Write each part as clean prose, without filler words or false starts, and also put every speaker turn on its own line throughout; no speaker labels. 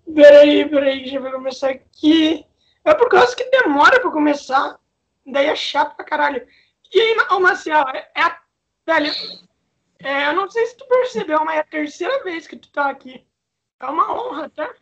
Peraí, deixa eu começar aqui. É por causa que demora pra começar. Daí é chato pra caralho. E aí, ô Marcial, velho, eu não sei se tu percebeu, mas é a terceira vez que tu tá aqui. É uma honra, tá?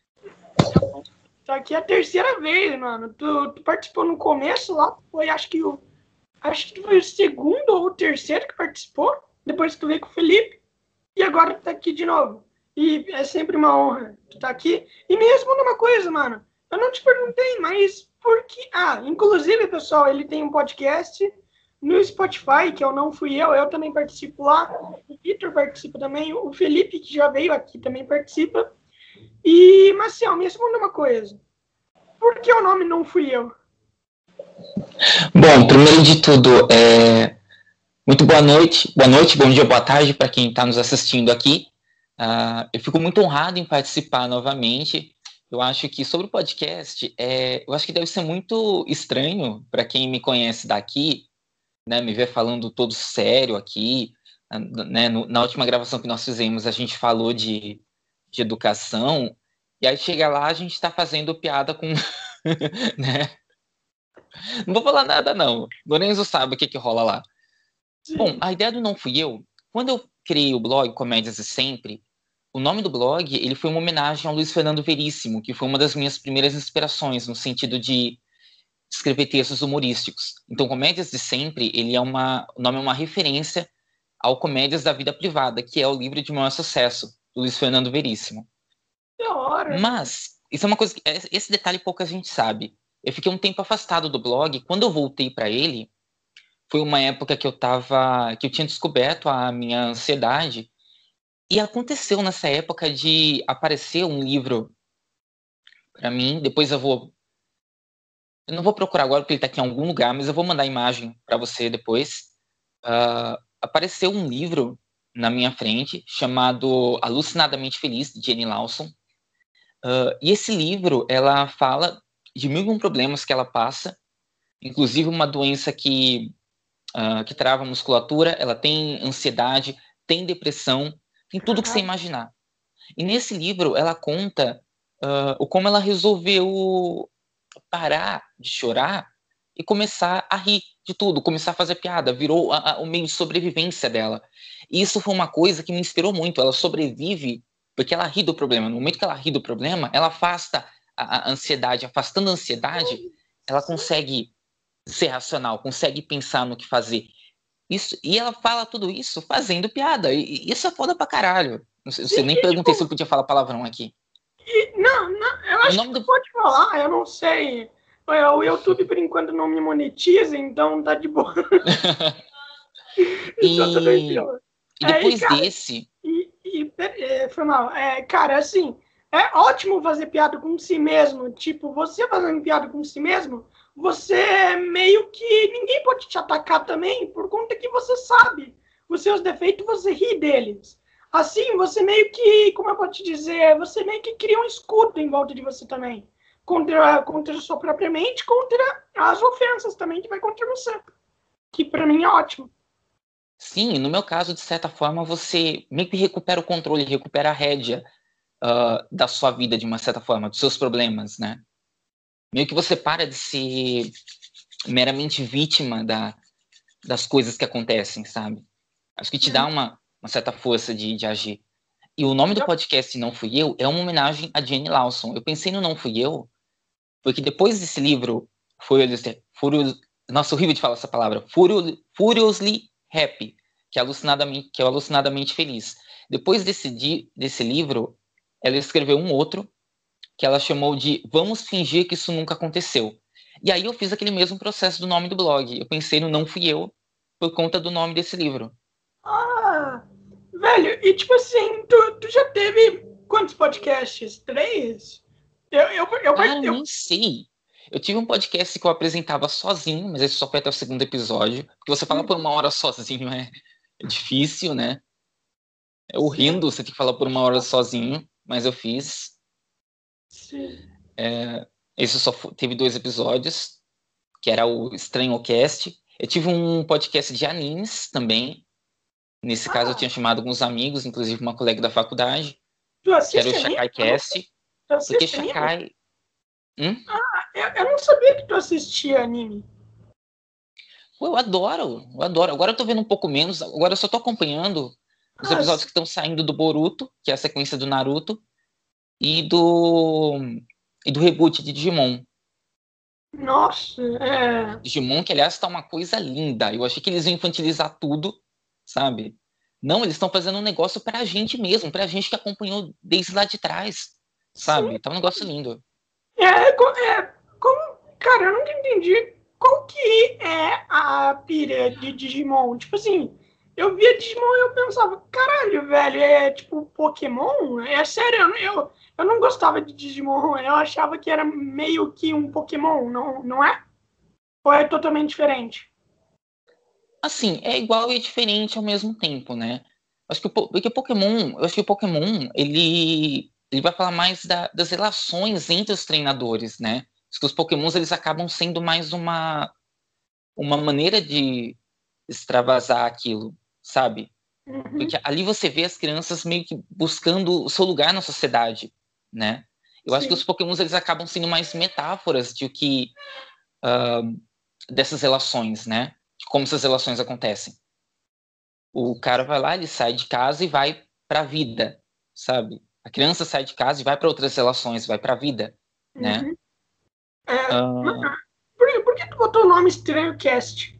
Tá aqui a terceira vez, mano. Tu participou no começo lá, foi acho que foi o segundo ou o terceiro que participou, depois que tu veio com o Felipe, e agora tu tá aqui de novo. E é sempre uma honra tu tá aqui. E me responda uma coisa, mano. Eu não te perguntei, mas por que. Ah, inclusive, pessoal, ele tem um podcast no Spotify, que eu não fui eu também participo lá. O Vitor participa também, o Felipe, que já veio aqui, também participa. E, Marcel, me responda uma coisa. Por que o nome não fui eu?
Bom, primeiro de tudo, muito boa noite, bom dia, boa tarde para quem está nos assistindo aqui. Eu fico muito honrado em participar novamente. Eu acho que sobre o podcast, eu acho que deve ser muito estranho para quem me conhece daqui, né, me ver falando todo sério aqui. Né, na última gravação que nós fizemos, a gente falou de educação, e aí chega lá, a gente está fazendo piada com. Né? Não vou falar nada, não. Lorenzo sabe o que rola lá. Bom,
Sim.
a ideia do Não Fui Eu, quando eu criei o blog Comédias de Sempre, o nome do blog ele foi uma homenagem ao Luiz Fernando Veríssimo, que foi uma das minhas primeiras inspirações no sentido de escrever textos humorísticos. Então, Comédias de Sempre, o nome é uma referência ao Comédias da Vida Privada, que é o livro de maior sucesso do Luiz Fernando Veríssimo.
Da hora.
Mas isso é uma coisa, esse detalhe pouca gente sabe. Eu fiquei um tempo afastado do blog. Quando eu voltei para ele, foi uma época que eu tinha descoberto a minha ansiedade. E aconteceu nessa época de aparecer um livro para mim. Eu não vou procurar agora porque ele está aqui em algum lugar, mas eu vou mandar a imagem para você depois. Apareceu um livro na minha frente chamado Alucinadamente Feliz, de Jane Lawson. E esse livro, ela fala de mil e um problemas que ela passa, inclusive uma doença que trava a musculatura, ela tem ansiedade, tem depressão, tem tudo que você
Caralho.
imaginar. E nesse livro ela conta o como ela resolveu parar de chorar e começar a rir de tudo, começar a fazer piada, virou o meio de sobrevivência dela. E isso foi uma coisa que me inspirou muito. Ela sobrevive porque ela ri do problema. No momento que ela ri do problema, ela afasta a ansiedade. Afastando a ansiedade, ela consegue ser racional, consegue pensar no que fazer. Isso, e ela fala tudo isso fazendo piada. E isso é foda pra caralho. Você
Sim,
nem
e,
perguntei se eu
tipo,
podia falar palavrão aqui.
não, eu
O
acho que
nome
tu
do.
pode falar, eu não sei. O YouTube, por enquanto, não me monetiza, então tá de boa. Então tá
E,
tranquilo.
e
E,
depois
cara,
desse.
foi mal. Cara, assim, é ótimo fazer piada com si mesmo. Tipo, você fazendo piada com si mesmo, você meio que ninguém pode te atacar também, por conta que você sabe os seus defeitos, você ri deles. Assim, você meio que, como eu posso te dizer, você meio que cria um escudo em volta de você também. Contra a sua própria mente, contra as ofensas também que vai contra você. Que pra mim é ótimo.
Sim, no meu caso, de certa forma, você meio que recupera o controle, recupera a rédea da sua vida, de uma certa forma, dos seus problemas, né? Meio que você para de ser meramente vítima das coisas que acontecem, sabe? Acho que te dá uma certa força de agir. E o nome do podcast Não Fui Eu é uma homenagem a Jane Lawson. Eu pensei no Não Fui Eu, porque depois desse livro, nossa, horrível de falar essa palavra, Furiously Happy, que é o Alucinadamente Feliz. Depois desse livro, ela escreveu um outro, que ela chamou de Vamos Fingir que Isso Nunca Aconteceu. E aí eu fiz aquele mesmo processo do nome do blog. Eu pensei no Não Fui Eu, por conta do nome desse livro.
Ah, velho, e tipo assim, tu já teve quantos podcasts? Três?
Cara, eu nem sei. Eu tive um podcast que eu apresentava sozinho, mas esse só foi até o segundo episódio. Porque você fala por uma hora sozinho é difícil, né? É
Sim,
horrendo você ter que falar por uma hora sozinho, mas eu fiz.
sim.
Esse teve 2 episódios, que era o Estranhocast. Eu tive um podcast de animes também. Nesse caso, eu
Ah,
tinha chamado alguns amigos, inclusive uma colega da faculdade,
tu
que era o
assiste anime?
Shakai Cast.
Tu
Porque
assiste anime?
Shakai...
Eu não sabia que tu assistia anime.
Pô, eu adoro, eu adoro. Agora eu tô vendo um pouco menos, agora eu só tô acompanhando os
Ah,
episódios que estão saindo do Boruto, que é a sequência do Naruto, e do reboot de Digimon.
nossa,
Digimon, que aliás tá uma coisa linda. Eu achei que eles iam infantilizar tudo, sabe? Não, eles estão fazendo um negócio pra gente mesmo, pra gente que acompanhou desde lá de trás,
sim.
sabe? Tá um negócio lindo.
Cara, eu nunca entendi qual que é a pira de Digimon. Tipo assim, eu via Digimon e eu pensava, caralho, velho, é tipo Pokémon? É sério, eu não gostava de Digimon, eu achava que era meio que um Pokémon, não é? Ou é totalmente diferente?
Assim, é igual e é diferente ao mesmo tempo, né? Acho que porque Pokémon, eu acho que o Pokémon, ele vai falar mais das relações entre os treinadores, né? Acho que os Pokémons, eles acabam sendo mais uma maneira de extravasar aquilo, sabe?
Uhum,
Porque ali você vê as crianças meio que buscando o seu lugar na sociedade, né? Eu acho que
sim.
os Pokémons, eles acabam sendo mais metáforas de o que dessas relações, né? De como essas relações acontecem. O cara vai lá, ele sai de casa e vai para a vida, sabe? A criança sai de casa e vai para outras relações, vai para a vida, né?
Uhum. É,
Ah,
por que tu botou o nome Estranho Cast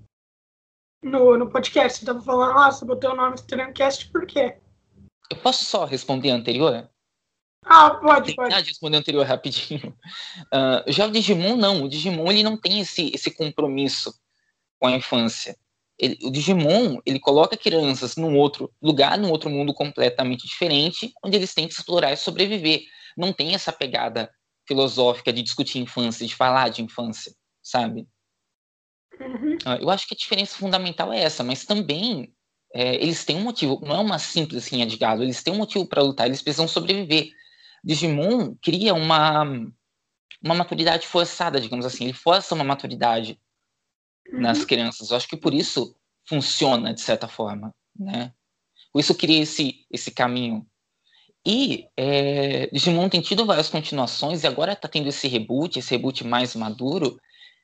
no podcast? Você tava falando, nossa, botou o nome Estranho Cast por quê?
eu posso só responder a anterior?
Ah, pode,
Tentar
pode.
de responder a anterior rapidinho. Já o Digimon, não. O Digimon, ele não tem esse compromisso com a infância. O Digimon, ele coloca crianças num outro lugar, num outro mundo completamente diferente, onde eles têm que explorar e sobreviver. Não tem essa pegada filosófica de discutir infância, de falar de infância, sabe?
Uhum.
Eu acho que a diferença fundamental é essa, mas também eles têm um motivo, não é uma simples rinha de galo, eles têm um motivo para lutar, eles precisam sobreviver. Digimon cria uma maturidade forçada, digamos assim, ele força uma maturidade nas
Uhum.
crianças. Eu acho que por isso funciona, de certa forma, né? Por isso cria esse caminho. E Digimon tem tido várias continuações e agora está tendo esse reboot mais maduro,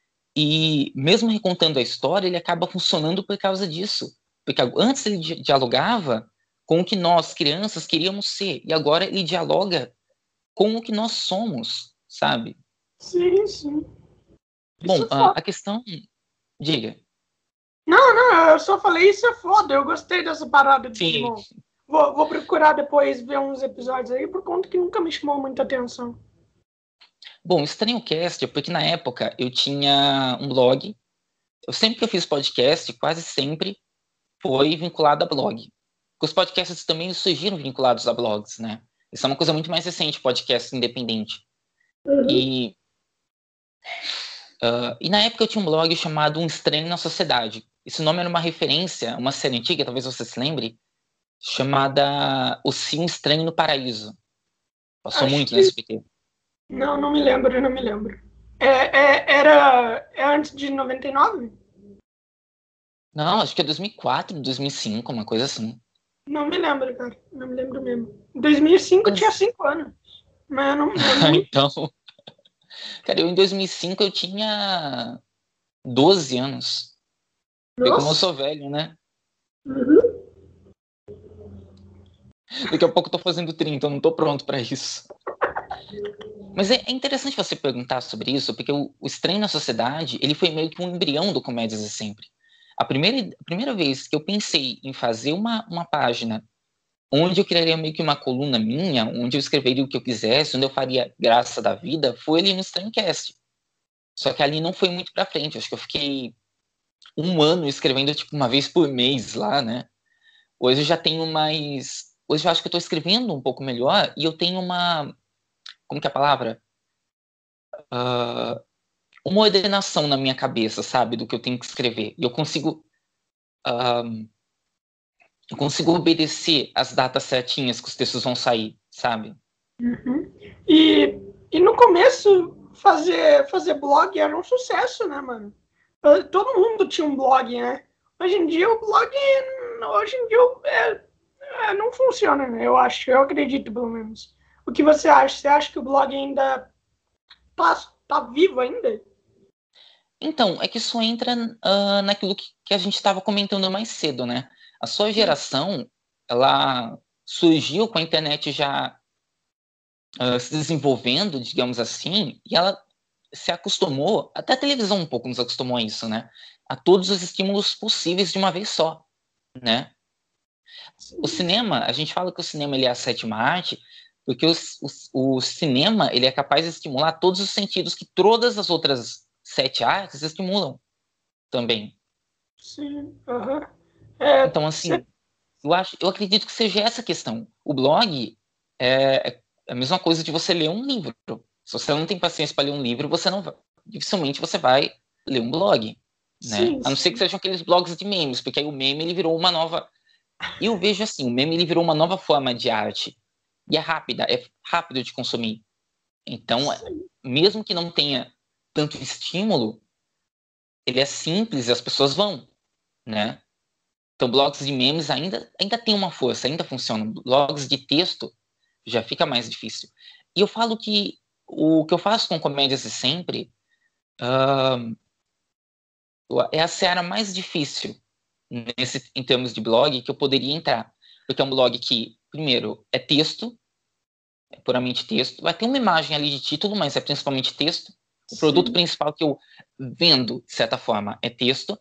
e mesmo recontando a história, ele acaba funcionando por causa disso. Porque antes ele dialogava com o que nós, crianças, queríamos ser, e agora ele dialoga com o que nós somos, sabe?
Sim, sim. Isso
Bom,
é foda.
a questão... Diga.
Não, eu só falei isso é foda. Eu gostei dessa parada de
Sim.
Digimon. Vou procurar depois ver uns episódios aí, por conta que nunca me chamou muita atenção.
Bom, Estranho Cast é porque na época eu tinha um blog. Eu sempre que eu fiz podcast, quase sempre foi vinculado a blog. Porque os podcasts também surgiram vinculados a blogs, né? Isso é uma coisa muito mais recente, podcast independente.
Uhum.
E, e na época eu tinha um blog chamado Um Estranho na Sociedade. Esse nome era uma referência a uma série antiga, talvez você se lembre, chamada O Sim Estranho no Paraíso. Passou
Acho
muito no
que.
SBT.
Não me lembro, não me lembro. É antes de 99?
Não, acho que é 2004, 2005, uma coisa assim.
Não me lembro, cara. Não me lembro mesmo. Em 2005 eu tinha
Mas,
5 anos. Mas eu não me.
então, cara, eu em 2005 eu tinha 12 anos. Vê como eu
Nossa.
sou velho, né?
Uhum.
Daqui a pouco eu tô fazendo 30, eu não tô pronto pra isso. Mas é interessante você perguntar sobre isso, porque o Estranho na Sociedade, ele foi meio que um embrião do Comédias de Sempre. A primeira vez que eu pensei em fazer uma página onde eu criaria meio que uma coluna minha, onde eu escreveria o que eu quisesse, onde eu faria graça da vida, foi ali no Estranho Cast. Só que ali não foi muito pra frente. Acho que eu fiquei um ano escrevendo tipo uma vez por mês lá, né? Hoje eu já tenho mais. Hoje eu acho que eu tô escrevendo um pouco melhor e eu tenho uma. Como que é a palavra? Ah, uma ordenação na minha cabeça, sabe? Do que eu tenho que escrever. E ah, eu consigo obedecer as datas certinhas que os textos vão sair, sabe?
Uhum. E no começo, fazer blog era um sucesso, né, mano? Todo mundo tinha um blog, né? Hoje em dia o blog, hoje em dia não funciona, né? Eu acho, eu acredito pelo menos. O que você acha? Você acha que o blog ainda tá vivo ainda?
Então, é que isso entra naquilo que a gente estava comentando mais cedo, né? A sua geração, ela surgiu com a internet já se desenvolvendo, digamos assim, e ela se acostumou, até a televisão um pouco nos acostumou a isso, né? A todos os estímulos possíveis de uma vez só, né? O cinema, a gente fala que o cinema ele é a sétima arte, porque o cinema ele é capaz de estimular todos os sentidos que todas as outras 7 artes estimulam também.
Sim, aham.
Então, assim, eu acredito que seja essa a questão. O blog é a mesma coisa de você ler um livro. Se você não tem paciência para ler um livro, dificilmente você vai ler um blog, né?
Sim,
A não ser que sejam aqueles blogs de memes, porque aí o meme ele virou uma nova. Eu vejo assim, o meme ele virou uma nova forma de arte e é rápido de consumir. Então, mesmo que não tenha tanto estímulo, ele é simples e as pessoas vão, né? Então, blogs de memes ainda tem uma força, ainda funcionam. Blogs de texto já fica mais difícil. E eu falo que o que eu faço com comédias de sempre é a seara mais difícil em termos de blog que eu poderia entrar. Porque é um blog que, primeiro, é texto, é puramente texto. Vai ter uma imagem ali de título, mas é principalmente texto. O produto principal que eu vendo, de certa forma, é texto.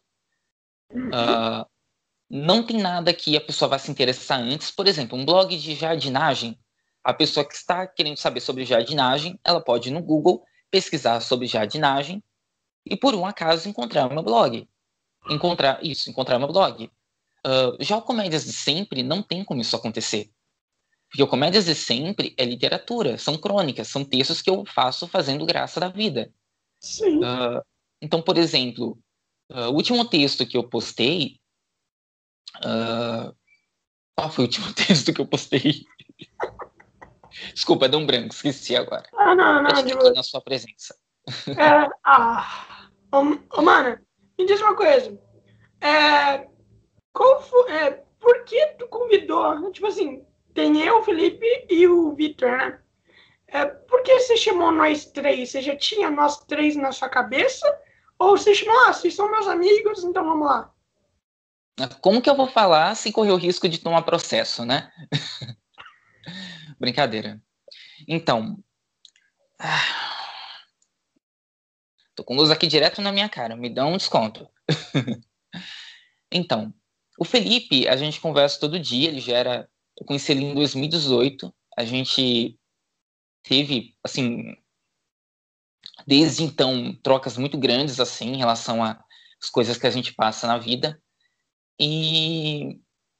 Não tem nada que a pessoa vá se interessar antes. Por exemplo, um blog de jardinagem. A pessoa que está querendo saber sobre jardinagem, ela pode ir no Google, pesquisar sobre jardinagem e, por um acaso, encontrar meu blog. Encontrar meu blog. Já o Comédias de Sempre não tem como isso acontecer. Porque o Comédias de Sempre é literatura, são crônicas, são textos que eu faço fazendo graça da vida.
sim.
Então, por exemplo, o último texto que eu postei. Qual foi o último texto que eu postei? Desculpa, deu um branco, esqueci agora.
Não,
Eu
não,
tinha aqui na sua presença.
Mano, me diz uma coisa. Por que tu convidou? Tipo assim, tem eu, o Felipe e o Vitor, né? Por que você chamou nós três? Você já tinha nós três na sua cabeça? Ou você chamou, vocês são meus amigos, então vamos lá?
Como que eu vou falar se correr o risco de tomar processo, né? Brincadeira. Então, tô com luz aqui direto na minha cara, me dá um desconto. Então, o Felipe, a gente conversa todo dia, eu conheci ele em 2018, a gente teve, assim, desde então, trocas muito grandes, assim, em relação às coisas que a gente passa na vida, e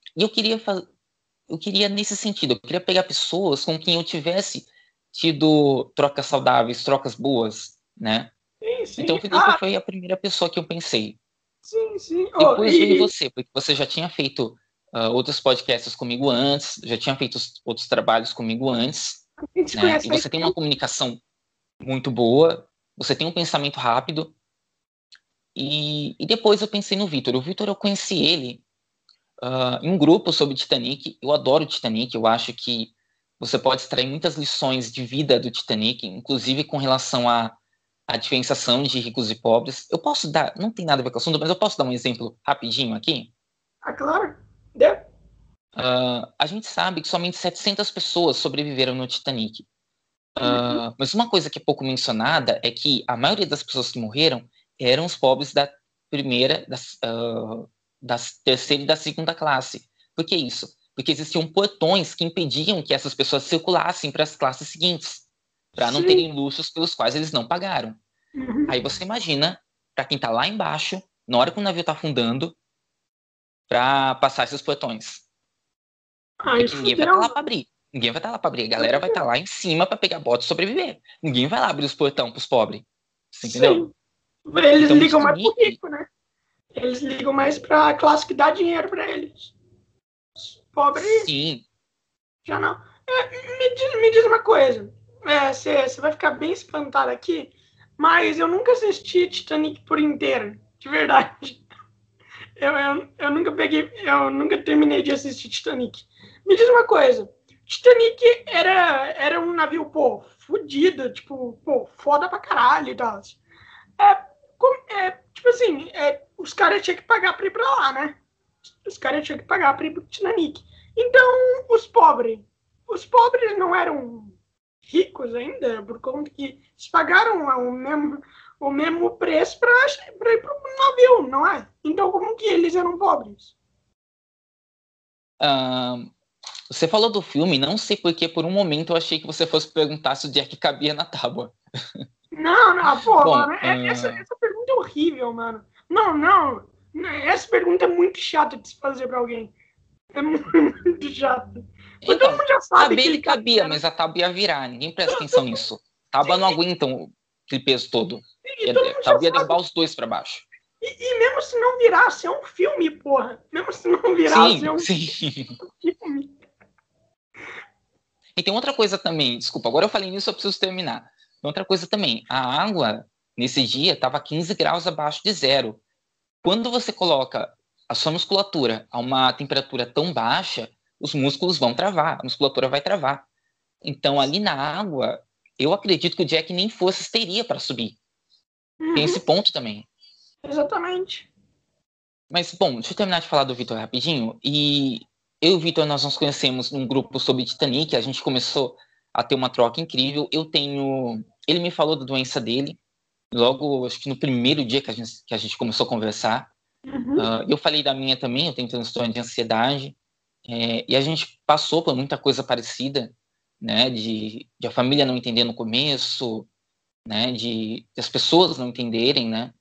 eu queria nesse sentido, eu queria pegar pessoas com quem eu tivesse tido trocas saudáveis, trocas boas, né?
Sim,
Então, o
sim.
Felipe foi a primeira pessoa que eu pensei.
Sim, sim.
Depois veio você, porque você já tinha feito outros podcasts comigo antes, já tinha feito outros trabalhos comigo antes,
A gente se
né?
conhece
E
faz
você tem uma
tempo.
comunicação muito boa, você tem um pensamento rápido. E depois eu pensei no Vitor. O Vitor, eu conheci ele em um grupo sobre Titanic. Eu adoro Titanic, eu acho que você pode extrair muitas lições de vida do Titanic, inclusive com relação à diferenciação de ricos e pobres. Eu posso dar, não tem nada a ver com o assunto, mas eu posso dar um exemplo rapidinho aqui?
Claro. Deu?
A gente sabe que somente 700 pessoas sobreviveram no Titanic. Mas uma coisa que é pouco mencionada é que a maioria das pessoas que morreram eram os pobres da primeira, da terceira e da segunda classe. Por que isso? Porque existiam portões que impediam que essas pessoas circulassem para as classes seguintes, para não
Sim.
terem luxos pelos quais eles não pagaram.
Uhum.
Aí você imagina, para quem está lá embaixo, na hora que o navio está afundando, para passar esses portões.
Aí
Porque ninguém vai estar
fudeu,
lá
mano.
para abrir. Ninguém vai estar lá para abrir. A galera vai estar lá em cima para pegar bota e sobreviver. Ninguém vai lá abrir os portões para os pobres. Você entendeu?
Sim. Eles
Então, o
ligam mais pro
Titanic.
rico, né? Eles ligam mais pra classe que dá dinheiro pra eles. Pobre,
Sim.
já não. Me diz uma coisa. Você vai ficar bem espantado aqui, mas eu nunca assisti Titanic por inteiro. De verdade. Eu nunca peguei. Eu nunca terminei de assistir Titanic. Me diz uma coisa. Titanic era um navio, pô, fudido, tipo, pô, foda pra caralho e tal. Tipo assim, os caras tinham que pagar pra ir pra lá, né? Os caras tinham que pagar pra ir pro Titanic. Então, os pobres não eram ricos ainda, por conta que eles pagaram o mesmo preço pra ir pro navio, não é? Então, como que eles eram pobres?
Você falou do filme, não sei porque por um momento eu achei que você fosse perguntar se o Jack cabia na tábua.
Não, pô,
Bom,
mano, essa pergunta é horrível, mano. Não, essa pergunta é muito chata de se fazer pra alguém. É muito chato. Mas todo
então,
mundo já sabe
caber
que
ele
ele
cabia,
cabia, né?
mas a tábua ia virar, ninguém presta atenção nisso. A tábua não aguenta aquele peso todo.
E todo
A
mundo já
tábua ia
sabe.
derrubar os dois para baixo.
E mesmo se não virasse, é um filme, porra. Mesmo se não virasse, é
Sim,
um
sim.
filme.
E tem outra coisa também, desculpa, agora eu falei nisso, eu preciso terminar. Tem outra coisa também, a água nesse dia estava 15 graus abaixo de zero. Quando você coloca a sua musculatura a uma temperatura tão baixa, os músculos vão travar, a musculatura vai travar. Então, ali na água, eu acredito que o Jack nem fosse teria para subir. Tem esse
Uhum,
ponto também.
exatamente.
Mas, bom, deixa eu terminar de falar do Vitor rapidinho. E eu e o Vitor, nós nos conhecemos num grupo sobre Titanic, a gente começou a ter uma troca incrível. Ele me falou da doença dele, logo, acho que no primeiro dia que a gente começou a conversar.
Uhum,
Eu falei da minha também, eu tenho transtorno de ansiedade. E a gente passou por muita coisa parecida, né? De a família não entender no começo, né? De as pessoas não entenderem, né?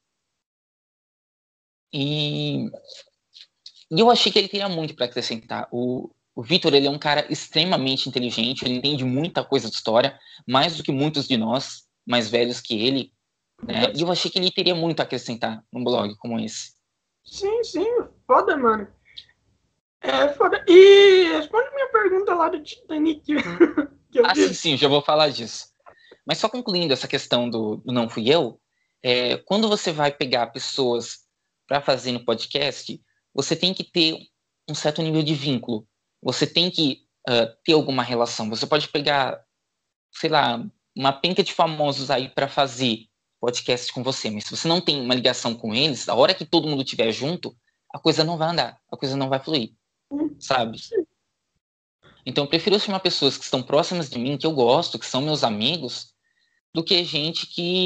E eu achei que ele teria muito para acrescentar. O Vitor, ele é um cara extremamente inteligente, ele entende muita coisa de história, mais do que muitos de nós, mais velhos que ele, né? E eu achei que ele teria muito a acrescentar num blog como esse.
sim, foda, mano. É foda. E responde minha pergunta lá do Titanic que eu
Ah, sim,
fiz.
sim, já vou falar disso. Mas só concluindo essa questão do não fui eu, quando você vai pegar pessoas para fazer no podcast, você tem que ter um certo nível de vínculo. Você tem que ter alguma relação. Você pode pegar, sei lá, uma penca de famosos aí para fazer podcast com você, mas se você não tem uma ligação com eles, a hora que todo mundo estiver junto, a coisa não vai andar, a coisa não vai fluir, sabe? Então eu prefiro chamar pessoas que estão próximas de mim, que eu gosto, que são meus amigos, do que gente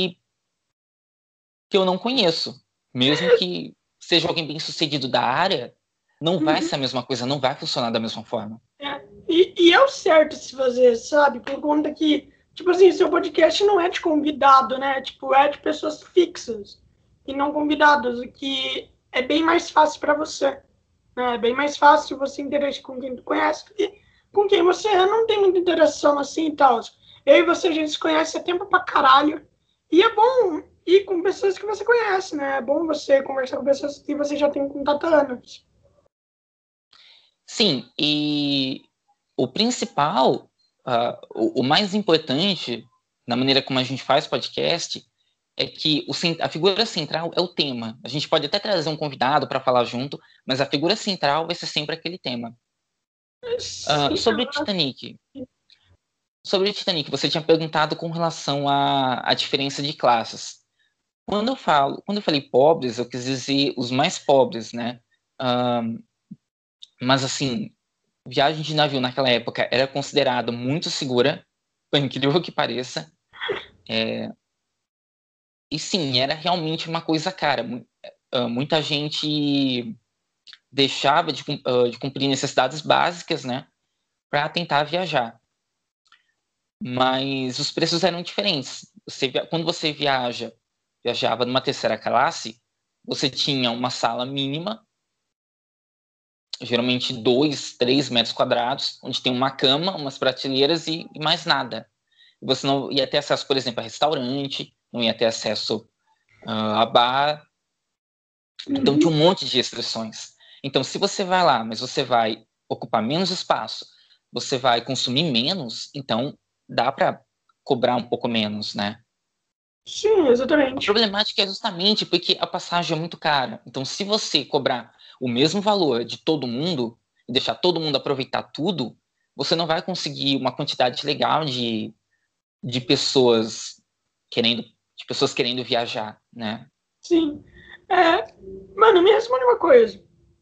que eu não conheço. Mesmo que seja alguém bem sucedido da área, não vai
Uhum.
ser a mesma coisa, não vai funcionar da mesma forma.
E é o certo se fazer, sabe? Por conta que, tipo assim, seu podcast não é de convidado, né? Tipo, é de pessoas fixas e não convidadas, o que é bem mais fácil para você. Né? É bem mais fácil você interagir com quem tu conhece do que com quem você não tem muita interação assim e tal. Eu e você, a gente se conhece há tempo pra caralho. E é bom ir com pessoas que você conhece, né? É bom você conversar com pessoas que você já tem contato há anos.
Sim, e o principal, o mais importante na maneira como a gente faz podcast é que a figura central é o tema. A gente pode até trazer um convidado para falar junto, mas a figura central vai ser sempre aquele tema.
Sim,
Sobre Titanic. Sobre Titanic, você tinha perguntado com relação à diferença de classes. Quando eu falei pobres, eu quis dizer os mais pobres, né? Mas assim, viagem de navio naquela época era considerada muito segura, por incrível que pareça. E sim, era realmente uma coisa cara. Muita gente deixava de cumprir necessidades básicas, né? Para tentar viajar. Mas os preços eram diferentes. Quando você viajava numa terceira classe, você tinha uma sala mínima, geralmente 2, 3 metros quadrados, onde tem uma cama, umas prateleiras e mais nada. Você não ia ter acesso, por exemplo, a restaurante, não ia ter acesso a bar. Então tinha
Uhum.
um monte de restrições. Então, se você vai lá, mas você vai ocupar menos espaço, você vai consumir menos, então dá para cobrar um pouco menos, né?
Sim,
A
exatamente.
problemática é justamente porque a passagem é muito cara. Então, se você cobrar o mesmo valor de todo mundo e deixar todo mundo aproveitar tudo, você não vai conseguir uma quantidade legal de pessoas querendo viajar, né?
Sim. Mano, me responde uma coisa.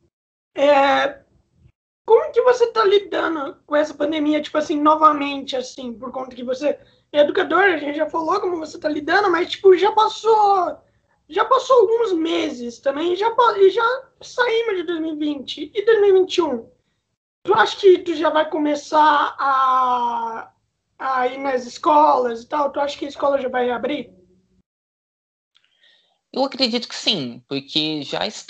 Como que você tá lidando com essa pandemia, tipo assim, novamente, assim, por conta que você é educador, a gente já falou como você tá lidando, mas, tipo, já passou alguns meses também, e já saímos de 2020 e 2021. Tu acha que tu já vai começar a ir nas escolas e tal? Tu acha que a escola já vai abrir?
Eu acredito que sim, porque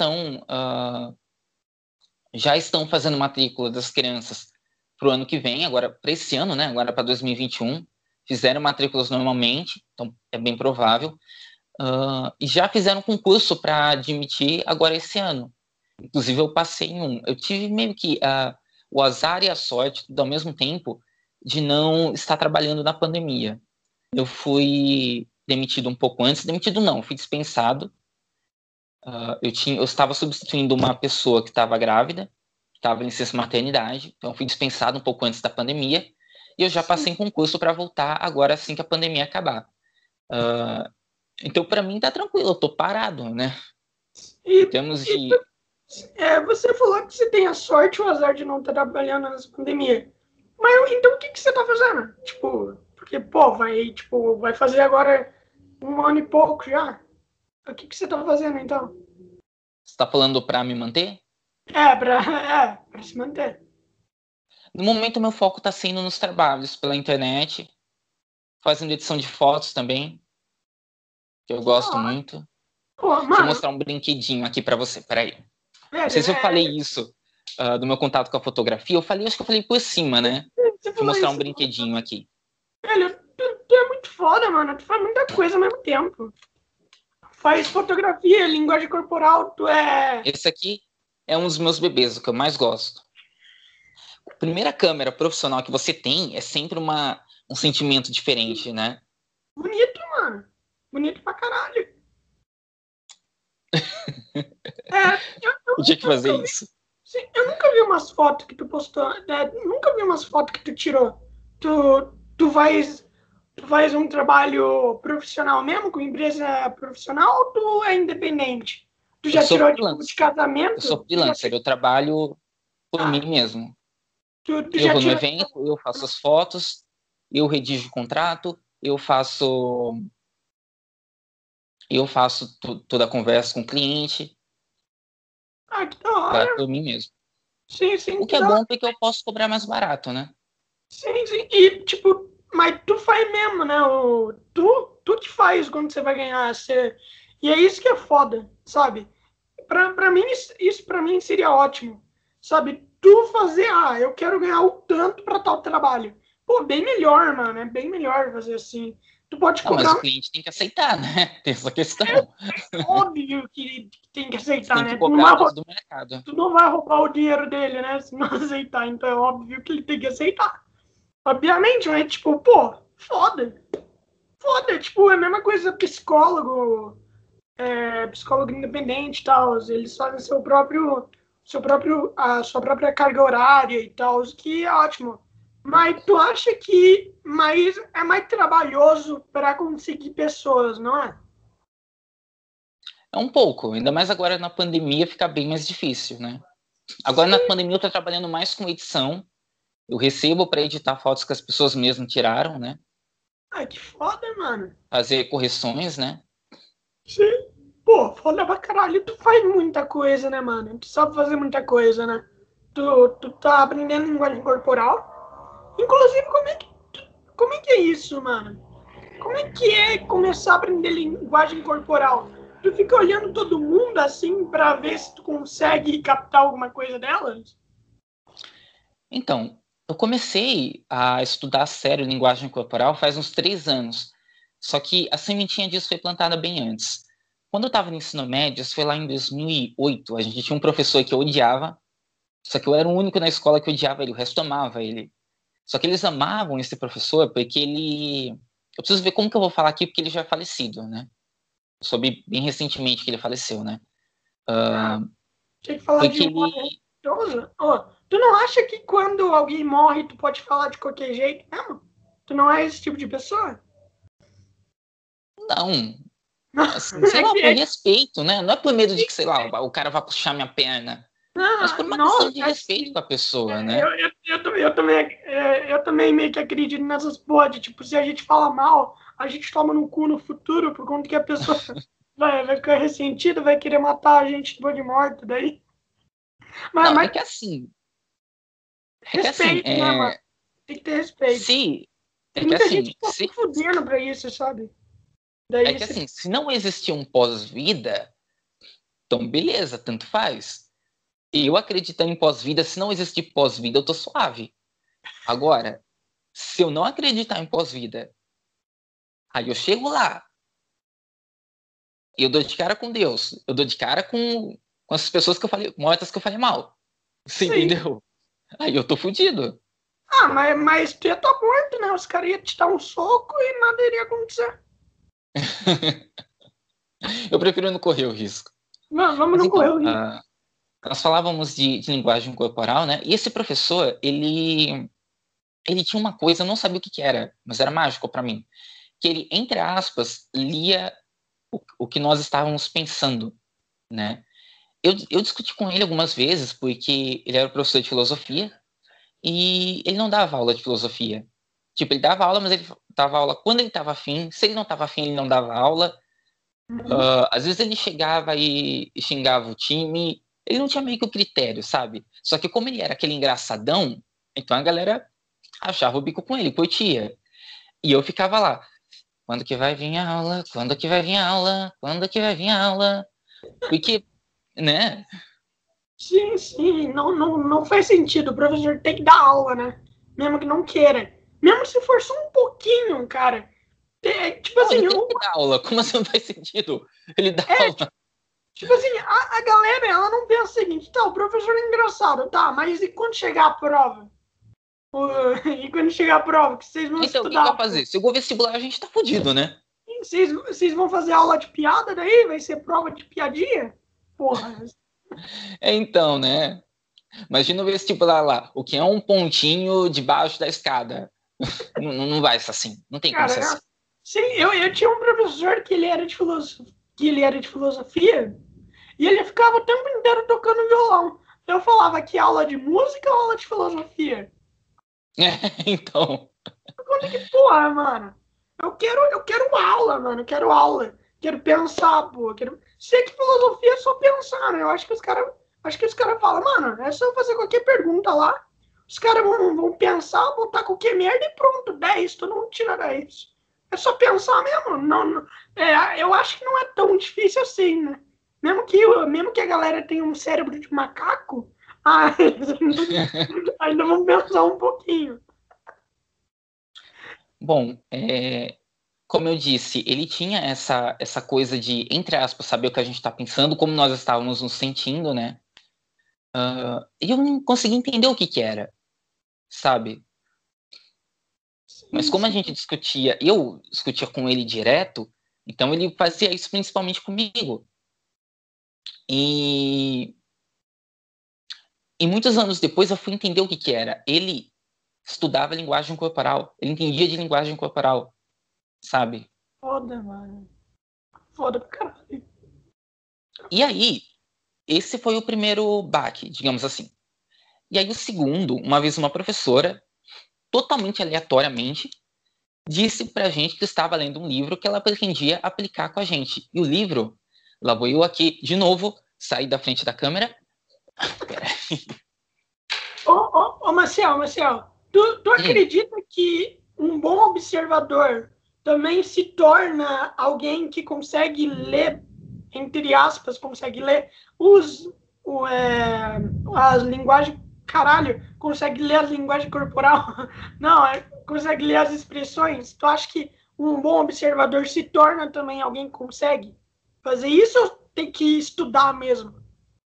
já estão fazendo matrícula das crianças para o ano que vem, agora para esse ano, né? Agora para 2021, fizeram matrículas normalmente, então é bem provável. E já fizeram concurso para admitir agora esse ano. Inclusive eu passei em um. Eu tive meio que o azar e a sorte, tudo ao mesmo tempo, de não estar trabalhando na pandemia. Eu fui demitido um pouco antes, demitido não, fui dispensado. Eu estava substituindo uma pessoa que estava grávida, estava em licença maternidade, então eu fui dispensado um pouco antes da pandemia, e eu já passei em concurso para voltar agora assim que a pandemia acabar. Então, para mim, tá tranquilo, eu tô parado, né? Em
E,
termos
e
de.
você falou que você tem a sorte ou o azar de não estar trabalhando nessa pandemia. Mas então o que você tá fazendo? Tipo, porque, pô, vai fazer agora 1 ano e pouco já. O que você tá fazendo então?
Você tá falando para me manter?
Pra se manter.
No momento, meu foco está sendo nos trabalhos pela internet, fazendo edição de fotos também, que eu
Que da
gosto
hora.
muito.
Pô,
Deixa eu
mano,
mostrar um brinquedinho aqui para você, peraí. Não
velho,
sei se eu falei isso do meu contato com a fotografia, acho que eu falei por cima, né?
você
Deixa eu
falou
mostrar um
isso.
brinquedinho aqui.
Velho, tu é muito foda, mano. Tu faz muita coisa ao mesmo tempo. Faz fotografia, linguagem corporal, tu é.
Esse aqui é um dos meus bebês, o que eu mais gosto. A primeira câmera profissional que você tem é sempre um sentimento diferente, né?
Bonito, mano. Bonito pra caralho.
Eu tinha que
Eu
fazer
nunca vi,
isso.
sim, eu nunca vi umas fotos que tu postou, nunca vi umas fotos que tu tirou. Tu faz um trabalho profissional mesmo, com empresa profissional, ou tu é independente? Tu
Eu
já
sou
tirou, tipo, de
freelancer. Eu sou
casamento?
freelancer, eu trabalho por
Ah,
mim mesmo.
tu
Eu
já
vou no
tirou.
evento, eu faço as fotos, eu redijo o contrato, eu faço toda a conversa com o cliente,
Ah, que da hora.
por mim mesmo.
Sim, sim,
O
que
que é
da hora.
bom porque eu posso cobrar mais barato, né?
Sim, sim. E, tipo, mas tu faz mesmo, né? Tu que faz quando você vai ganhar. E é isso que é foda, sabe? Pra mim, isso pra mim seria ótimo. Sabe? Tu fazer, eu quero ganhar o tanto pra tal trabalho. Pô, bem melhor, mano. É bem melhor fazer assim. Tu pode
Não, mas o
cobrar,
cliente tem que aceitar, né? Tem essa questão.
óbvio que tem que
Você
aceitar,
tem que
né?
cobrar antes do mercado.
Tu não vai roubar o dinheiro dele, né? Se não aceitar. Então é óbvio que ele tem que aceitar. Obviamente, mas tipo, pô, foda. Foda, tipo, é a mesma coisa psicólogo independente e tal. Eles fazem a sua própria carga horária e tal, que é ótimo. Mas tu acha que é mais trabalhoso para conseguir pessoas, não é?
É um pouco, ainda mais agora na pandemia fica bem mais difícil, né? Agora na
Sim.
pandemia eu tô trabalhando mais com edição. Eu recebo para editar fotos que as pessoas mesmo tiraram, né?
Ah, que foda, mano.
Fazer correções, né?
Sim. Pô, foda pra caralho. Tu faz muita coisa, né, mano? Tu sabe fazer muita coisa, né? Tu tá aprendendo linguagem corporal. Inclusive, como é que é isso, mano? Como é que é começar a aprender linguagem corporal? Tu fica olhando todo mundo assim pra ver se tu consegue captar alguma coisa delas?
Então, eu comecei a estudar sério linguagem corporal faz uns 3 anos. Só que a sementinha disso foi plantada bem antes. Quando eu estava no ensino médio, isso foi lá em 2008, a gente tinha um professor que eu odiava, só que eu era o único na escola que odiava ele, o resto amava ele. Só que eles amavam esse professor porque ele. Eu preciso ver como que eu vou falar aqui, porque ele já é falecido, né? Eu soube bem recentemente que ele faleceu, né?
Ah, tinha que falar
Foi
de
que
modo
ele.
respeitoso. Oh, Tu não acha que quando alguém morre, tu pode falar de qualquer jeito mesmo? Tu não é esse tipo de pessoa?
Não. Assim, sei lá, por respeito, né? Não é por medo de que, sei lá, o cara vai puxar minha perna. Mas por uma questão de respeito com a pessoa, né?
Eu também meio que acredito nessas porra de, tipo, se a gente fala mal, a gente toma no cu no futuro, por conta que a pessoa vai ficar ressentida, vai querer matar a gente depois de morto, daí.
Não,
Mas
é que assim...
respeito, né, mano? Tem que ter respeito.
Se...
Tem muita gente que tá se fudendo pra isso, sabe? Daí
assim, se não existir um pós-vida, então beleza, tanto faz. E eu acreditando em pós-vida, se não existir pós-vida, eu tô suave. Agora, se eu não acreditar em pós-vida, aí eu chego lá, e eu dou de cara com Deus, eu dou de cara com as pessoas que eu falei, mortas que eu falei mal. Você entendeu? Aí eu tô fudido.
Ah, mas tu ia estar morto, né? Os caras iam te dar um soco e nada iria acontecer.
Eu prefiro não correr o risco.
Não, vamos não correr o risco.
Nós falávamos de linguagem corporal, né? E esse professor, ele tinha uma coisa, eu não sabia o que era, mas era mágico para mim. Que ele, entre aspas, lia o que nós estávamos pensando, né? Eu discuti com ele algumas vezes, porque ele era professor de filosofia, e ele não dava aula de filosofia. Tipo, ele dava aula, mas ele dava aula quando ele estava afim. Se ele não estava afim, ele não dava aula. Às vezes ele chegava e xingava o time. Ele não tinha meio que o critério, sabe? Só que como ele era aquele engraçadão, então a galera achava o bico com ele, curtia. E eu ficava lá. Quando que vai vir a aula? Quando que vai vir a aula? Quando que vai vir a aula? Porque, né?
Sim. Não faz sentido. O professor tem que dar aula, né? Mesmo que não queira. Mesmo se for só um pouquinho, cara. Tipo
Não,
assim,
ele tem que dar aula. Como assim não faz sentido? Ele dá aula.
Tipo assim, a galera, ela não pensa o seguinte, tá, o professor é engraçado, tá, mas e quando chegar a prova? E quando chegar a prova, que vocês vão
Então, o que
estudar?
vai fazer? Se o vestibular, a gente tá fudido, né?
Vocês vão fazer aula de piada daí? Vai ser prova de piadinha? Porra.
Então, né? Imagina o vestibular lá. O que é um pontinho debaixo da escada? Não vai ser assim. Não tem como ser assim.
Sim, eu tinha um professor que ele era de filosofia, e ele ficava o tempo inteiro tocando violão. Eu falava que aula de música ou aula de filosofia?
Então.
Que porra, mano. Eu quero aula, mano. Eu quero aula. Quero pensar, pô. Sei que filosofia é só pensar, né? Eu acho que os caras falam, mano, é só fazer qualquer pergunta lá. Os caras vão pensar, botar qualquer merda e pronto, 10, todo mundo tira 10. É só pensar mesmo. Eu acho que não é tão difícil assim, né? Mesmo que a galera tenha um cérebro de macaco, ainda vão pensar um pouquinho.
Bom, como eu disse, ele tinha essa coisa de, entre aspas, saber o que a gente está pensando, como nós estávamos nos sentindo, né? E eu não consegui entender o que era, sabe? Mas como a gente discutia, eu discutia com ele direto, então ele fazia isso principalmente comigo. E muitos anos depois eu fui entender o que era. Ele estudava linguagem corporal, ele entendia de linguagem corporal, sabe?
Foda, mano. Foda pra caralho.
E aí, esse foi o primeiro baque, digamos assim. E aí o segundo, uma vez uma professora, totalmente aleatoriamente, disse pra gente que estava lendo um livro que ela pretendia aplicar com a gente. E o livro, lá vou eu aqui, de novo, sair da frente da câmera.
Ô, Marcel, tu acredita que um bom observador também se torna alguém que consegue ler, entre aspas, consegue ler as linguagens, caralho, consegue ler as linguagens corporal? Não, consegue ler as expressões? Tu acha que um bom observador se torna também alguém que consegue fazer isso ou tem que estudar mesmo?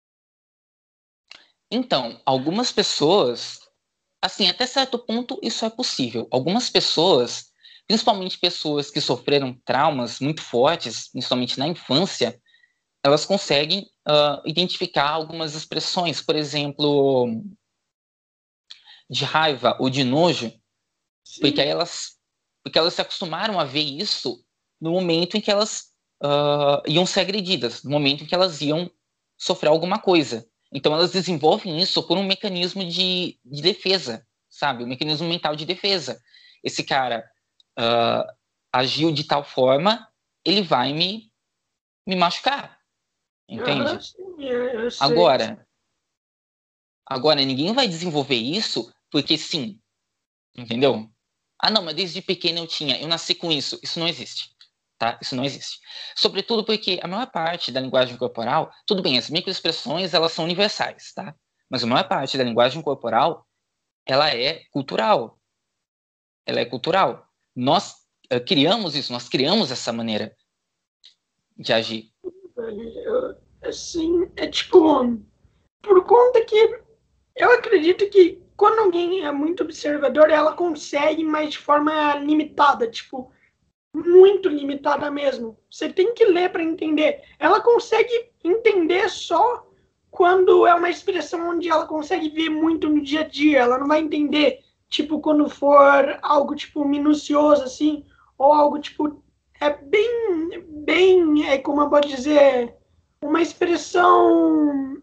Então, algumas pessoas, assim, até certo ponto isso é possível. Algumas pessoas, principalmente pessoas que sofreram traumas muito fortes, principalmente na infância, elas conseguem identificar algumas expressões. Por exemplo, de raiva ou de nojo,
Sim.
porque elas se acostumaram a ver isso no momento em que elas iam ser agredidas, no momento em que elas iam sofrer alguma coisa. Então elas desenvolvem isso por um mecanismo de defesa, sabe? Um mecanismo mental de defesa. Esse cara agiu de tal forma, ele vai me machucar, entende?
Sim, eu sei.
Agora, ninguém vai desenvolver isso porque sim, entendeu? Ah, não, mas desde pequeno eu nasci com isso. Isso não existe, tá? Isso não existe. Sobretudo porque a maior parte da linguagem corporal, tudo bem, as microexpressões, elas são universais, tá? Mas a maior parte da linguagem corporal, ela é cultural. Ela é cultural. Nós criamos isso, nós criamos essa maneira de agir.
Assim, é tipo, por conta que eu acredito que quando alguém é muito observador, ela consegue, mas de forma limitada, tipo, muito limitada mesmo. Você tem que ler para entender. Ela consegue entender só quando é uma expressão onde ela consegue ver muito no dia a dia. Ela não vai entender, tipo, quando for algo, tipo, minucioso, assim, ou algo, tipo, é bem, como eu posso dizer, uma expressão,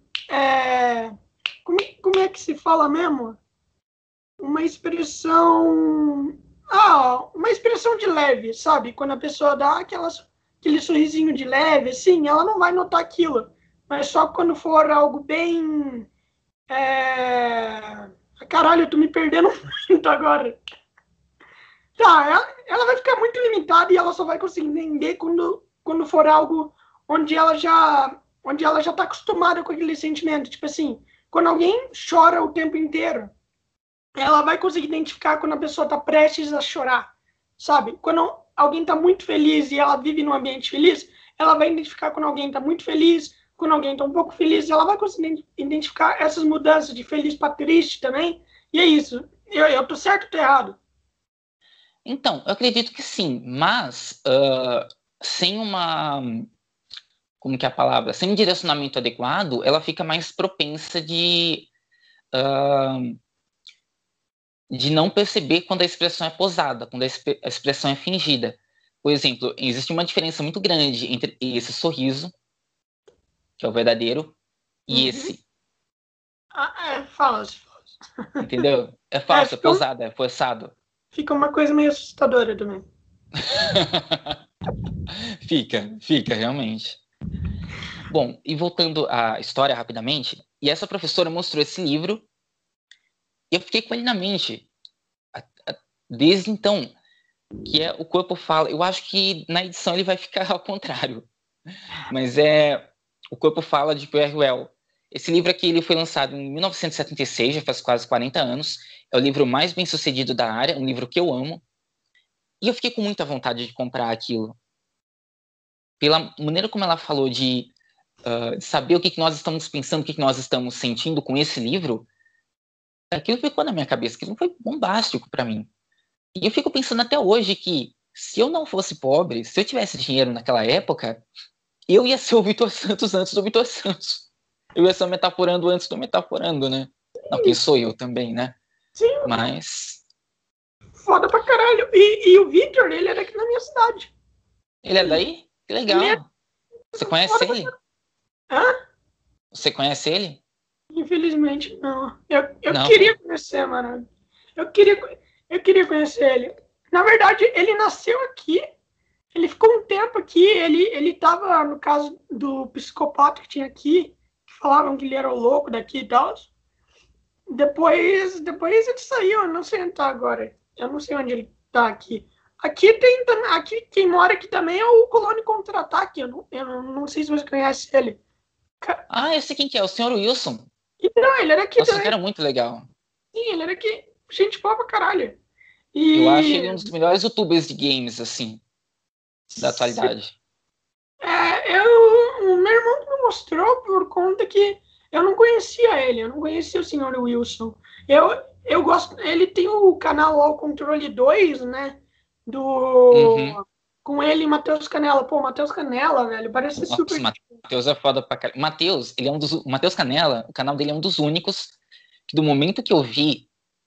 como é que se fala mesmo? Uma expressão. Uma expressão de leve, sabe? Quando a pessoa dá aquele sorrisinho de leve, assim, ela não vai notar aquilo. Mas só quando for algo bem. Caralho, eu tô me perdendo muito agora. Tá, ela vai ficar muito limitada e ela só vai conseguir entender quando for algo onde ela já tá acostumada com aquele sentimento. Tipo assim, quando alguém chora o tempo inteiro, ela vai conseguir identificar quando a pessoa está prestes a chorar, sabe? Quando alguém está muito feliz e ela vive num ambiente feliz, ela vai identificar quando alguém está muito feliz, quando alguém está um pouco feliz, ela vai conseguir identificar essas mudanças de feliz para triste também. E é isso. Eu tô certo ou tô errado?
Então, eu acredito que sim, mas sem uma, como que é a palavra? Sem um direcionamento adequado, ela fica mais propensa de não perceber quando a expressão é posada, quando a expressão é fingida. Por exemplo, existe uma diferença muito grande entre esse sorriso, que é o verdadeiro, e
Uhum.
esse,
Falso.
entendeu? É falso, é
Fica,
posado, é forçado.
fica uma coisa meio assustadora também.
Fica, realmente. Bom, e voltando à história rapidamente, e essa professora mostrou esse livro, e eu fiquei com ele na mente, desde então, que é O Corpo Fala. Eu acho que na edição ele vai ficar ao contrário, mas é O Corpo Fala, de Pierre Well. Esse livro aqui ele foi lançado em 1976, já faz quase 40 anos, é o livro mais bem sucedido da área, um livro que eu amo, e eu fiquei com muita vontade de comprar aquilo. Pela maneira como ela falou de saber o que nós estamos pensando, o que nós estamos sentindo com esse livro, aquilo ficou na minha cabeça, aquilo foi bombástico para mim. E eu fico pensando até hoje que se eu não fosse pobre, se eu tivesse dinheiro naquela época, eu ia ser o Vitor Santos antes do Vitor Santos. Eu ia ser o metaforando antes do metaforando, né? Não, quem sou eu também, né?
Sim,
Mas
foda pra caralho. E o Victor, ele é daqui na minha cidade.
ele é daí? Que
Ele é
legal. Você conhece
foda pra
ele?
caralho.
Você conhece ele?
Infelizmente, não. Eu
Não.
queria conhecer, mano. Eu queria conhecer ele. Na verdade, ele nasceu aqui. Ele ficou um tempo aqui. Ele tava no caso do psicopata que tinha aqui, que falavam que ele era o louco daqui e tal. Depois ele saiu. Eu não sei onde tá agora. Eu não sei onde ele tá aqui. Aqui tem também. Aqui, quem mora aqui também é o Colônia Contra-Ataque. Eu não sei se você conhece ele.
Ah, eu sei quem que é, o Senhor Wilson.
Não, ele era aqui
Nossa, esse
também.
cara é muito legal.
Sim, ele era aqui. Gente boa pra caralho.
Eu acho
E
ele um dos melhores youtubers de games, assim, da atualidade.
o meu irmão que me mostrou por conta que eu não conhecia ele, eu não conhecia o senhor Wilson. Eu gosto, ele tem o canal ao Controle 2, né?
Uhum.
Com ele e Matheus Canela. Pô, Matheus Canela, velho, parece
Nossa,
super.
o Matheus é foda pra caralho. O Matheus Canela, o canal dele é um dos únicos que do momento que eu vi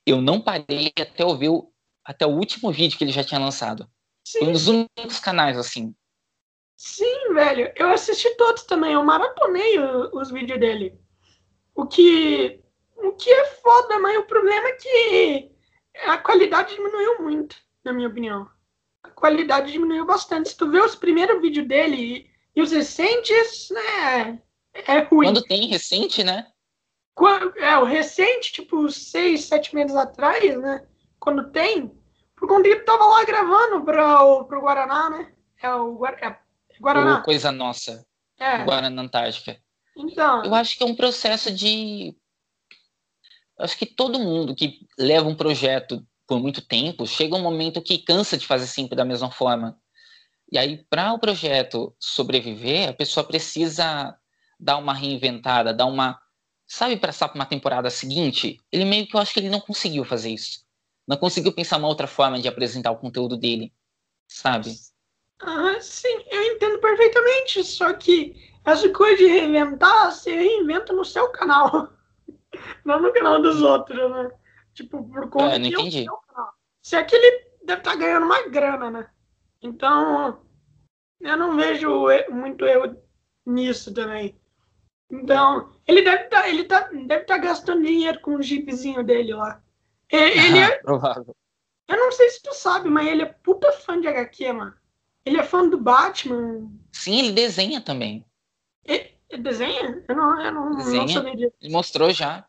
eu não parei até eu ver até o último vídeo que ele já tinha lançado. Foi um
Sim,
dos únicos canais, assim.
sim, velho. Eu assisti todos também. Eu maratonei os vídeos dele. O que, o que é foda, mas o problema é que a qualidade diminuiu muito, na minha opinião. A qualidade diminuiu bastante. Se tu vê os primeiros vídeos dele e os recentes, né, é ruim.
Quando tem recente, né?
O recente, tipo, 6, 7 meses atrás, né, quando tem, por conta que ele tava lá gravando pro Guaraná, né?
Ou
Guaraná.
Coisa Nossa,
É,
Guarana Antártica. Eu
então,
acho que é um processo de... Acho que todo mundo que leva um projeto por muito tempo, chega um momento que cansa de fazer sempre da mesma forma. E aí, para o projeto sobreviver, a pessoa precisa dar uma reinventada, dar uma... Sabe, passar para uma temporada seguinte? Ele meio que eu acho que ele não conseguiu fazer isso. Não conseguiu pensar uma outra forma de apresentar o conteúdo dele, sabe?
sim, eu entendo perfeitamente, só que essa coisa de reinventar, você reinventa no seu canal, não no canal dos outros, né? Tipo, por conta
Não
que é o
entendi.
seu canal. Se é que ele deve estar ganhando uma grana, né? Então, eu não vejo muito erro nisso também. Então, deve tá gastando dinheiro com o jeepzinho dele lá. Ele
Ah,
é,
provável.
eu não sei se tu sabe, mas ele é puta fã de HQ, mano. Ele é fã do Batman.
Sim, ele desenha também.
Ele desenha? Eu não
Desenha.
sabia disso.
Ele mostrou já.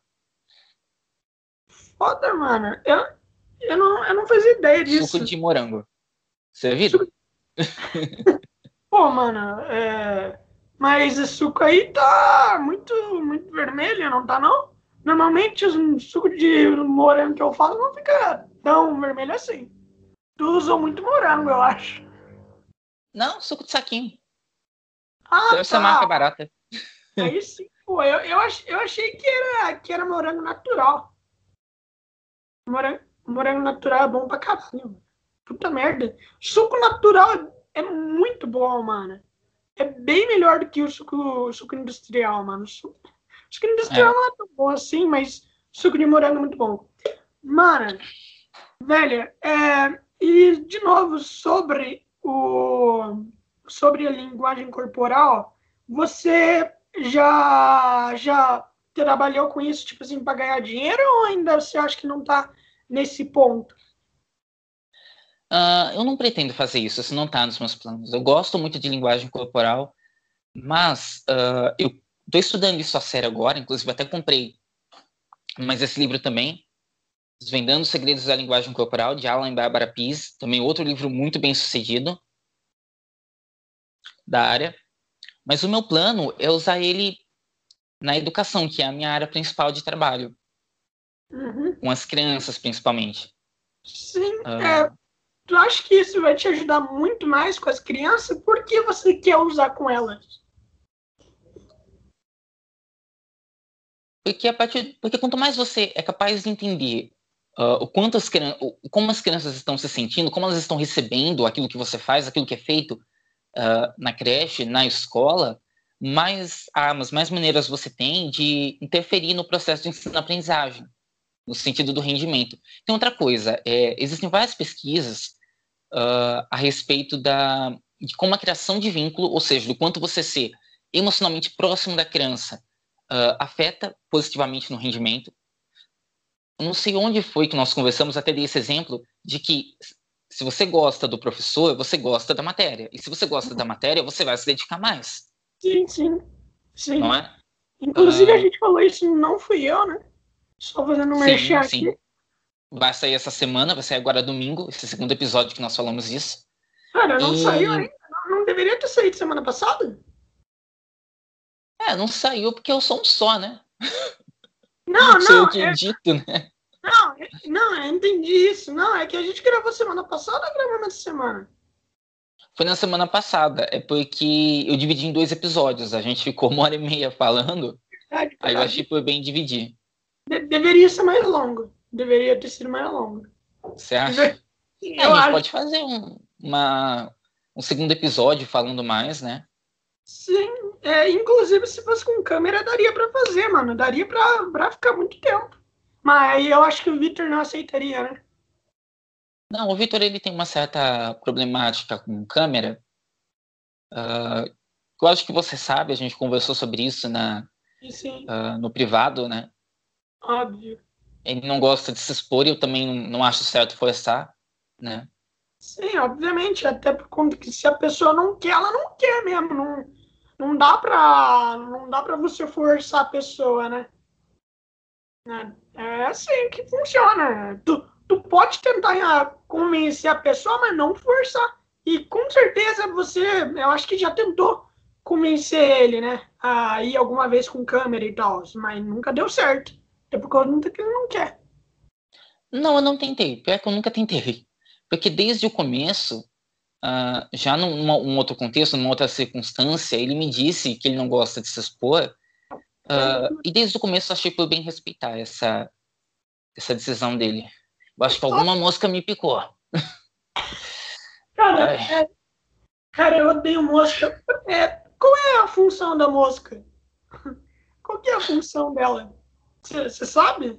Foda, mano. Eu não fazia ideia
Suco
disso.
de morango. Você viu?
Pô, mano, mas esse suco aí tá muito, muito vermelho, não tá não? Normalmente os suco de morango que eu faço não fica tão vermelho assim. Tu usou muito morango, eu acho.
Não, suco de saquinho.
Ah,
Deve ser marca
tá.
barata.
Aí sim, pô, eu achei que era morango natural. Morango natural é bom pra caralho, mano. Puta merda. Suco natural é muito bom, mano. É bem melhor do que o suco industrial, mano. Suco industrial
É.
não é tão bom assim, mas suco de morango é muito bom. Mano, velho, e de novo sobre a linguagem corporal, você já trabalhou com isso, tipo assim, para ganhar dinheiro ou ainda você acha que não tá nesse ponto?
Eu não pretendo fazer isso, isso não está nos meus planos. Eu gosto muito de linguagem corporal, mas eu estou estudando isso a sério agora, inclusive até comprei, mas esse livro também, Desvendando os Segredos da Linguagem Corporal, de Alan e Barbara Pease, também outro livro muito bem sucedido da área. Mas o meu plano é usar ele na educação, que é a minha área principal de trabalho,
Uhum.
com as crianças principalmente.
Sim,
Uh,
tu acha que isso vai te ajudar muito mais com as crianças? Por que você quer usar com elas?
porque quanto mais você é capaz de entender como as crianças estão se sentindo, como elas estão recebendo aquilo que você faz, aquilo que é feito na creche, na escola, mais armas, mais maneiras você tem de interferir no processo de ensino-aprendizagem, no sentido do rendimento. Tem outra coisa, existem várias pesquisas a respeito de como a criação de vínculo, ou seja, do quanto você ser emocionalmente próximo da criança, afeta positivamente no rendimento. Eu não sei onde foi que nós conversamos, até dei esse exemplo, de que se você gosta do professor, você gosta da matéria. E se você gosta da matéria, você vai se dedicar mais,
Sim, sim,
não
sim.
é?
Inclusive a gente falou isso, não fui eu, né? Só fazendo um
Sim,
merchan
sim.
aqui.
Vai sair essa semana, vai sair agora domingo, esse segundo episódio que nós falamos isso.
Cara, não saiu
E
ainda. Não deveria ter saído semana passada?
não saiu porque eu sou um só, né?
Não,
Sou eu
não,
que edito, né?
não, eu entendi isso. Não, é que a gente gravou semana passada ou gravou nessa semana?
Foi na semana passada. É porque eu dividi em dois episódios. A gente ficou 1h30 falando,
Verdade,
aí eu achei
verdade.
por bem dividir.
Deveria ser mais longo. Deveria ter sido mais longo.
Você acha? A
Eu
gente
acho.
pode fazer um segundo episódio falando mais, né?
Sim, inclusive se fosse com câmera daria pra fazer, mano. Daria pra ficar muito tempo. Mas eu acho que o Victor não aceitaria, né?
Não, o Victor ele tem uma certa problemática com câmera. Eu acho que você sabe, a gente conversou sobre isso
Sim,
no privado, né?
óbvio.
Ele não gosta de se expor e eu também não acho certo forçar, né?
Sim, obviamente, até por conta que se a pessoa não quer, ela não quer mesmo. Não dá pra você forçar a pessoa, né? É assim que funciona. Tu pode tentar convencer a pessoa, mas não forçar. E com certeza eu acho que já tentou convencer ele, né? A ir alguma vez com câmera e tal, mas nunca deu certo. É por conta que ele não quer.
Não, eu não tentei. Pior que eu nunca tentei. Porque desde o começo, já num outro contexto, numa outra circunstância, ele me disse que ele não gosta de se expor. E desde o começo eu achei por bem respeitar essa decisão dele. Eu acho que alguma mosca me picou.
Cara,
Ai,
cara, eu odeio mosca. Qual é a função da mosca? Qual que é a função dela? Você sabe?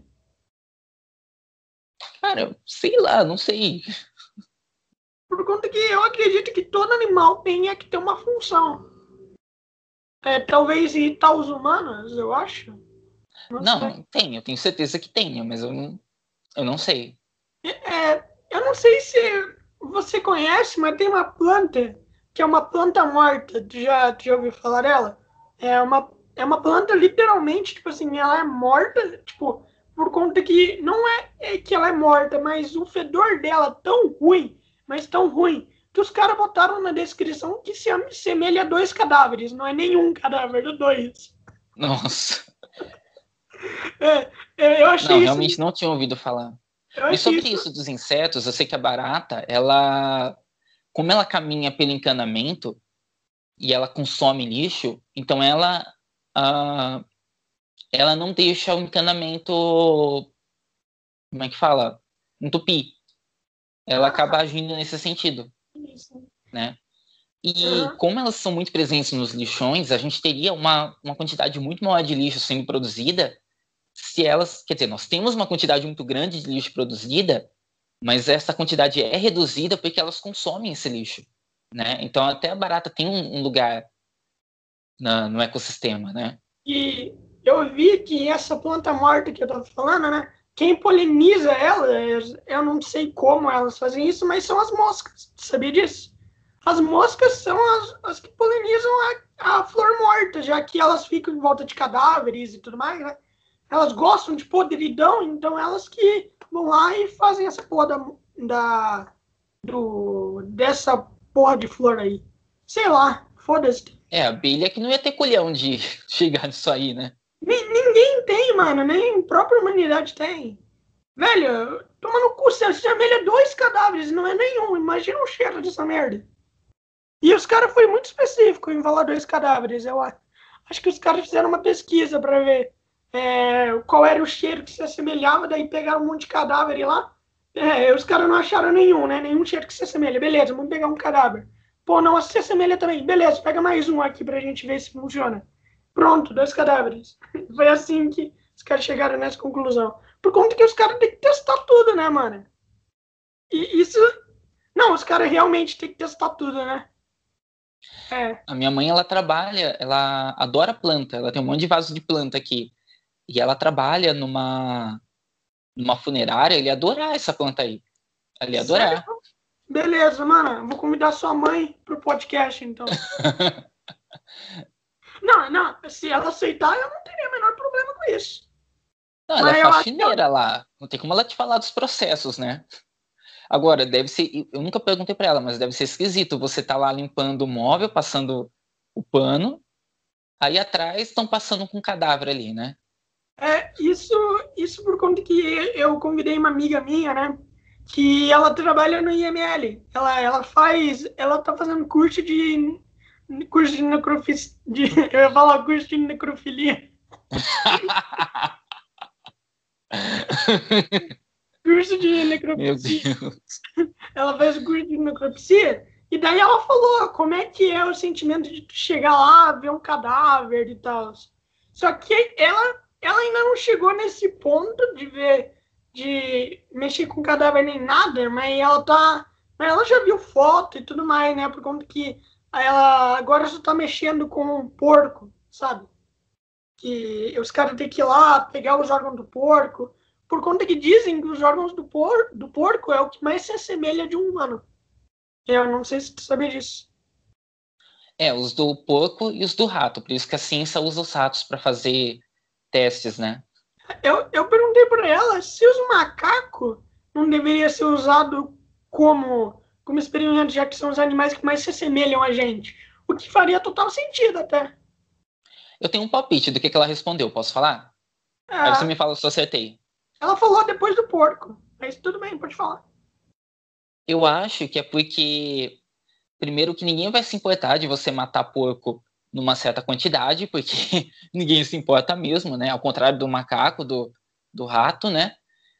cara, sei lá, não sei.
Por conta que eu acredito que todo animal tenha que ter uma função. Talvez irritar os humanos, eu acho. Não sei.
Não, tem, eu tenho certeza que tem, mas eu não sei.
Eu não sei se você conhece, mas tem uma planta que é uma planta morta. Tu já ouviu falar dela? É uma planta literalmente, tipo assim, ela é morta, tipo, por conta que não é que ela é morta, mas o fedor dela é tão ruim, mas tão ruim, que os caras botaram na descrição que se assemelha a dois cadáveres. Não é nenhum cadáver, é dois.
Nossa.
Eu
Não,
achei isso.
realmente não tinha ouvido falar.
Eu
Mas
achei
sobre
isso.
isso dos insetos, eu sei que a barata, como ela caminha pelo encanamento e ela consome lixo, então ah, ela não deixa o encanamento, como é que fala? Entupir. Ela acaba agindo nesse sentido,
Isso.
né? E
Uhum.
como elas são muito presentes nos lixões, a gente teria uma quantidade muito maior de lixo sendo produzida se elas, quer dizer, nós temos uma quantidade muito grande de lixo produzida, mas essa quantidade é reduzida porque elas consomem esse lixo, né? Então até a barata tem um lugar no ecossistema, né?
E eu vi que essa planta morta que eu tava falando, né? Quem poliniza ela, eu não sei como elas fazem isso, mas são as moscas. Sabia disso? As moscas são as que polinizam a flor morta, já que elas ficam em volta de cadáveres e tudo mais, né? Elas gostam de podridão, então elas que vão lá e fazem essa porra dessa porra de flor aí. Sei lá, foda-se.
É, a abelha que não ia ter colhão de chegar nisso aí, né?
Ninguém tem, mano, nem a própria humanidade tem. Velho, toma no cu, você assemelha dois cadáveres, não é nenhum. Imagina o cheiro dessa merda. E os caras foi muito específico em falar dois cadáveres. Eu acho que os caras fizeram uma pesquisa para ver qual era o cheiro que se assemelhava, daí pegaram um monte de cadáver lá. Os caras não acharam nenhum, né? Nenhum cheiro que se assemelha. Beleza, vamos pegar um cadáver. Pô, não, se assemelha também. Beleza, pega mais um aqui pra gente ver se funciona. Pronto, dois cadáveres. Foi assim que os caras chegaram nessa conclusão. Por conta que os caras têm que testar tudo, né, mano? E isso. Não, os caras realmente têm que testar tudo, né? É.
A minha mãe, ela trabalha, ela adora planta, ela tem um monte de vaso de planta aqui. E ela trabalha numa funerária, ele ia adorar essa planta aí. Ele ia
Sério?
adorar.
Beleza, mano. Vou convidar sua mãe pro podcast, então. Não, não. Se ela aceitar, eu não teria o menor problema com isso.
Não, ela é
Mas eu acho que ela.
faxineira lá. Não tem como ela te falar dos processos, né? Agora, deve ser. Eu nunca perguntei pra ela, mas deve ser esquisito. Você tá lá limpando o móvel, passando o pano, aí atrás estão passando com um cadáver ali, né?
Isso por conta que eu convidei uma amiga minha, né? Que ela trabalha no IML. Ela tá fazendo curso de necrofilia. Eu ia falar curso de necrofilia. Curso de
Meu
necropsia.
Deus.
Ela fez o curso de necropsia. E daí ela falou como é que é o sentimento de tu chegar lá, ver um cadáver e tal. Só que ela ainda não chegou nesse ponto de mexer com cadáver nem nada, mas ela já viu foto e tudo mais, né? Por conta que ela agora só tá mexendo com um porco, sabe? Que os caras têm que ir lá pegar os órgãos do porco, por conta que dizem que os órgãos do porco é o que mais se assemelha de um humano. Eu não sei se tu sabia disso.
Os do porco e os do rato, por isso que a ciência usa os ratos para fazer testes, né?
Eu perguntei para ela se os macacos não deveria ser usado como experimento, já que são os animais que mais se assemelham a gente. O que faria total sentido até.
Eu tenho um palpite do que ela respondeu, posso falar? Aí você me fala se eu acertei.
Ela falou depois do porco, mas tudo bem, pode falar.
Eu acho que é porque, primeiro, que ninguém vai se importar de você matar porco numa certa quantidade, porque ninguém se importa mesmo, né? Ao contrário do macaco, do rato, né?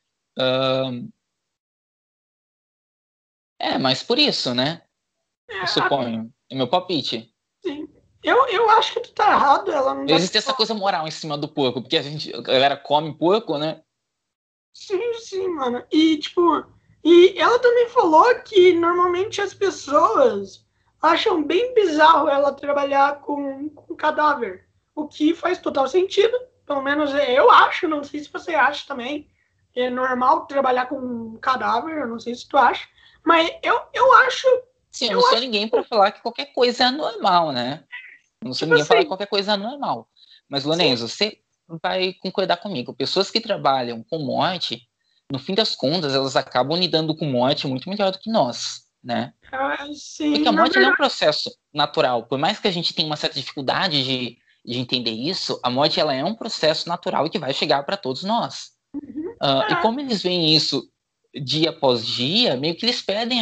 Mas por isso, né? Eu suponho. É meu palpite.
Sim. Eu acho que tu tá errado. Ela não
existe essa coisa moral em cima do porco, porque a galera come porco, né?
Sim, mano. E, tipo, e ela também falou que normalmente as pessoas acham bem bizarro ela trabalhar com cadáver. O que faz total sentido. Pelo menos eu acho, não sei se você acha também. É normal trabalhar com cadáver, eu não sei se tu acha. Mas eu acho.
Sim, eu não sou ninguém para falar que qualquer coisa é anormal, né? Eu não sou ninguém para falar que qualquer coisa é anormal. Mas, Lorenzo, você vai concordar comigo. Pessoas que trabalham com morte, no fim das contas, elas acabam lidando com morte muito melhor do que nós, né?
Sim,
porque a morte é um processo natural. Por mais que a gente tenha uma certa dificuldade de entender isso, a morte ela é um processo natural que vai chegar para todos nós. E como eles veem isso dia após dia, meio que eles perdem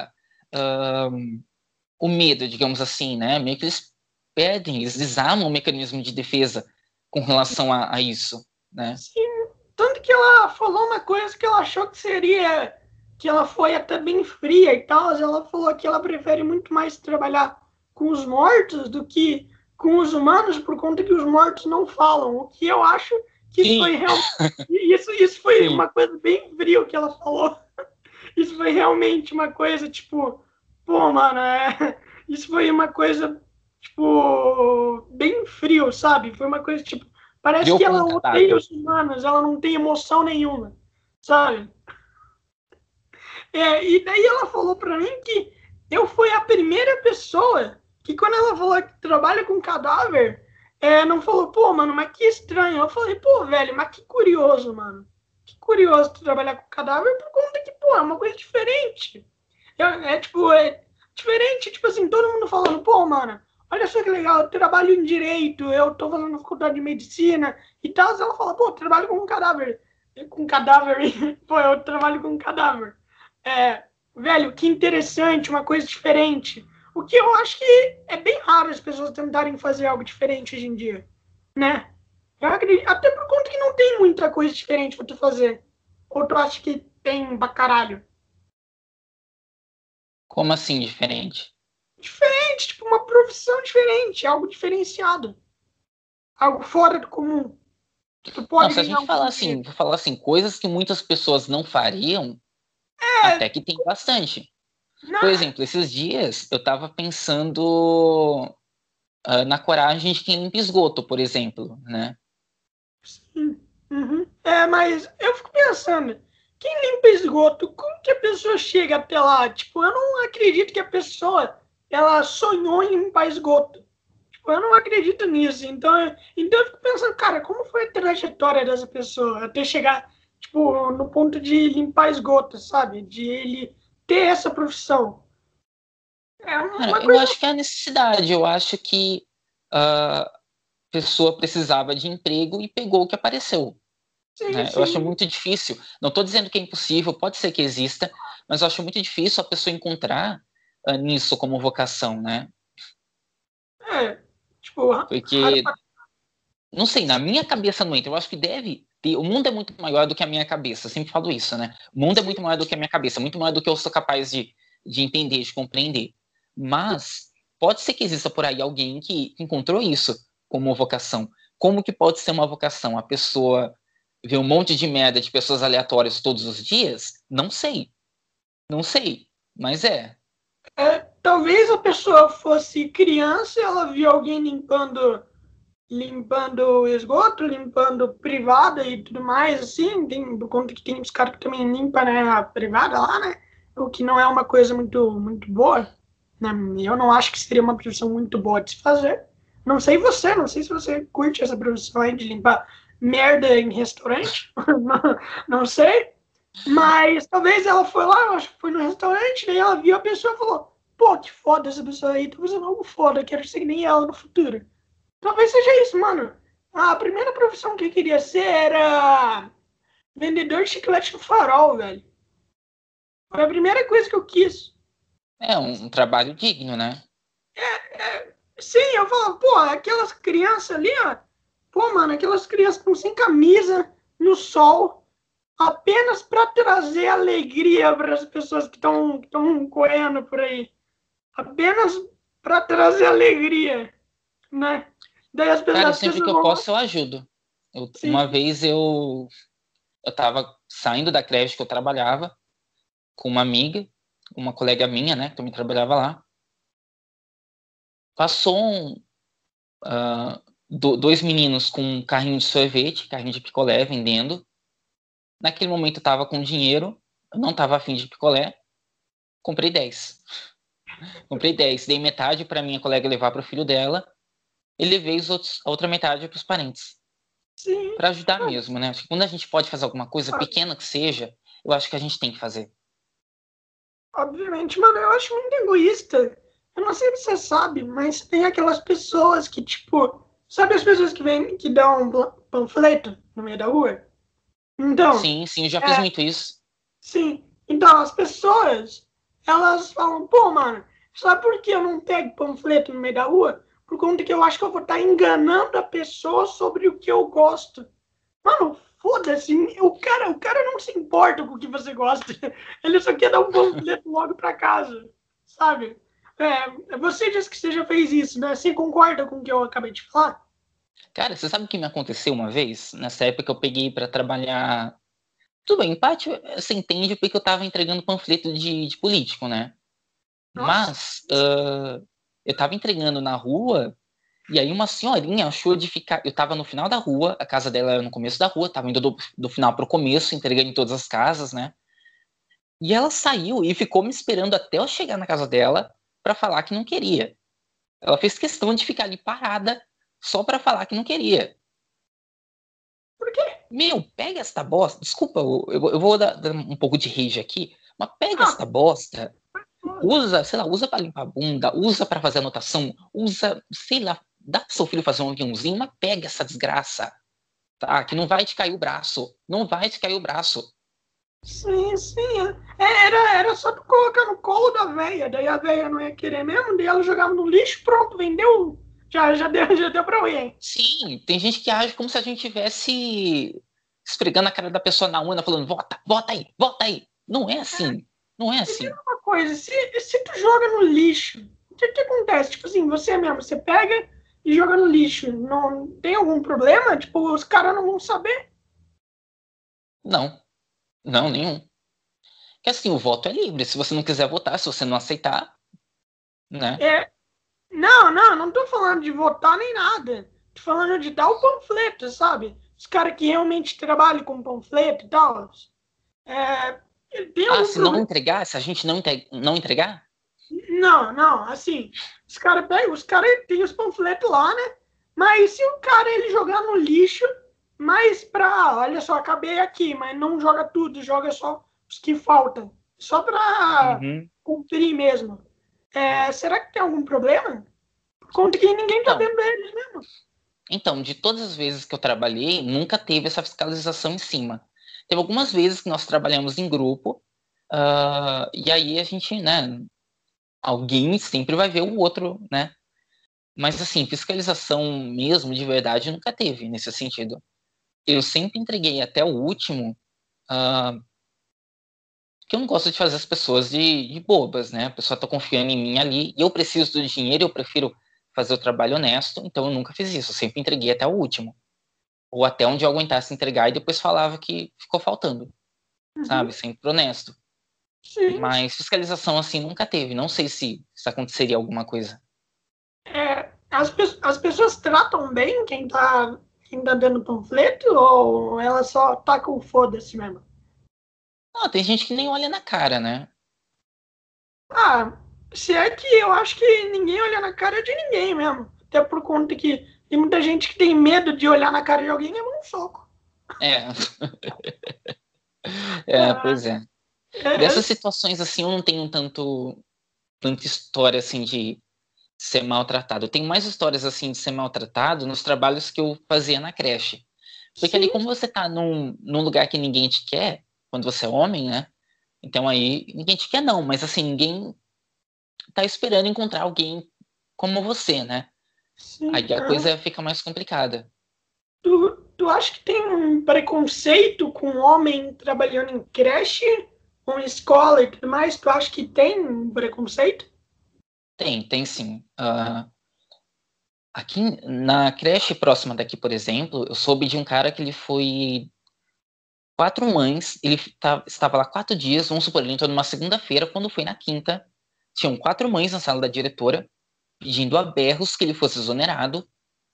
o medo, digamos assim, né? Meio que eles desarmam o mecanismo de defesa com relação a isso, né?
Sim, tanto que ela falou uma coisa que ela achou que ela foi até bem fria e tal. Ela falou que ela prefere muito mais trabalhar com os mortos do que com os humanos, por conta que os mortos não falam. O que eu acho que isso foi realmente. Isso foi uma coisa bem fria que ela falou. Isso foi realmente uma coisa, tipo, pô, mano, isso foi uma coisa, tipo, bem frio, sabe? Foi uma coisa, tipo, parece que ela odeia os humanos, ela não tem emoção nenhuma, sabe? E daí ela falou pra mim que eu fui a primeira pessoa que, quando ela falou que trabalha com cadáver, não falou, pô, mano, mas que estranho. Eu falei, pô, velho, mas que curioso, mano. Que curioso tu trabalhar com cadáver, por conta que, pô, é uma coisa diferente. É diferente, tipo assim, todo mundo falando, pô, mano, olha só que legal, eu trabalho em direito, eu tô fazendo faculdade de medicina e tal. Ela fala, pô, eu trabalho com um cadáver. Com cadáver, pô, eu trabalho com um cadáver. Velho, que interessante, uma coisa diferente. O que eu acho que é bem raro as pessoas tentarem fazer algo diferente hoje em dia, né? Eu acredito, até por conta que não tem muita coisa diferente pra tu fazer. Ou tu acha que tem pra caralho?
Como assim diferente?
Diferente, tipo uma profissão diferente, algo diferenciado. Algo fora do comum. Tu pode
se a gente falar assim, coisas que muitas pessoas não fariam, até que tem bastante.
Não.
Por exemplo, esses dias eu tava pensando na coragem de quem limpa esgoto, por exemplo, né?
Sim. Uhum. Mas eu fico pensando, quem limpa esgoto, como que a pessoa chega até lá? Tipo, eu não acredito que a pessoa, ela sonhou em limpar esgoto. Tipo, eu não acredito nisso. Então eu fico pensando, cara, como foi a trajetória dessa pessoa até chegar, tipo, no ponto de limpar esgoto, sabe? De ele ter essa profissão.
Eu acho que é a necessidade. Eu acho que a pessoa precisava de emprego e pegou o que apareceu.
Sim,
né?
sim.
Eu acho muito difícil. Não estou dizendo que é impossível, pode ser que exista, mas eu acho muito difícil a pessoa encontrar nisso como vocação, né?
Tipo,
porque, não sei, na minha cabeça não entra. Eu acho que deve ter. O mundo é muito maior do que a minha cabeça. Eu sempre falo isso, né? O mundo é muito maior do que a minha cabeça, muito maior do que eu sou capaz de entender, de compreender. Mas pode ser que exista por aí alguém que encontrou isso como vocação. como que pode ser uma vocação? A pessoa vê um monte de merda de pessoas aleatórias todos os dias? Não sei. Não sei. Mas
Talvez a pessoa fosse criança e ela viu alguém limpando o esgoto, limpando privada e tudo mais, assim, do conta que tem os caras que também limpam, né, a privada lá, né, o que não é uma coisa muito boa, né, eu não acho que seria uma profissão muito boa de se fazer. Não sei você, não sei se você curte essa profissão aí de limpar merda em restaurante, não sei, mas talvez ela foi lá, eu acho que foi no restaurante, daí ela viu a pessoa e falou, pô, que foda essa pessoa aí, tá fazendo algo foda, quero ser que nem ela no futuro. Talvez seja isso, mano. A primeira profissão que eu queria ser era vendedor de chiclete no farol, velho. Foi a primeira coisa que eu quis.
um trabalho digno, né?
Sim, eu falava, pô, aquelas crianças ali, ó. Pô, mano, aquelas crianças estão sem camisa, no sol, apenas para trazer alegria para as pessoas que estão correndo por aí. Apenas para trazer alegria, né? Daí
Cara,
as
sempre
pessoas
que eu
vão lá.
posso, eu ajudo.
Sim,
Uma vez eu tava saindo da creche que eu trabalhava com uma amiga, uma colega minha, né, que também trabalhava lá. Passou dois meninos com um carrinho de sorvete, carrinho de picolé, vendendo. Naquele momento eu tava com dinheiro, eu não tava afim de picolé, comprei 10. Comprei 10, dei metade para minha colega levar para o filho dela e levei a outra metade para os parentes.
sim.
Para ajudar mesmo, né? Acho que quando a gente pode fazer alguma coisa, pequena que seja, eu acho que a gente tem que fazer.
Obviamente, mano, eu acho muito egoísta. Eu não sei se você sabe, mas tem aquelas pessoas que, tipo, sabe as pessoas que vêm, que dão um panfleto no meio da rua? Então,
Sim, sim, eu já fiz
é,
muito isso.
sim. Então, as pessoas, elas falam, pô, mano, sabe por que eu não pego panfleto no meio da rua? Por conta que eu acho que eu vou estar enganando a pessoa sobre o que eu gosto. Mano, foda-se, o cara não se importa com o que você gosta. Ele só quer dar um panfleto logo pra casa, sabe? Você disse que você já fez isso, né? Você concorda com o que eu acabei de falar?
Cara, você sabe o que me aconteceu uma vez? Nessa época que eu peguei para trabalhar. Tudo bem, empate você entende porque eu tava entregando panfleto de político, né?
Nossa,
Mas eu tava entregando na rua. E aí uma senhorinha achou de ficar. Eu tava no final da rua, a casa dela era no começo da rua, tava indo do final pro começo, entregando em todas as casas, né? E ela saiu e ficou me esperando até eu chegar na casa dela pra falar que não queria. Ela fez questão de ficar ali parada só pra falar que não queria.
por quê?
Meu, pega esta bosta. Desculpa, eu vou dar um pouco de rage aqui, mas pega
Ah,
esta bosta. Usa, sei lá, usa pra limpar a bunda, usa pra fazer anotação, usa, sei lá, dá pro seu filho fazer um aviãozinho, mas pega essa desgraça. Tá? Que não vai te cair o braço. Não vai te cair o braço.
sim, sim. Era só tu colocar no colo da véia. Daí a véia não ia querer mesmo, daí ela jogava no lixo, pronto, vendeu. Já deu pra alguém.
Sim, tem gente que age como se a gente tivesse esfregando a cara da pessoa na urna, falando, vota, vota aí, vota aí. Não é assim. Não é
Me diz
assim.
uma coisa, se tu joga no lixo, o que acontece? Tipo assim, você mesmo, você pega e joga no lixo. Não tem algum problema? Tipo, os caras não vão saber.
Não, não, nenhum. Que assim, o voto é livre. Se você não quiser votar, se você não aceitar, né?
É, não tô falando de votar nem nada. Tô falando de dar o panfleto, sabe? Os caras que realmente trabalham com panfleto e tal. É, tem
Ah,
algum
se não
problema?
entregar, se a gente não entregar?
Não, assim, os caras têm os panfletos lá, né? Mas se o cara ele jogar no lixo, mas olha só, acabei aqui, mas não joga tudo, joga só os que faltam, só pra
Uhum.
cumprir mesmo. Será que tem algum problema? Por conta que ninguém tá
Então,
vendo eles mesmo.
então, de todas as vezes que eu trabalhei, nunca teve essa fiscalização em cima. Teve algumas vezes que nós trabalhamos em grupo, e aí a gente, né, alguém sempre vai ver o outro, né? Mas assim, fiscalização mesmo, de verdade, nunca teve nesse sentido. Eu sempre entreguei até o último, uh, que eu não gosto de fazer as pessoas de bobas, né? A pessoa tá confiando em mim ali, e eu preciso do dinheiro, eu prefiro fazer o trabalho honesto, então eu nunca fiz isso, eu sempre entreguei até o último. Ou até onde eu aguentasse entregar e depois falava que ficou faltando, sabe? Sempre honesto.
Sim.
Mas fiscalização assim nunca teve. Não sei se aconteceria alguma coisa.
As pessoas tratam bem quem tá dando panfleto ou ela só tá com foda-se mesmo?
Não, tem gente que nem olha na cara, né?
Ah, se é que eu acho que ninguém olha na cara de ninguém mesmo. Até por conta que tem muita gente que tem medo de olhar na cara de alguém e leva um soco.
É.
Ah,
Pois é.
é,
Dessas situações assim, eu não tenho tanta história assim de ser maltratado. Eu tenho mais histórias assim de ser maltratado nos trabalhos que eu fazia na creche. Porque ali,
sim,
como você tá num lugar que ninguém te quer, quando você é homem, né? Então aí, ninguém te quer não, mas assim, ninguém tá esperando encontrar alguém como você, né?
sim.
Aí a coisa fica mais complicada.
Tu acha que tem um preconceito com homem trabalhando em creche, com escola e tudo mais? Tu acha que tem um preconceito?
Tem sim. Aqui na creche próxima daqui, por exemplo, eu soube de um cara que ele foi 4 mães, ele estava lá 4 dias, vamos supor, ele entrou numa segunda-feira, quando foi na quinta, tinham 4 mães na sala da diretora, pedindo a berros que ele fosse exonerado,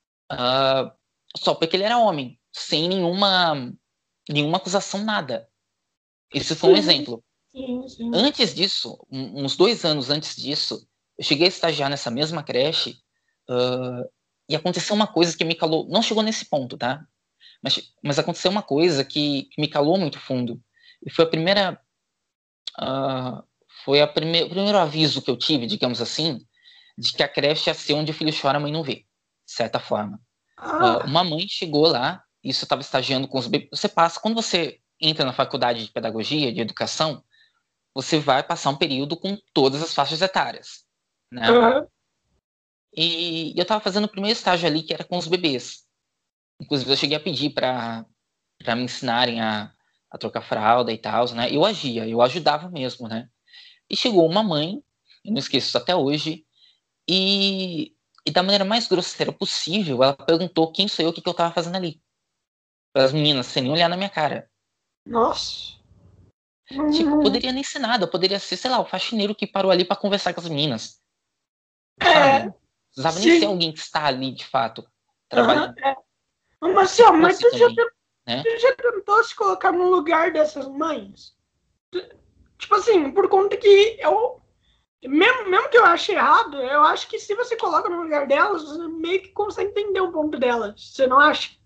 só porque ele era homem, sem nenhuma acusação, nada. Esse foi um
Sim,
exemplo.
sim, sim.
Antes disso, uns 2 anos antes disso, eu cheguei a estagiar nessa mesma creche, ah, e aconteceu uma coisa que me calou. Não chegou nesse ponto, tá? Mas aconteceu uma coisa que me calou muito fundo. E foi a primeira. ah, o primeiro aviso que eu tive, digamos assim, de que a creche ia ser onde o filho chora, a mãe não vê, de certa forma.
Ah,
Uma mãe chegou lá, isso eu estava estagiando com os bebês. Você passa, quando você entra na faculdade de pedagogia, de educação, você vai passar um período com todas as faixas etárias, né?
ah,
E eu estava fazendo o primeiro estágio ali, que era com os bebês. Inclusive, eu cheguei a pedir para me ensinarem a trocar fralda e tal, né? Eu agia, eu ajudava mesmo, né? E chegou uma mãe, eu não esqueço isso até hoje, e da maneira mais grosseira possível, ela perguntou quem sou eu, o que eu estava fazendo ali. Para as meninas, sem nem olhar na minha cara.
nossa.
Tipo,
Não,
poderia nem ser nada, poderia ser, sei lá, o faxineiro que parou ali para conversar com as meninas, sabe?
é,
Não precisava nem ser
sim.
alguém que está ali, de fato,
Aham,
trabalhando.
é.
E se
Marcelo, mas
fosse também, né?
tu já tentou se colocar no lugar dessas mães? Tipo assim, por conta que mesmo que eu ache errado, eu acho que se você coloca no lugar delas, você meio que consegue entender o ponto delas. Você não acha?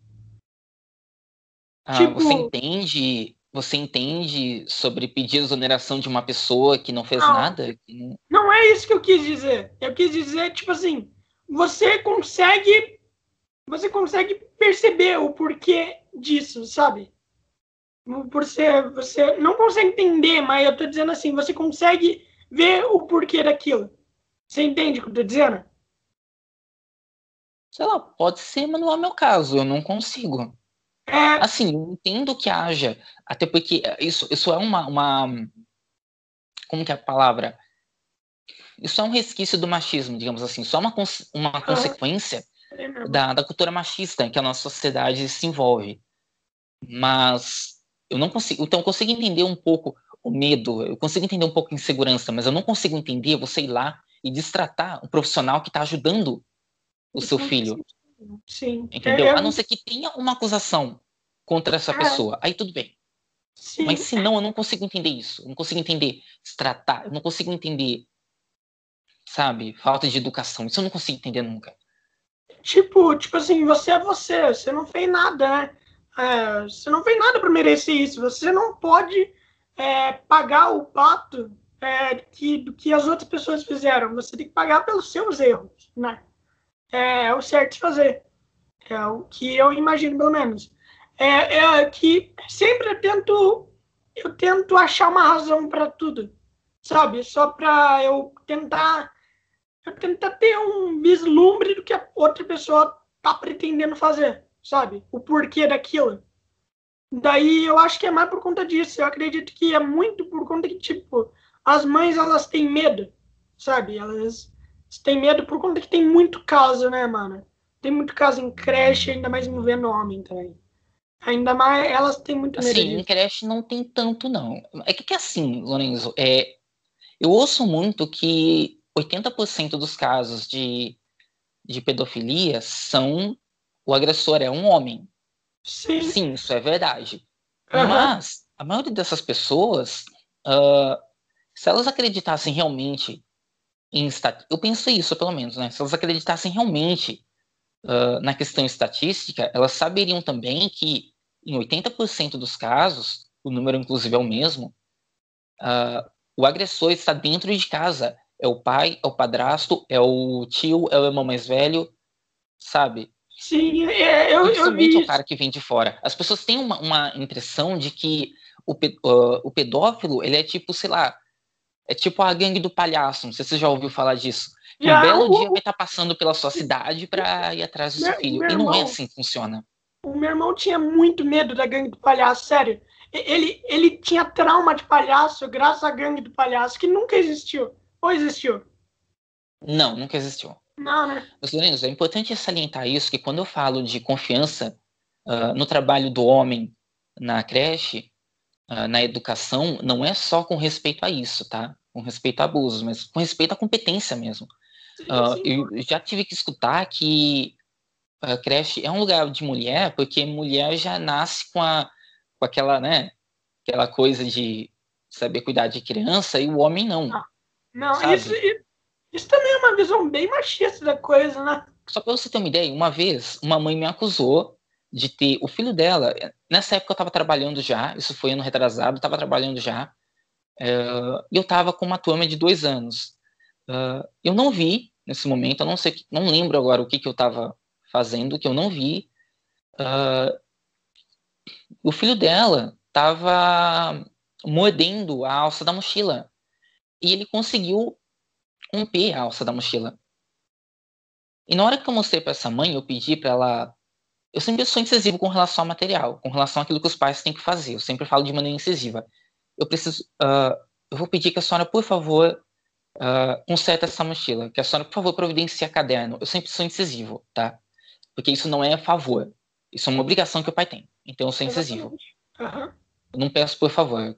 Você
Tipo,
entende sobre pedir exoneração de uma pessoa que não fez
não,
nada?
não é isso que eu quis dizer. Eu quis dizer, tipo assim, você consegue, você consegue perceber o porquê disso, sabe? Você não consegue entender, mas eu tô dizendo assim, você consegue ver o porquê daquilo. Você entende o que eu tô dizendo?
Sei lá, pode ser, mas não é o meu caso, eu não consigo.
É,
Assim, eu entendo que haja, até porque isso é como que é a palavra? Isso é um resquício do machismo, digamos assim, só uma consequência da cultura machista em que a nossa sociedade se envolve. Mas eu não consigo, então eu consigo entender um pouco o medo, eu consigo entender um pouco a insegurança, mas eu não consigo entender você ir lá e destratar um profissional que está ajudando o seu
isso não faz
filho,
sentido. Sim.
entendeu? A não ser que tenha uma acusação contra essa
É,
pessoa, aí tudo bem. Mas
sim.
se não, eu não consigo entender isso. Eu não consigo entender se tratar, eu não consigo entender, sabe, falta de educação. Isso eu não consigo entender nunca.
Tipo assim, você é você, você não fez nada, né? Você não fez nada para merecer isso. Você não pode pagar o pato do que as outras pessoas fizeram. Você tem que pagar pelos seus erros, né? É o certo de fazer. É o que eu imagino, pelo menos. Que sempre eu tento achar uma razão para tudo, sabe? Só para eu tentar ter um vislumbre do que a outra pessoa tá pretendendo fazer, sabe? O porquê daquilo. Daí eu acho que é mais por conta disso. Eu acredito que é muito por conta que, tipo, as mães elas têm medo, sabe? Você tem medo por conta que tem muito caso, né, mano? Tem muito caso em creche, ainda mais envolvendo homem também. Ainda mais, elas têm muito medo
Assim, em
disso.
creche não tem tanto, não. É que assim, Lorenzo, eu ouço muito que 80% dos casos de pedofilia são o agressor é um homem.
Sim,
Sim, isso é verdade.
aham,
Mas a maioria dessas pessoas, ah, se elas acreditassem realmente eu penso isso, pelo menos, né? Se elas acreditassem realmente na questão estatística, elas saberiam também que em 80% dos casos, o número inclusive é o mesmo, o agressor está dentro de casa. É o pai, é o padrasto, é o tio, é o irmão mais velho, sabe?
sim, eu
Dificilmente é
vi
o
isso.
cara que vem de fora. As pessoas têm uma impressão de que o pedófilo, ele é tipo, sei lá, é tipo a gangue do palhaço. Não sei se você já ouviu falar disso. Que um
Já
belo dia vai estar passando pela sua cidade para ir atrás do seu filho.
meu
E não é
irmão,
assim que funciona.
o meu irmão tinha muito medo da gangue do palhaço, sério. Ele tinha trauma de palhaço graças à gangue do palhaço, que nunca existiu. Ou existiu?
Não, nunca existiu.
Não, né?
Mas, Lourenço, é importante salientar isso, que quando eu falo de confiança no trabalho do homem na creche, na educação, não é só com respeito a isso, tá? Com respeito a abusos, mas com respeito à competência mesmo.
Sim, sim.
Eu já tive que escutar que a creche é um lugar de mulher, porque mulher já nasce com aquela, né, aquela coisa de saber cuidar de criança e o homem não,
Ah, não,
sabe?
isso também é uma visão bem machista da coisa, né?
Só para você ter uma ideia, uma vez uma mãe me acusou de ter o filho dela. Nessa época eu estava trabalhando já, isso foi ano retrasado, estava trabalhando já, e eu estava com uma turma de 2 anos. Eu não vi nesse momento, eu não sei, não lembro agora o que eu estava fazendo, que eu não vi. O filho dela estava mordendo a alça da mochila e ele conseguiu romper a alça da mochila. E na hora que eu mostrei para essa mãe, eu pedi para ela. Eu sempre sou incisivo com relação ao material, com relação àquilo que os pais têm que fazer. Eu sempre falo de maneira incisiva. Eu preciso. Eu vou pedir que a senhora, por favor, conserte essa mochila. Que a senhora, por favor, providencie caderno. Eu sempre sou incisivo, tá? Porque isso não é favor. Isso é uma obrigação que o pai tem. Então eu sou incisivo.
Exatamente. Aham.
Eu não peço por favor.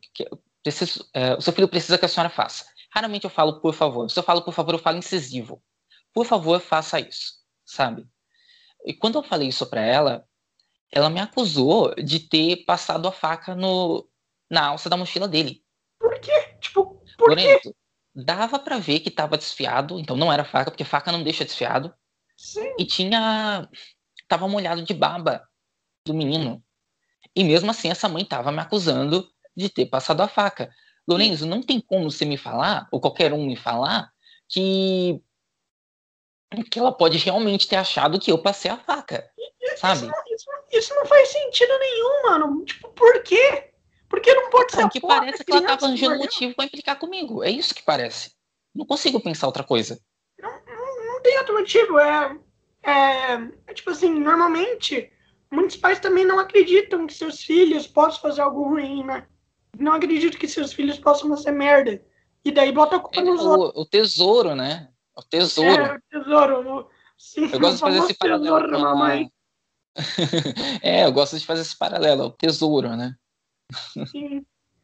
O seu filho precisa que a senhora faça. Raramente eu falo por favor. Se eu falo por favor, eu falo incisivo. Por favor, faça isso, sabe? E quando eu falei isso para ela me acusou de ter passado a faca na alça da mochila dele.
Por quê? Tipo, por quê?
Lorenzo, dava para ver que estava desfiado, então não era faca, porque faca não deixa desfiado, e
Sim.
tava molhado de baba do menino. E mesmo assim essa mãe tava me acusando de ter passado a faca.
E,
Lorenzo, não tem como você me falar, ou qualquer um me falar, que, que ela pode realmente ter achado que eu passei a faca, sabe?
isso não faz sentido nenhum, mano. Tipo, por quê? Porque não pode ser
Então,
a
que
porra da
parece que ela tava
criança que
arranjando
mordeu?
motivo para implicar comigo. É isso que parece. Não consigo pensar outra coisa.
Não tem outro motivo. Tipo assim, normalmente, muitos pais também não acreditam que seus filhos possam fazer algo ruim, né? Não acreditam que seus filhos possam fazer merda. E daí bota a culpa
É
nos outros.
o tesouro, né? O
É,
tesouro.
o tesouro. Sim,
Eu
o
gosto de fazer esse
famoso
paralelo
tesouro
com
da
a.
mamãe.
Eu gosto de fazer esse paralelo, o tesouro, né?
Sim.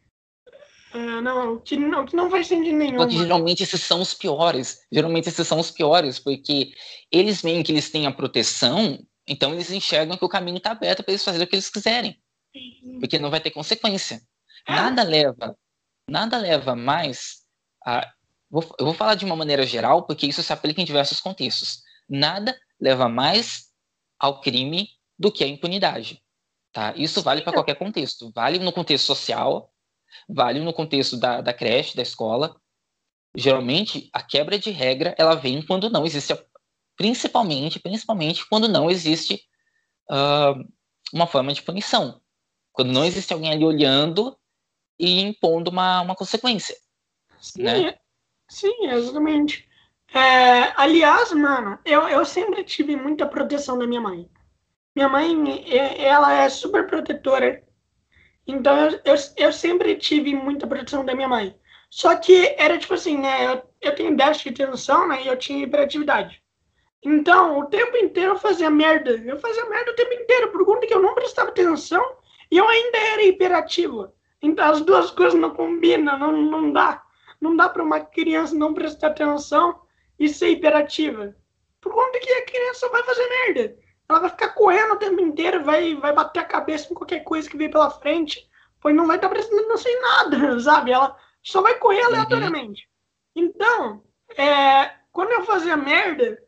Não, o que não faz sentido
Só
nenhum,
que
mano.
geralmente esses são os piores. Geralmente esses são os piores, porque eles veem que eles têm a proteção, então eles enxergam que o caminho está aberto para eles fazerem o que eles quiserem, porque não vai ter consequência.
É,
Nada leva, nada leva mais a. Eu vou falar de uma maneira geral, porque isso se aplica em diversos contextos. Nada leva mais ao crime do que a impunidade. Tá? Isso vale para
sim,
qualquer contexto. Vale no contexto social, vale no contexto da creche, da escola. Geralmente, a quebra de regra ela vem quando não existe, principalmente quando não existe ah, uma forma de punição. Quando não existe alguém ali olhando e impondo uma consequência, né?
sim, sim, exatamente. Aliás, mano, eu sempre tive muita proteção da minha mãe. Minha mãe, ela é super protetora. Então, eu sempre tive muita proteção da minha mãe. Só que era tipo assim, né? Eu tenho déficit de atenção, né? E eu tinha hiperatividade. Então, o tempo inteiro eu fazia merda. Eu fazia merda o tempo inteiro, por conta que eu não prestava atenção e eu ainda era hiperativo. Então, as duas coisas não combinam, não dá. Não dá para uma criança não prestar atenção e ser hiperativa. Por conta que a criança vai fazer merda. Ela vai ficar correndo o tempo inteiro, vai bater a cabeça em qualquer coisa que vem pela frente, pois não vai estar prestando atenção em nada, sabe? Ela só vai correr
Uhum.
aleatoriamente. Então, quando eu fazia merda,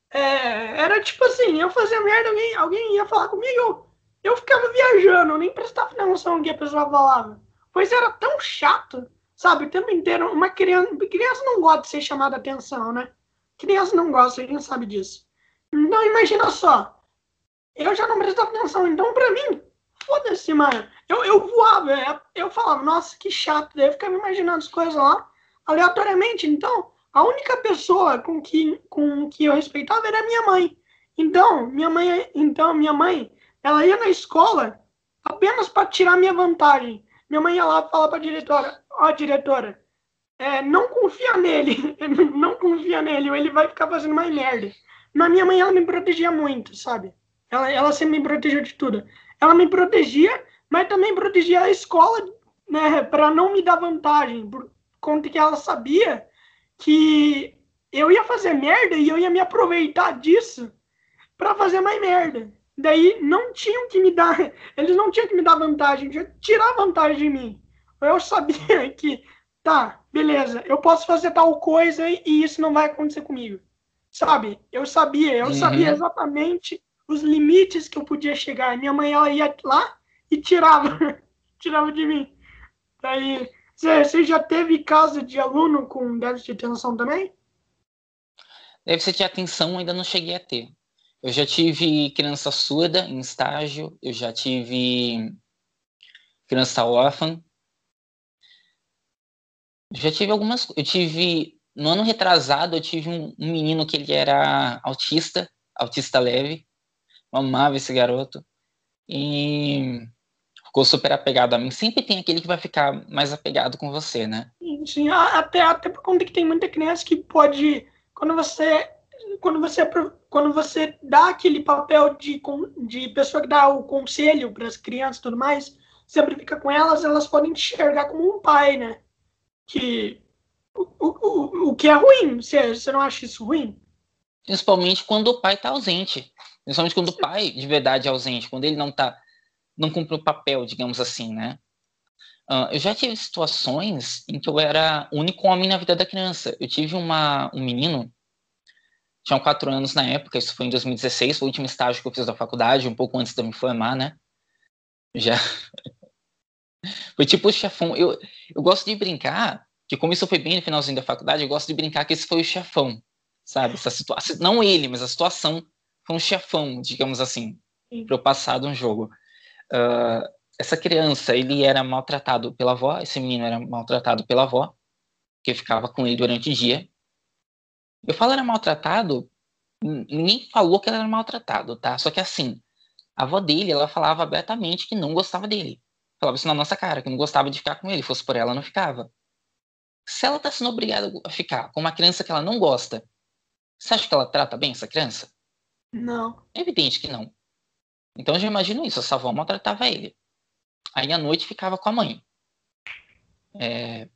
era tipo assim, eu fazia merda, alguém ia falar comigo, eu ficava viajando, eu nem prestava atenção no que a pessoa falava. Pois era tão chato, sabe, o tempo inteiro. Criança não gosta de ser chamada atenção, né? Criança não gosta, a gente sabe disso. Então imagina só, eu já não prestava atenção, então pra mim, foda-se, mano. Eu voava, eu falava, nossa, que chato. Daí eu ficava imaginando as coisas lá, aleatoriamente. Então, a única pessoa com que eu respeitava era a minha mãe. Então, minha mãe, ela ia na escola apenas para tirar minha vantagem. Minha mãe ia lá e falava pra diretora, ó, diretora, não confia nele, não confia nele, ou ele vai ficar fazendo mais merda. Mas minha mãe, ela me protegia muito, sabe? Ela sempre me protegeu de tudo. Ela me protegia, mas também protegia a escola, né, para não me dar vantagem, por conta que ela sabia que eu ia fazer merda e eu ia me aproveitar disso para fazer mais merda. Daí não tinham que me dar, eles não tinham que me dar vantagem, tinham que tirar vantagem de mim. Eu sabia que, tá, beleza, eu posso fazer tal coisa e isso não vai acontecer comigo. Sabe? Eu sabia
Uhum.
exatamente os limites que eu podia chegar. Minha mãe, ela ia lá e tirava, tirava de mim. Daí, você já teve caso de aluno com déficit de atenção também?
Déficit de atenção ainda não cheguei a ter. Eu já tive criança surda em estágio, eu já tive criança órfã, já tive algumas. Eu tive. No ano retrasado, eu tive um menino que ele era autista, autista leve, eu amava esse garoto, e ficou super apegado a mim. Sempre tem aquele que vai ficar mais apegado com você, né?
Sim, até por conta que tem muita criança que pode, quando você dá aquele papel de pessoa que dá o conselho para as crianças e tudo mais, sempre fica com elas, elas podem te enxergar como um pai, né? Que o que é ruim, você não acha isso ruim?
Principalmente quando o pai está ausente. Principalmente quando o pai de verdade é ausente, quando ele não tá, não cumpre o papel, digamos assim, né? Eu já tive situações em que eu era o único homem na vida da criança. Eu tive um menino, tinha 4 anos na época, isso foi em 2016, foi o último estágio que eu fiz da faculdade, um pouco antes de eu me formar, né? Já foi tipo o chefão. Eu gosto de brincar, que como isso foi bem no finalzinho da faculdade, eu gosto de brincar que esse foi o chefão, sabe? Essa situação, não ele, mas a situação foi um chefão, digamos assim, para eu passar de um jogo. Uh, essa criança, ele era maltratado pela avó, esse menino era maltratado pela avó, que ficava com ele durante o dia. Eu falo era maltratado, ninguém falou que ele era maltratado, tá? Só que assim, a avó dele, ela falava abertamente que não gostava dele. Falava isso na nossa cara, que não gostava de ficar com ele, fosse por ela, não ficava. Se ela tá sendo obrigada a ficar com uma criança que ela não gosta, você acha que ela trata bem essa criança?
Não.
É evidente que não. Então eu já imagino isso, essa avó maltratava ele. Aí à noite ficava com a mãe. É,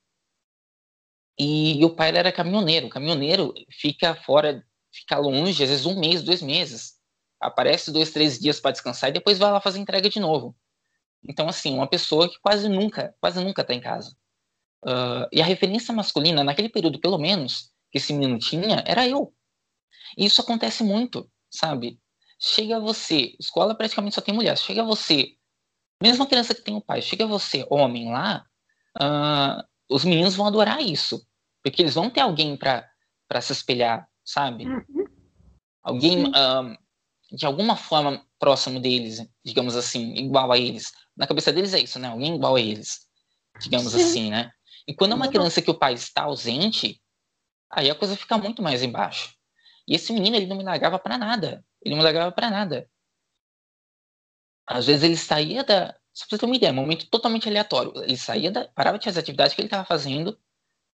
e o pai ele era caminhoneiro. O caminhoneiro fica fora, fica longe, às vezes 1 mês, 2 meses. Aparece 2, 3 dias para descansar e depois vai lá fazer entrega de novo. Então, assim, uma pessoa que quase nunca tá em casa. E a referência masculina, naquele período, pelo menos, que esse menino tinha, era eu. E isso acontece muito, sabe? Chega você, escola praticamente só tem mulher, chega você, mesmo a criança que tem o pai, chega você, homem lá, os meninos vão adorar isso. Porque eles vão ter alguém para se espelhar, sabe?
Uhum.
Alguém
Sim.
de alguma forma próximo deles, digamos assim, igual a eles. Na cabeça deles é isso, né? Alguém igual a eles, digamos
Sim.
assim, né? E quando é uma
Não.
criança que o pai está ausente, aí a coisa fica muito mais embaixo. E esse menino, ele não me largava para nada. Ele não me largava para nada. Às vezes ele saía da. Só pra você ter uma ideia, um momento totalmente aleatório. Ele saía da. Parava de fazer a atividade que ele estava fazendo,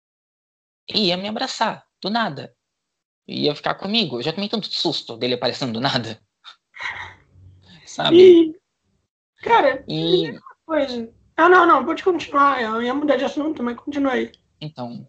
e ia me abraçar, do nada. Ia ficar comigo. Eu já tomei tanto susto dele aparecendo do nada, sabe?
E, cara, me diz
E,
uma coisa. Ah, não, não, pode continuar. Eu ia mudar de assunto, mas continua aí.
então,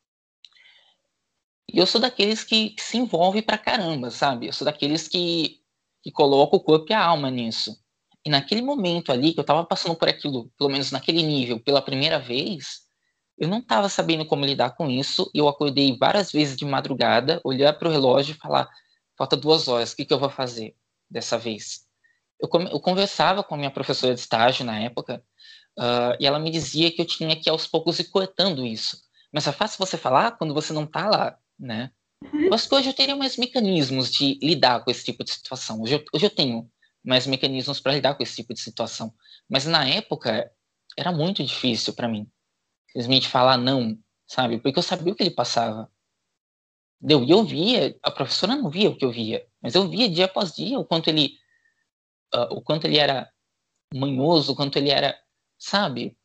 eu sou daqueles que se envolve pra caramba, sabe? Eu sou daqueles que coloca o corpo e a alma nisso. E naquele momento ali, que eu tava passando por aquilo, pelo menos naquele nível, pela primeira vez, eu não tava sabendo como lidar com isso, e eu acordei várias vezes de madrugada, olhar pro relógio e falar, falta 2 horas, o que que eu vou fazer dessa vez? Eu conversava com a minha professora de estágio na época, e ela me dizia que eu tinha que aos poucos ir cortando isso. Mas é fácil você falar quando você não tá lá, né? Eu
Uhum.
acho que hoje eu teria mais mecanismos de lidar com esse tipo de situação. Hoje eu tenho mais mecanismos para lidar com esse tipo de situação. Mas na época era muito difícil para mim simplesmente falar não, sabe? Porque eu sabia o que ele passava. E eu via, a professora não via o que eu via, mas eu via dia após dia o quanto ele era manhoso, o quanto ele era, sabe?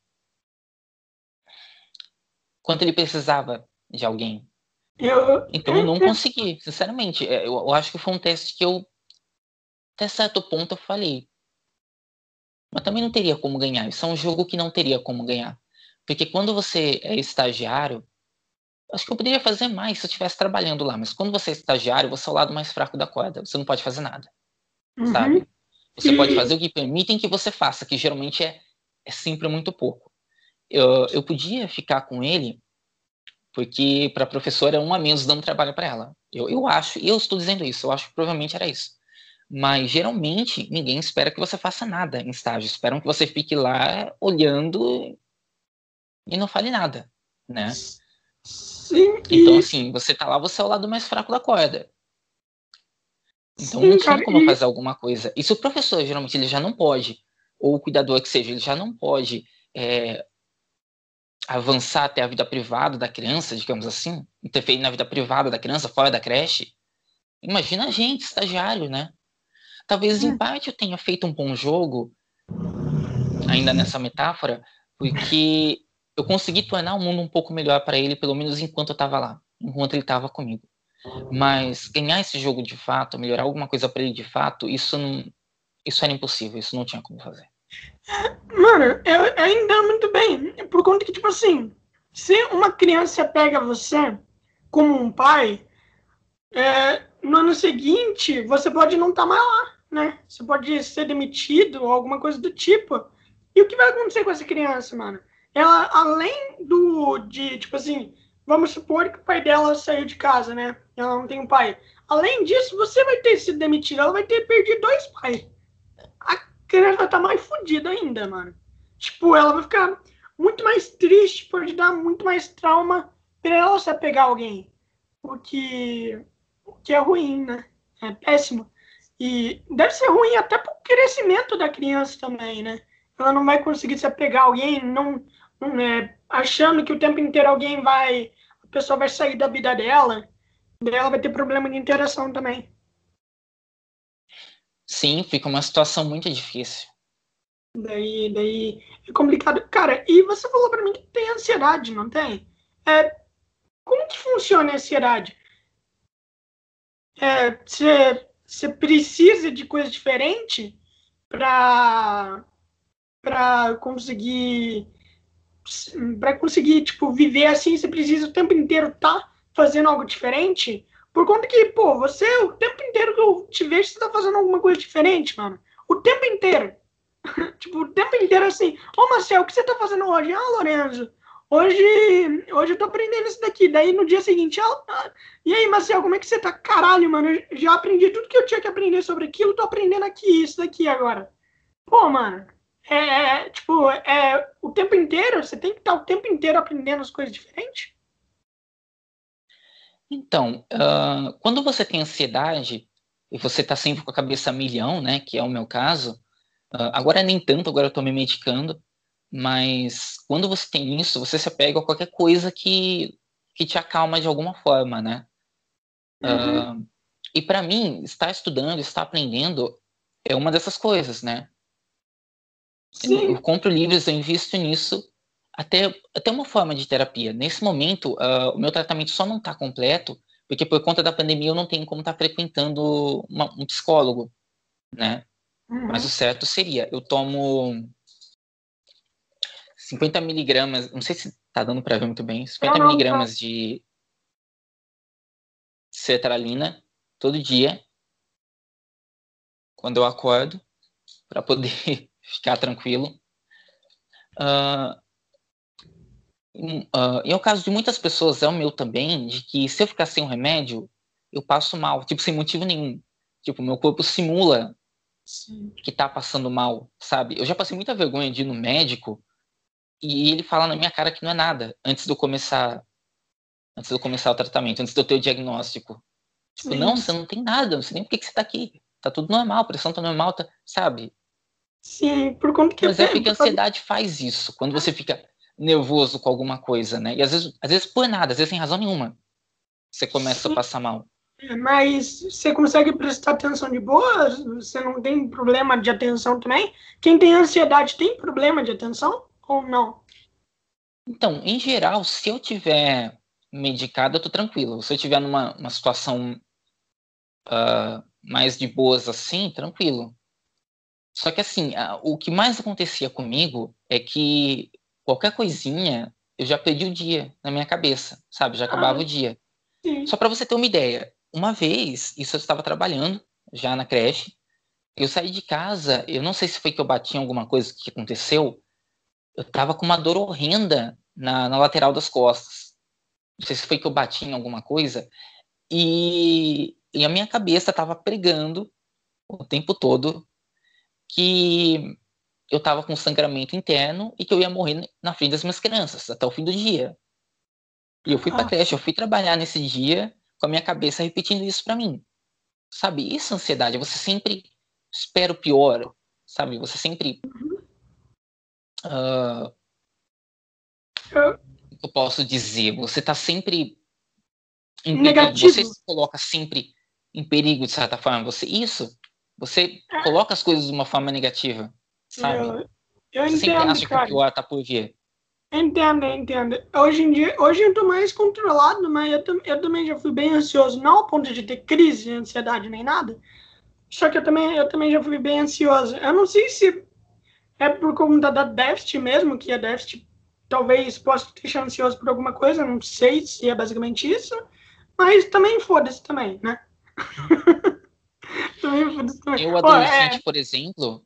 O quanto ele precisava de alguém. Então eu
Eu
não consegui, sinceramente. Eu acho que foi um teste que eu, até certo ponto, eu falei. Mas também não teria como ganhar. Isso é um jogo que não teria como ganhar. Porque quando você é estagiário, acho que eu poderia fazer mais se eu estivesse trabalhando lá. Mas quando você é estagiário, você é o lado mais fraco da corda. Você não pode fazer nada,
Uhum.
sabe? Você pode
E,
fazer o que permitem que você faça, que geralmente é sempre muito pouco. Eu podia ficar com ele porque para a professora é um a menos dando trabalho para ela. Eu acho, e eu estou dizendo isso, eu acho que provavelmente era isso. Mas geralmente ninguém espera que você faça nada em estágio, esperam que você fique lá olhando e não fale nada, né?
sim,
Então,
e
assim, você tá lá, você é o lado mais fraco da corda. Então não
sim,
tinha
cara,
como
e
fazer alguma coisa. E se o professor, geralmente, ele já não pode, ou o cuidador que seja, ele já não pode é, avançar até a vida privada da criança, digamos assim, interferir na vida privada da criança, fora da creche, imagina a gente, estagiário, né? Talvez em
hum,
parte eu tenha feito um bom jogo, ainda nessa metáfora, porque eu consegui tornar o mundo um pouco melhor para ele, pelo menos enquanto eu estava lá, enquanto ele estava comigo. Mas ganhar esse jogo de fato, melhorar alguma coisa para ele de fato, isso era impossível, isso não tinha como fazer.
mano, eu entendo muito bem. Por conta que, tipo assim, se uma criança pega você como um pai, no ano seguinte você pode não estar mais lá, né? Você pode ser demitido ou alguma coisa do tipo. E o que vai acontecer com essa criança, mano? Ela, além de, tipo assim, vamos supor que o pai dela saiu de casa, né? Ela não tem um pai. Além disso, você vai ter sido demitido, ela vai ter perdido 2 pais. A criança vai estar mais fodida ainda, mano. Tipo, ela vai ficar muito mais triste, pode dar muito mais trauma pra ela se apegar a alguém. O que é ruim, né? É péssimo. E deve ser ruim até pro crescimento da criança também, né? Ela não vai conseguir se apegar a alguém, achando que o tempo inteiro a pessoa vai sair da vida dela, daí ela vai ter problema de interação também.
Sim, fica uma situação muito difícil.
Daí é complicado. Cara, e você falou pra mim que tem ansiedade, não tem? É, como que funciona a ansiedade? Você precisa de coisa diferente para para conseguir para conseguir tipo viver assim, você precisa o tempo inteiro estar fazendo algo diferente? Por conta que, pô, você o tempo inteiro que eu te vejo, você tá fazendo alguma coisa diferente, mano. O tempo inteiro. Tipo, o tempo inteiro assim, ô Marcel, o que você tá fazendo hoje? Ah, Lorenzo, hoje eu tô aprendendo isso daqui. Daí no dia seguinte, e aí, Marcel, como é que você tá? Caralho, mano, eu já aprendi tudo que eu tinha que aprender sobre aquilo, tô aprendendo aqui, isso daqui agora. Pô, mano, tipo, o tempo inteiro, você tem que estar o tempo inteiro aprendendo as coisas diferentes?
Então, quando você tem ansiedade e você está sempre com a cabeça a milhão, né, que é o meu caso, agora nem tanto, agora eu estou me medicando, mas quando você tem isso, você se apega a qualquer coisa que te acalma de alguma forma, né?
Uhum.
E para mim, estar estudando, estar aprendendo é uma dessas coisas, né? Eu
Sim.
compro livros, eu invisto nisso, até uma forma de terapia. Nesse momento, o meu tratamento só não está completo, porque por conta da pandemia eu não tenho como estar frequentando um psicólogo, né? Mas o certo seria, eu tomo 50 miligramas, não sei se está dando para ver muito bem, 50 miligramas de sertralina todo dia, quando eu acordo, para poder ficar tranquilo. E é o caso de muitas pessoas, é o meu também, de que se eu ficar sem um remédio, eu passo mal, tipo, sem motivo nenhum. Tipo, meu corpo simula que tá passando mal, sabe? Eu já passei muita vergonha de ir no médico e ele fala na minha cara que não é nada, antes de eu começar o tratamento, antes de eu ter o diagnóstico. Tipo, não, você não tem nada, não sei nem por que você tá aqui. Tá tudo normal, a pressão tá normal, sabe?
Sim, por conta que...
Mas é porque a ansiedade faz isso, quando você fica nervoso com alguma coisa, né? E às vezes por nada, às vezes sem razão nenhuma, você começa a passar mal.
Mas você consegue prestar atenção de boa? Você não tem problema de atenção também? Quem tem ansiedade tem problema de atenção ou não?
Então, em geral, se eu tiver medicado, eu tô tranquilo. Se eu tiver numa situação mais de boas assim, tranquilo. Só que assim, o que mais acontecia comigo é que qualquer coisinha, eu já perdi o dia na minha cabeça, sabe? Já acabava o dia.
Sim.
Só para você ter uma ideia, uma vez, isso eu estava trabalhando já na creche, eu saí de casa, eu não sei se foi que eu bati em alguma coisa que aconteceu, eu tava com uma dor horrenda na lateral das costas. Não sei se foi que eu bati em alguma coisa, e a minha cabeça tava pregando o tempo todo que eu tava com sangramento interno e que eu ia morrer na frente das minhas crianças, até o fim do dia. E eu fui pra creche, eu fui trabalhar nesse dia com a minha cabeça repetindo isso pra mim. Sabe, isso é ansiedade, você sempre espera o pior, sabe? Você sempre... eu posso dizer, você tá sempre em perigo,
negativo.
você se coloca sempre em perigo, de certa forma. Você coloca as coisas de uma forma negativa, sabe?
Eu
você
entendo,
sempre acha
cara.
que o pior tá por vir.
Entendo. Hoje em dia, hoje eu tô mais controlado, mas eu também já fui bem ansioso, não ao ponto de ter crise de ansiedade nem nada. Só que eu também já fui bem ansioso. Eu não sei se é por conta da déficit mesmo, que a déficit talvez possa te deixar ansioso por alguma coisa, não sei se é basicamente isso, mas também foda-se também, né? Também foda-se também.
Eu, adolescente, por exemplo,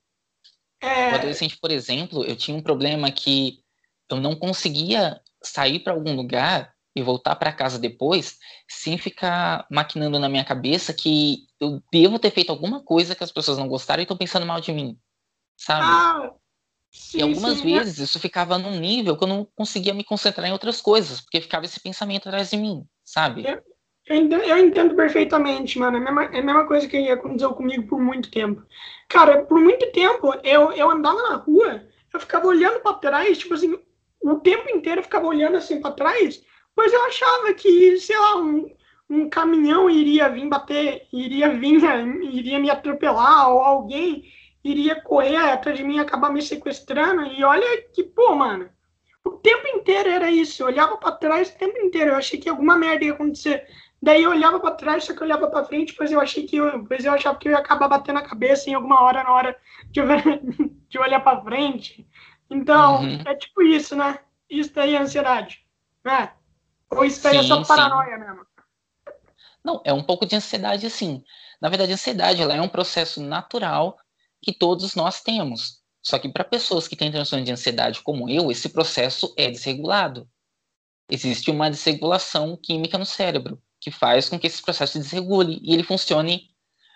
eu tinha um problema que eu não conseguia sair para algum lugar e voltar para casa depois sem ficar maquinando na minha cabeça que eu devo ter feito alguma coisa que as pessoas não gostaram e estão pensando mal de mim, sabe?
Sim,
E algumas vezes isso ficava num nível que eu não conseguia me concentrar em outras coisas, porque ficava esse pensamento atrás de mim, sabe?
Eu entendo perfeitamente, mano. É a mesma coisa que aconteceu comigo por muito tempo. Cara, por muito tempo, eu andava na rua, eu ficava olhando pra trás, tipo assim, o tempo inteiro eu ficava olhando assim pra trás, pois eu achava que, sei lá, um caminhão iria vir bater, iria me atropelar, ou alguém iria correr atrás de mim e acabar me sequestrando. E olha que, pô, mano, o tempo inteiro era isso. Eu olhava pra trás o tempo inteiro. Eu achei que alguma merda ia acontecer. Daí eu olhava pra trás, só que eu olhava pra frente, pois eu achava que eu ia acabar batendo a cabeça em alguma hora, na hora de, de olhar pra frente. Então, é tipo isso, né? Isso daí é ansiedade, né? Ou isso daí é só paranoia mesmo?
Não, é um pouco de ansiedade, sim. Na verdade, a ansiedade ela é um processo natural que todos nós temos. Só que para pessoas que têm transtorno de ansiedade como eu, esse processo é desregulado. Existe uma desregulação química no cérebro que faz com que esse processo se desregule e ele funcione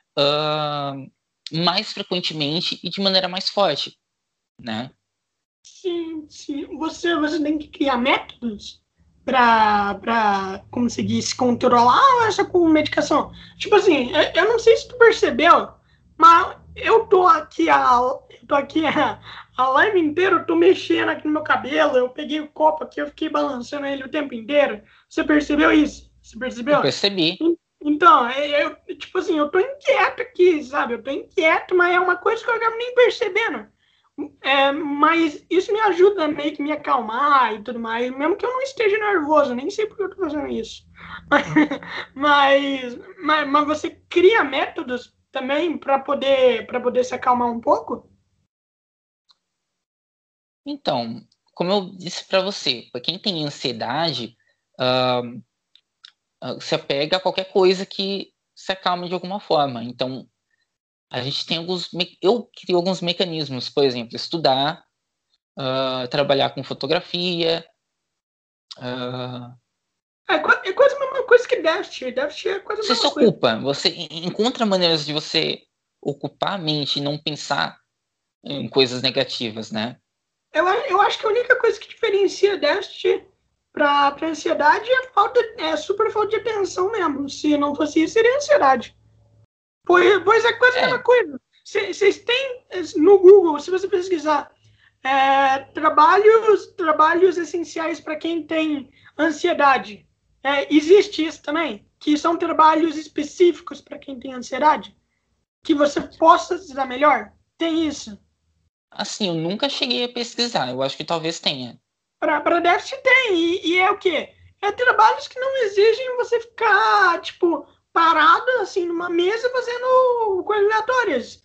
mais frequentemente e de maneira mais forte, né?
Sim. Você tem que criar métodos para conseguir se controlar ou é só com medicação? Tipo assim, eu não sei se tu percebeu, mas eu tô aqui a live inteira, eu tô mexendo aqui no meu cabelo, eu peguei o copo aqui, eu fiquei balançando ele o tempo inteiro. Você percebeu isso? Você percebeu?
Eu percebi.
Então, tipo assim, eu tô inquieto aqui, sabe? Eu tô inquieto, mas é uma coisa que eu acabo nem percebendo. Mas isso me ajuda a meio que me acalmar e tudo mais, mesmo que eu não esteja nervoso, nem sei por que eu tô fazendo isso. Mas você cria métodos também para poder se acalmar um pouco?
Então, como eu disse para você, para quem tem ansiedade, ah, se apega a qualquer coisa que se acalme de alguma forma. Então, a gente tem eu crio alguns mecanismos, por exemplo, estudar, trabalhar com fotografia. ah,
É quase a mesma coisa que déficit. Déficit é quase a
Você se
mesma coisa.
ocupa, você encontra maneiras de você ocupar a mente e não pensar em coisas negativas, né?
Eu acho que a única coisa que diferencia déficit para ansiedade é super falta de atenção mesmo. Se não fosse isso, seria ansiedade. Pois é quase a mesma
É,
coisa. Vocês têm no Google, se você pesquisar, trabalhos essenciais para quem tem ansiedade. Existe isso também, que são trabalhos específicos para quem tem ansiedade, que você possa se dar melhor. Tem isso.
assim, eu nunca cheguei a pesquisar, eu acho que talvez tenha.
Para déficit tem. E é o quê? É trabalhos que não exigem você ficar, tipo, parado, assim, numa mesa fazendo coisas aleatórias.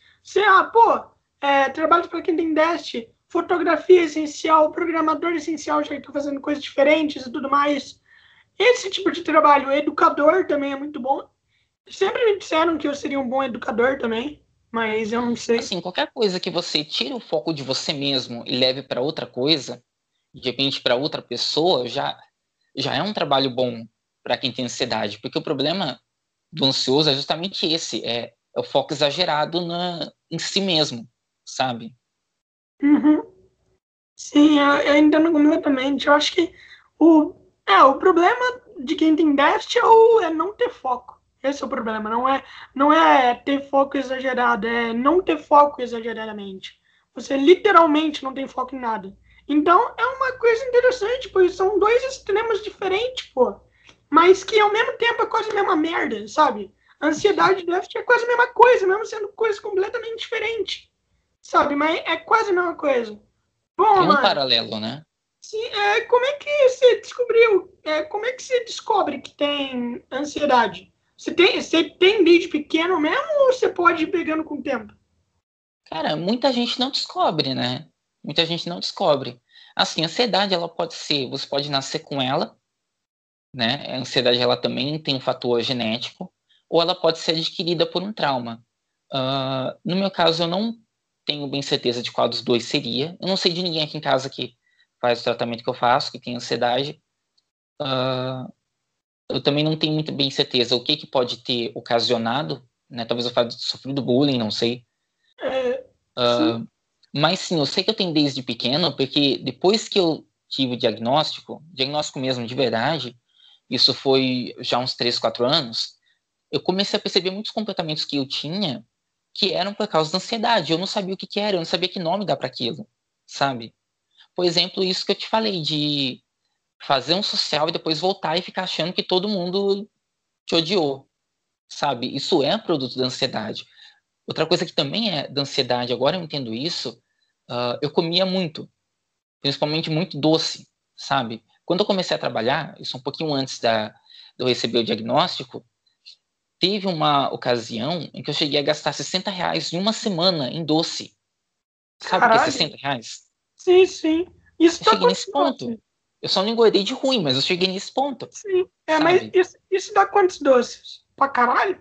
Trabalhos para quem tem déficit, fotografia essencial, programador essencial, já que está fazendo coisas diferentes e tudo mais. Esse tipo de trabalho, educador também é muito bom. Sempre me disseram que eu seria um bom educador também, mas eu não sei.
Assim, qualquer coisa que você tire o foco de você mesmo e leve para outra coisa, de repente para outra pessoa, já é um trabalho bom para quem tem ansiedade, porque o problema do ansioso é justamente esse, é o foco exagerado em si mesmo, sabe?
Uhum. Sim, eu entendo completamente. Eu acho que o problema de quem tem déficit é não ter foco. Esse é o problema. Não é ter foco exagerado, é não ter foco exageradamente. Você literalmente não tem foco em nada. Então é uma coisa interessante, pois são dois extremos diferentes, pô. Mas que ao mesmo tempo é quase a mesma merda, sabe? Ansiedade e déficit é quase a mesma coisa, mesmo sendo coisas completamente diferentes, sabe? Mas é quase a mesma coisa. Bom,
Tem um
mano,
paralelo, né?
sim, como é que você descobriu? Como é que você descobre que tem ansiedade? Você tem desde pequeno mesmo ou você pode ir pegando com o tempo?
Cara, muita gente não descobre, né? Muita gente não descobre. Assim, a ansiedade, ela pode ser, você pode nascer com ela, né? A ansiedade, ela também tem um fator genético, ou ela pode ser adquirida por um trauma. No meu caso, eu não tenho bem certeza de qual dos dois seria. Eu não sei de ninguém aqui em casa que faz o tratamento que eu faço, que tem ansiedade. Eu também não tenho muito bem certeza o que pode ter ocasionado, né? Talvez eu faça sofrido bullying, não sei.
É, sim,
Ah, mas sim, eu sei que eu tenho desde pequeno, porque depois que eu tive o diagnóstico mesmo de verdade, isso foi já uns 3, 4 anos, eu comecei a perceber muitos comportamentos que eu tinha que eram por causa da ansiedade. Eu não sabia o que era, eu não sabia que nome dar para aquilo, sabe? Por exemplo, isso que eu te falei, de fazer um social e depois voltar e ficar achando que todo mundo te odiou, sabe? Isso é produto da ansiedade. Outra coisa que também é da ansiedade, agora eu entendo isso, eu comia muito, principalmente muito doce, sabe? Quando eu comecei a trabalhar, isso um pouquinho antes de eu receber o diagnóstico, teve uma ocasião em que eu cheguei a gastar R$ 60 em uma semana em doce. Sabe o que é
caralho.
R$ 60?
Sim, sim. Isso
Eu
dá
cheguei
quantos
nesse ponto.
doces?
Eu só não engordei de ruim, mas eu cheguei nesse ponto,
Sim. Mas
sabe?
isso dá quantos doces? Pra caralho?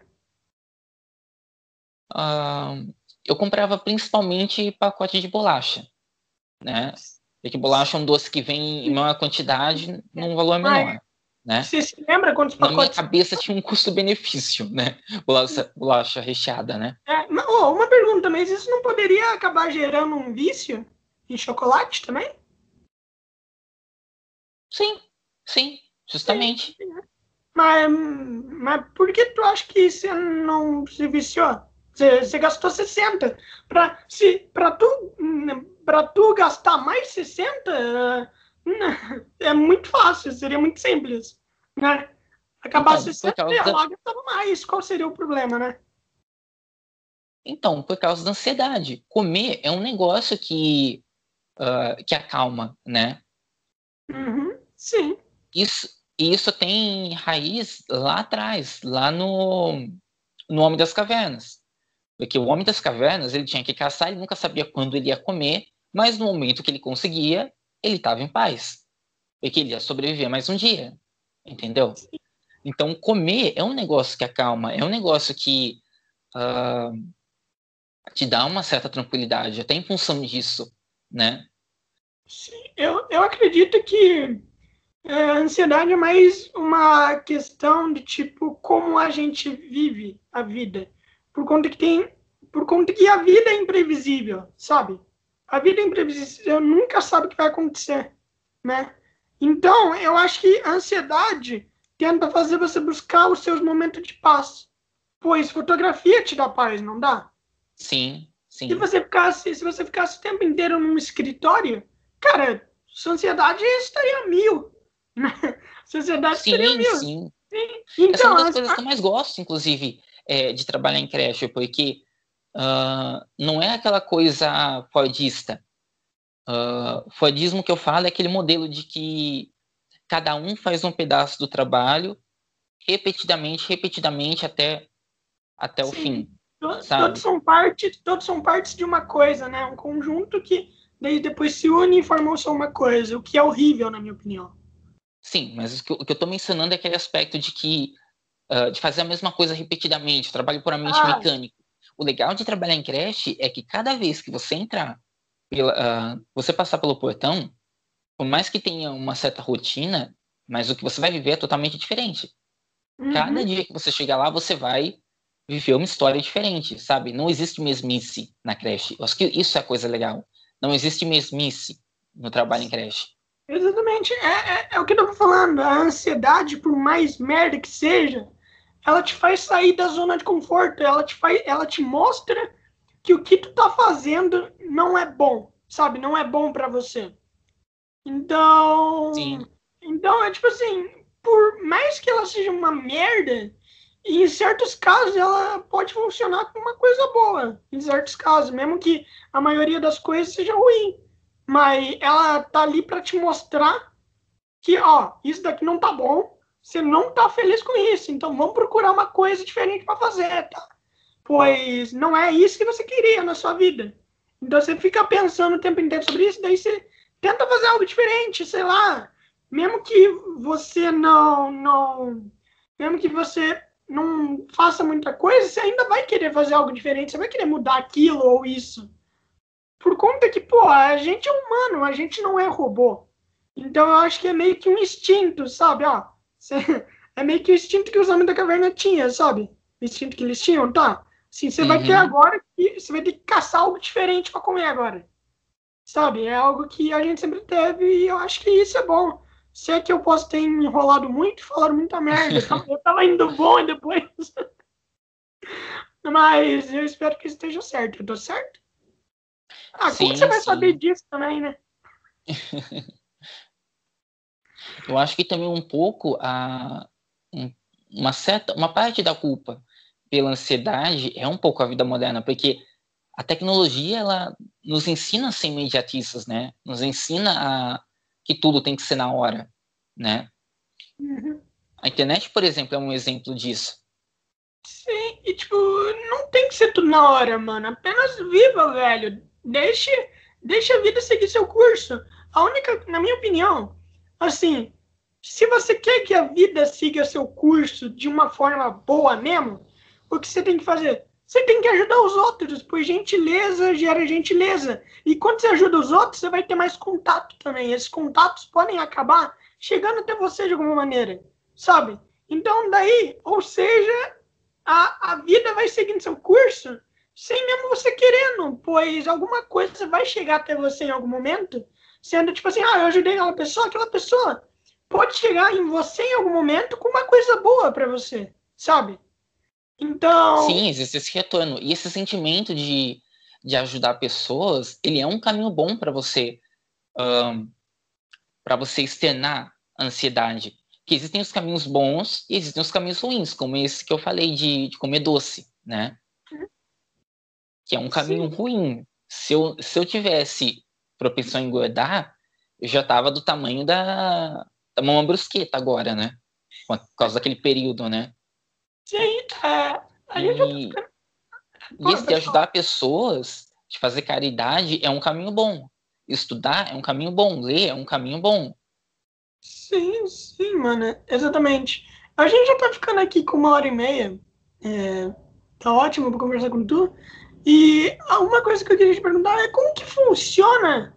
Ah, eu comprava principalmente pacote de bolacha, né? Porque bolacha é um doce que vem em
Sim.
maior quantidade num valor
Mas
menor, né?
você se lembra quantos
Na minha
pacotes?
cabeça tinha um custo-benefício, né? Bolacha recheada, né?
Uma pergunta, mas isso não poderia acabar gerando um vício em chocolate também?
Sim, sim,
Sim.
justamente.
Mas por que tu acha que você não se viciou? Você gastou 60. Pra tu gastar mais 60, é muito fácil, seria muito simples, né? Acabar
Então, por
60 e
causa
ia
da.
lá gastava mais. Qual seria o problema, né?
Então, por causa da ansiedade. Comer é um negócio que acalma, né?
Uhum, sim.
Isso, e isso tem raiz lá atrás, lá no Homem das Cavernas. Porque o Homem das Cavernas, ele tinha que caçar, ele nunca sabia quando ele ia comer, mas no momento que ele conseguia, ele estava em paz. Porque ele ia sobreviver mais um dia, entendeu? Então, comer é um negócio que acalma, é um negócio que ah, te dá uma certa tranquilidade, até em função disso, né?
Sim, eu acredito que a ansiedade é mais uma questão de tipo como a gente vive a vida. Por conta que tem, por conta que a vida é imprevisível, sabe? A vida é imprevisível, nunca sabe o que vai acontecer, né? Então, eu acho que a ansiedade tenta fazer você buscar os seus momentos de paz. Pois fotografia te dá paz, não dá?
Sim,
Se
sim.
você ficasse o tempo inteiro num escritório, cara, sua ansiedade estaria mil. Né? Sua ansiedade estaria
Sim,
mil.
sim. Essa é
Então,
uma das coisas que eu mais gosto, inclusive, de trabalhar em creche, porque não é aquela coisa fordista. Fordismo que eu falo é aquele modelo de que cada um faz um pedaço do trabalho repetidamente, repetidamente até o
sim,
fim, sabe?
todos são partes de uma coisa, né? Um conjunto que daí depois se une e formam só uma coisa, o que é horrível, na minha opinião.
Sim, mas o que eu estou mencionando é aquele aspecto de fazer a mesma coisa repetidamente, trabalho puramente
Ah,
mecânico. O legal de trabalhar em creche é que cada vez que você entrar, você passar pelo portão, por mais que tenha uma certa rotina, mas o que você vai viver é totalmente diferente. Cada
uhum,
dia que você chegar lá, você vai viver uma história diferente, sabe? Não existe mesmice na creche. Eu acho que isso é a coisa legal. Não existe mesmice no trabalho em creche.
exatamente. É o que eu tô falando. A ansiedade, por mais merda que seja, ela te faz sair da zona de conforto. Ela te mostra que o que tu tá fazendo não é bom, sabe? Não é bom para você. Então,
Sim.
então é tipo assim, por mais que ela seja uma merda, em certos casos ela pode funcionar como uma coisa boa. Em certos casos, mesmo que a maioria das coisas seja ruim, mas ela tá ali para te mostrar que, ó, isso daqui não tá bom, você não tá feliz com isso, então vamos procurar uma coisa diferente para fazer, tá? Pois não é isso que você queria na sua vida. Então você fica pensando o tempo inteiro sobre isso, daí você tenta fazer algo diferente, sei lá. Mesmo que você mesmo que você não faça muita coisa, você ainda vai querer fazer algo diferente, você vai querer mudar aquilo ou isso. Por conta que, pô, a gente é humano, a gente não é robô. Então eu acho que é meio que um instinto, sabe? Ó, é meio que o instinto que os homens da caverna tinham, sabe? O instinto que eles tinham, tá? Sim, você vai ter
Uhum.
agora e você vai ter que caçar algo diferente para comer agora. Sabe? É algo que a gente sempre teve e eu acho que isso é bom. Se é que eu posso ter me enrolado muito, falado muita merda. Eu tava indo bom e depois. Mas eu espero que esteja certo. Eu tô certo? Ah, como que você
Sim,
vai saber
sim.
disso também, né?
Eu acho que também um pouco um- uma parte da culpa pela ansiedade é um pouco a vida moderna, porque a tecnologia ela nos ensina a ser imediatistas, né? Nos ensina que tudo tem que ser na hora, né?
Uhum.
A internet, por exemplo, é um exemplo disso.
Sim, e tipo, não tem que ser tudo na hora, mano. Apenas viva, velho. Deixa a vida seguir seu curso. A única, na minha opinião, assim, se você quer que a vida siga seu curso de uma forma boa mesmo, o que você tem que fazer? Você tem que ajudar os outros, pois gentileza gera gentileza. E quando você ajuda os outros, você vai ter mais contato também. Esses contatos podem acabar chegando até você de alguma maneira, sabe? Então, daí, ou seja, a vida vai seguindo seu curso sem mesmo você querendo, pois alguma coisa vai chegar até você em algum momento, sendo tipo assim, eu ajudei aquela pessoa pode chegar em você em algum momento com uma coisa boa para você, sabe? Então,
Sim, existe esse retorno. E esse sentimento de ajudar pessoas, ele é um caminho bom para você externar a ansiedade. Que existem os caminhos bons e existem os caminhos ruins, como esse que eu falei de comer doce, né? que é um caminho ruim. Se eu tivesse propensão a engordar, eu já tava do tamanho da mama brusqueta agora, né? Por causa daquele período, né?
Sim, a gente já tá
E,
ficando.
e esse de
Pode falar.
ajudar pessoas, de fazer caridade, é um caminho bom. Estudar é um caminho bom. Ler é um caminho bom.
Sim, sim, mano, exatamente. A gente já tá ficando aqui com 1h30. Tá ótimo pra conversar com tu. E uma coisa que eu queria te perguntar é como que funciona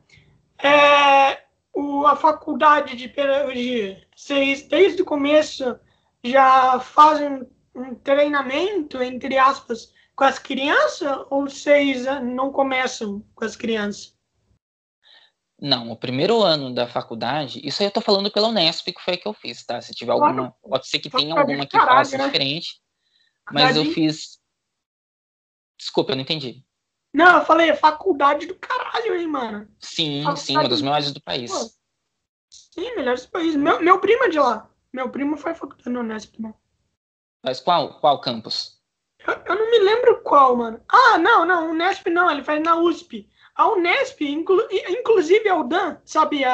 a faculdade de pedagogia? Vocês, desde o começo, já fazem um treinamento, entre aspas, com as crianças? Ou vocês não começam com as crianças?
Não, o primeiro ano da faculdade, isso aí eu tô falando pela Unesp, que foi a que eu fiz, tá? Se tiver
Claro,
alguma, pode ser que tenha
faculdade
alguma
do
que faça
caralho, né?
diferente, mas eu
Faculdade.
fiz. Desculpa, eu não entendi.
Não, eu falei, é faculdade do caralho, hein, mano?
Sim, sim, uma das
Faculdade.
melhores do
Pô,
país.
sim, melhores do país. Meu primo é de lá. Meu primo foi faculdade no Unesp também.
Mas qual campus?
Eu não me lembro qual, mano. Ah, não, não, Unesp não, ele faz na USP. A Unesp, inclusive a UDAN, sabe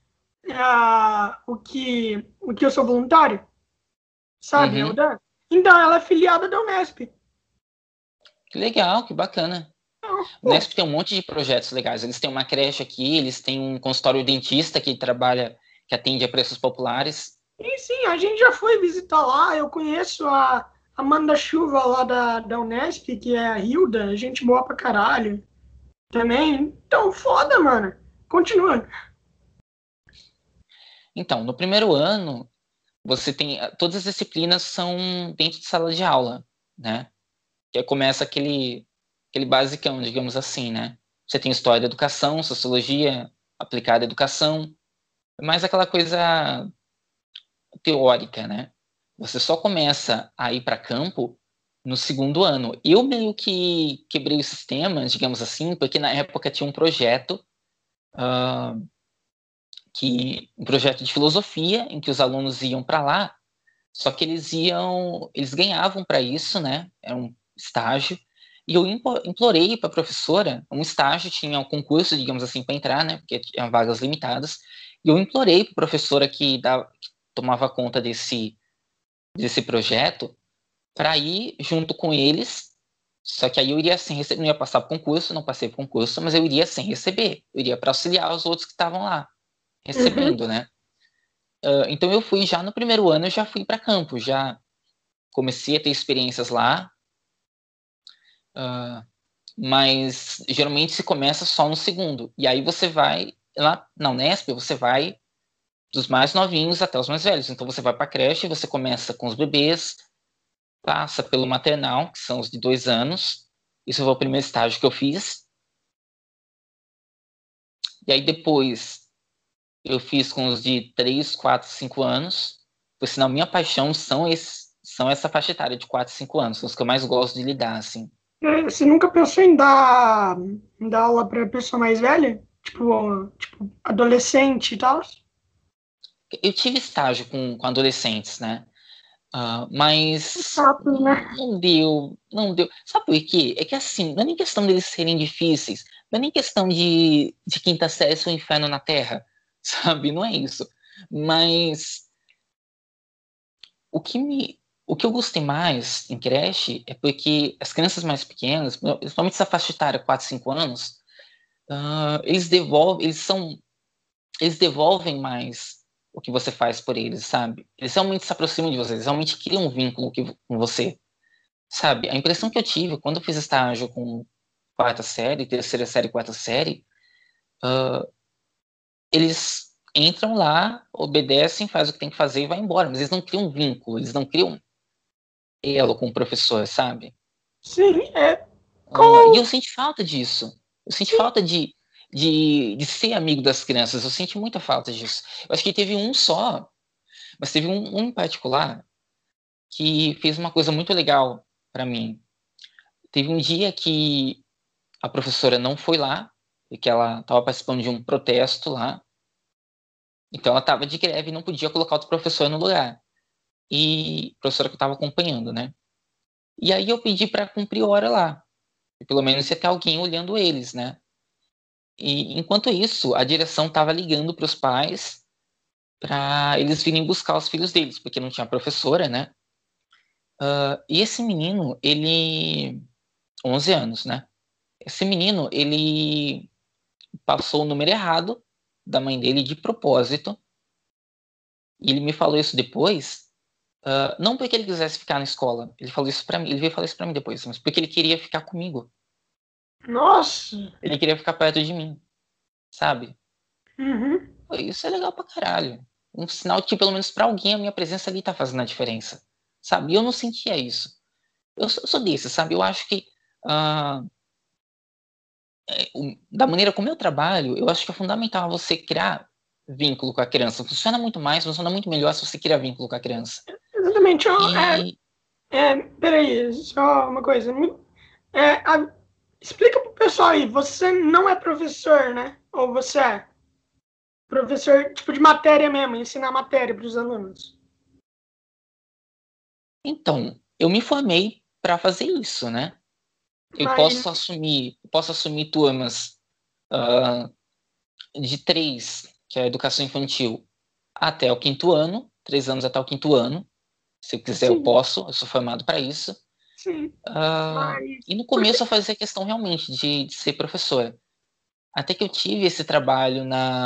o que eu sou voluntário? Sabe, a
Uhum.
UDAN? Então, ela é filiada da Unesp.
Que legal, que bacana.
Então,
O
pô,
Nesp tem um monte de projetos legais. Eles têm uma creche aqui, eles têm um consultório dentista que trabalha, que atende a preços populares.
sim, sim, a gente já foi visitar lá. Eu conheço a Amanda Chuva lá da Unesp, que é a Hilda, gente boa pra caralho também. Então, foda, mano. Continua.
Então, no primeiro ano, você tem todas as disciplinas são dentro de sala de aula, né? Que aí começa aquele basicão, digamos assim, né? Você tem história da educação, sociologia aplicada à educação, mais aquela coisa teórica, né? Você só começa a ir para campo no segundo ano. Eu meio que quebrei o sistema, digamos assim, porque na época tinha um projeto um projeto de filosofia em que os alunos iam para lá, só que eles ganhavam para isso, né? Era um estágio. E eu implorei para a professora, um estágio tinha um concurso, digamos assim, para entrar, né? Porque tinha vagas limitadas. E eu implorei para a professora que tomava conta desse projeto para ir junto com eles. Só que aí eu iria sem receber, não ia passar por concurso, não passei por concurso, mas eu iria sem receber. Eu iria para auxiliar os outros que estavam lá,
Uhum.
recebendo, né? Então eu fui já no primeiro ano, eu já fui para campo, já comecei a ter experiências lá, uh, mas geralmente se começa só no segundo. E aí você vai lá na Unesp, você vai dos mais novinhos até os mais velhos. Então você vai para a creche, você começa com os bebês, passa pelo maternal, que são os de 2 anos. Isso foi o primeiro estágio que eu fiz. E aí depois eu fiz com os de 3, 4, 5 anos. Por sinal, minha paixão são essa faixa etária de 4, 5 anos. São os que eu mais gosto de lidar, assim.
Você nunca pensou em dar aula pra pessoa mais velha? Tipo adolescente e tal?
Eu tive estágio com adolescentes, né? Mas
Chato, né?
não deu, não deu. Sabe por quê? É que assim, não é nem questão deles serem difíceis, não é nem questão de quinta série ser um inferno na Terra, sabe? Não é isso. Mas o que eu gostei mais em creche é porque as crianças mais pequenas, principalmente essa faixa etária, 4, 5 anos, eles devolvem mais o que você faz por eles, sabe? Eles realmente se aproximam de você, eles realmente criam um vínculo com você, sabe? A impressão que eu tive quando eu fiz estágio com quarta série, terceira série, quarta série, eles entram lá, obedecem, fazem o que tem que fazer e vai embora, mas eles não criam um vínculo, eles não criam elo com o professor, sabe?
Sim,
E
com.
eu sinto falta disso. Eu sinto falta de ser amigo das crianças. Eu sinto muita falta disso. Eu acho que teve um só, mas teve um em particular que fez uma coisa muito legal para mim. Teve um dia que a professora não foi lá, e que ela estava participando de um protesto lá. Então ela estava de greve e não podia colocar outro professor no lugar. E a professora que eu estava acompanhando, né? E aí eu pedi para cumprir hora lá. Pelo menos ia ter alguém olhando eles, né? E enquanto isso, a direção estava ligando para os pais para eles virem buscar os filhos deles, porque não tinha professora, né? E esse menino, ele... 11 anos, né? Esse menino, ele passou o número errado da mãe dele de propósito. E ele me falou isso depois, não porque ele quisesse ficar na escola. Ele falou isso para mim, ele veio falar isso para mim depois, mas porque ele queria ficar comigo.
Nossa!
Ele queria ficar perto de mim, sabe?
Uhum.
Pô, isso é legal pra caralho. Um sinal que, pelo menos pra alguém, a minha presença ali tá fazendo a diferença, sabe? E eu não sentia isso. Eu sou desse, sabe? Eu acho que ah, da maneira como eu trabalho, eu acho que é fundamental você criar vínculo com a criança. Funciona muito melhor se você criar vínculo com a criança.
Exatamente.
E,
Peraí, só uma coisa. É, explica pro pessoal aí, você não é professor, né? Ou você é professor, tipo, de matéria mesmo, ensinar matéria para os alunos?
então, eu me formei para fazer isso, né? Eu
Mas,
posso assumir turmas ah, de 3, que é a educação infantil, até o quinto ano, 3 anos até o quinto ano. Se eu quiser, eu
sim,
posso, eu sou formado para isso.
sim.
E
Mas,
no
por
começo
quê?
eu fazia questão realmente de ser professora. Até que eu tive esse trabalho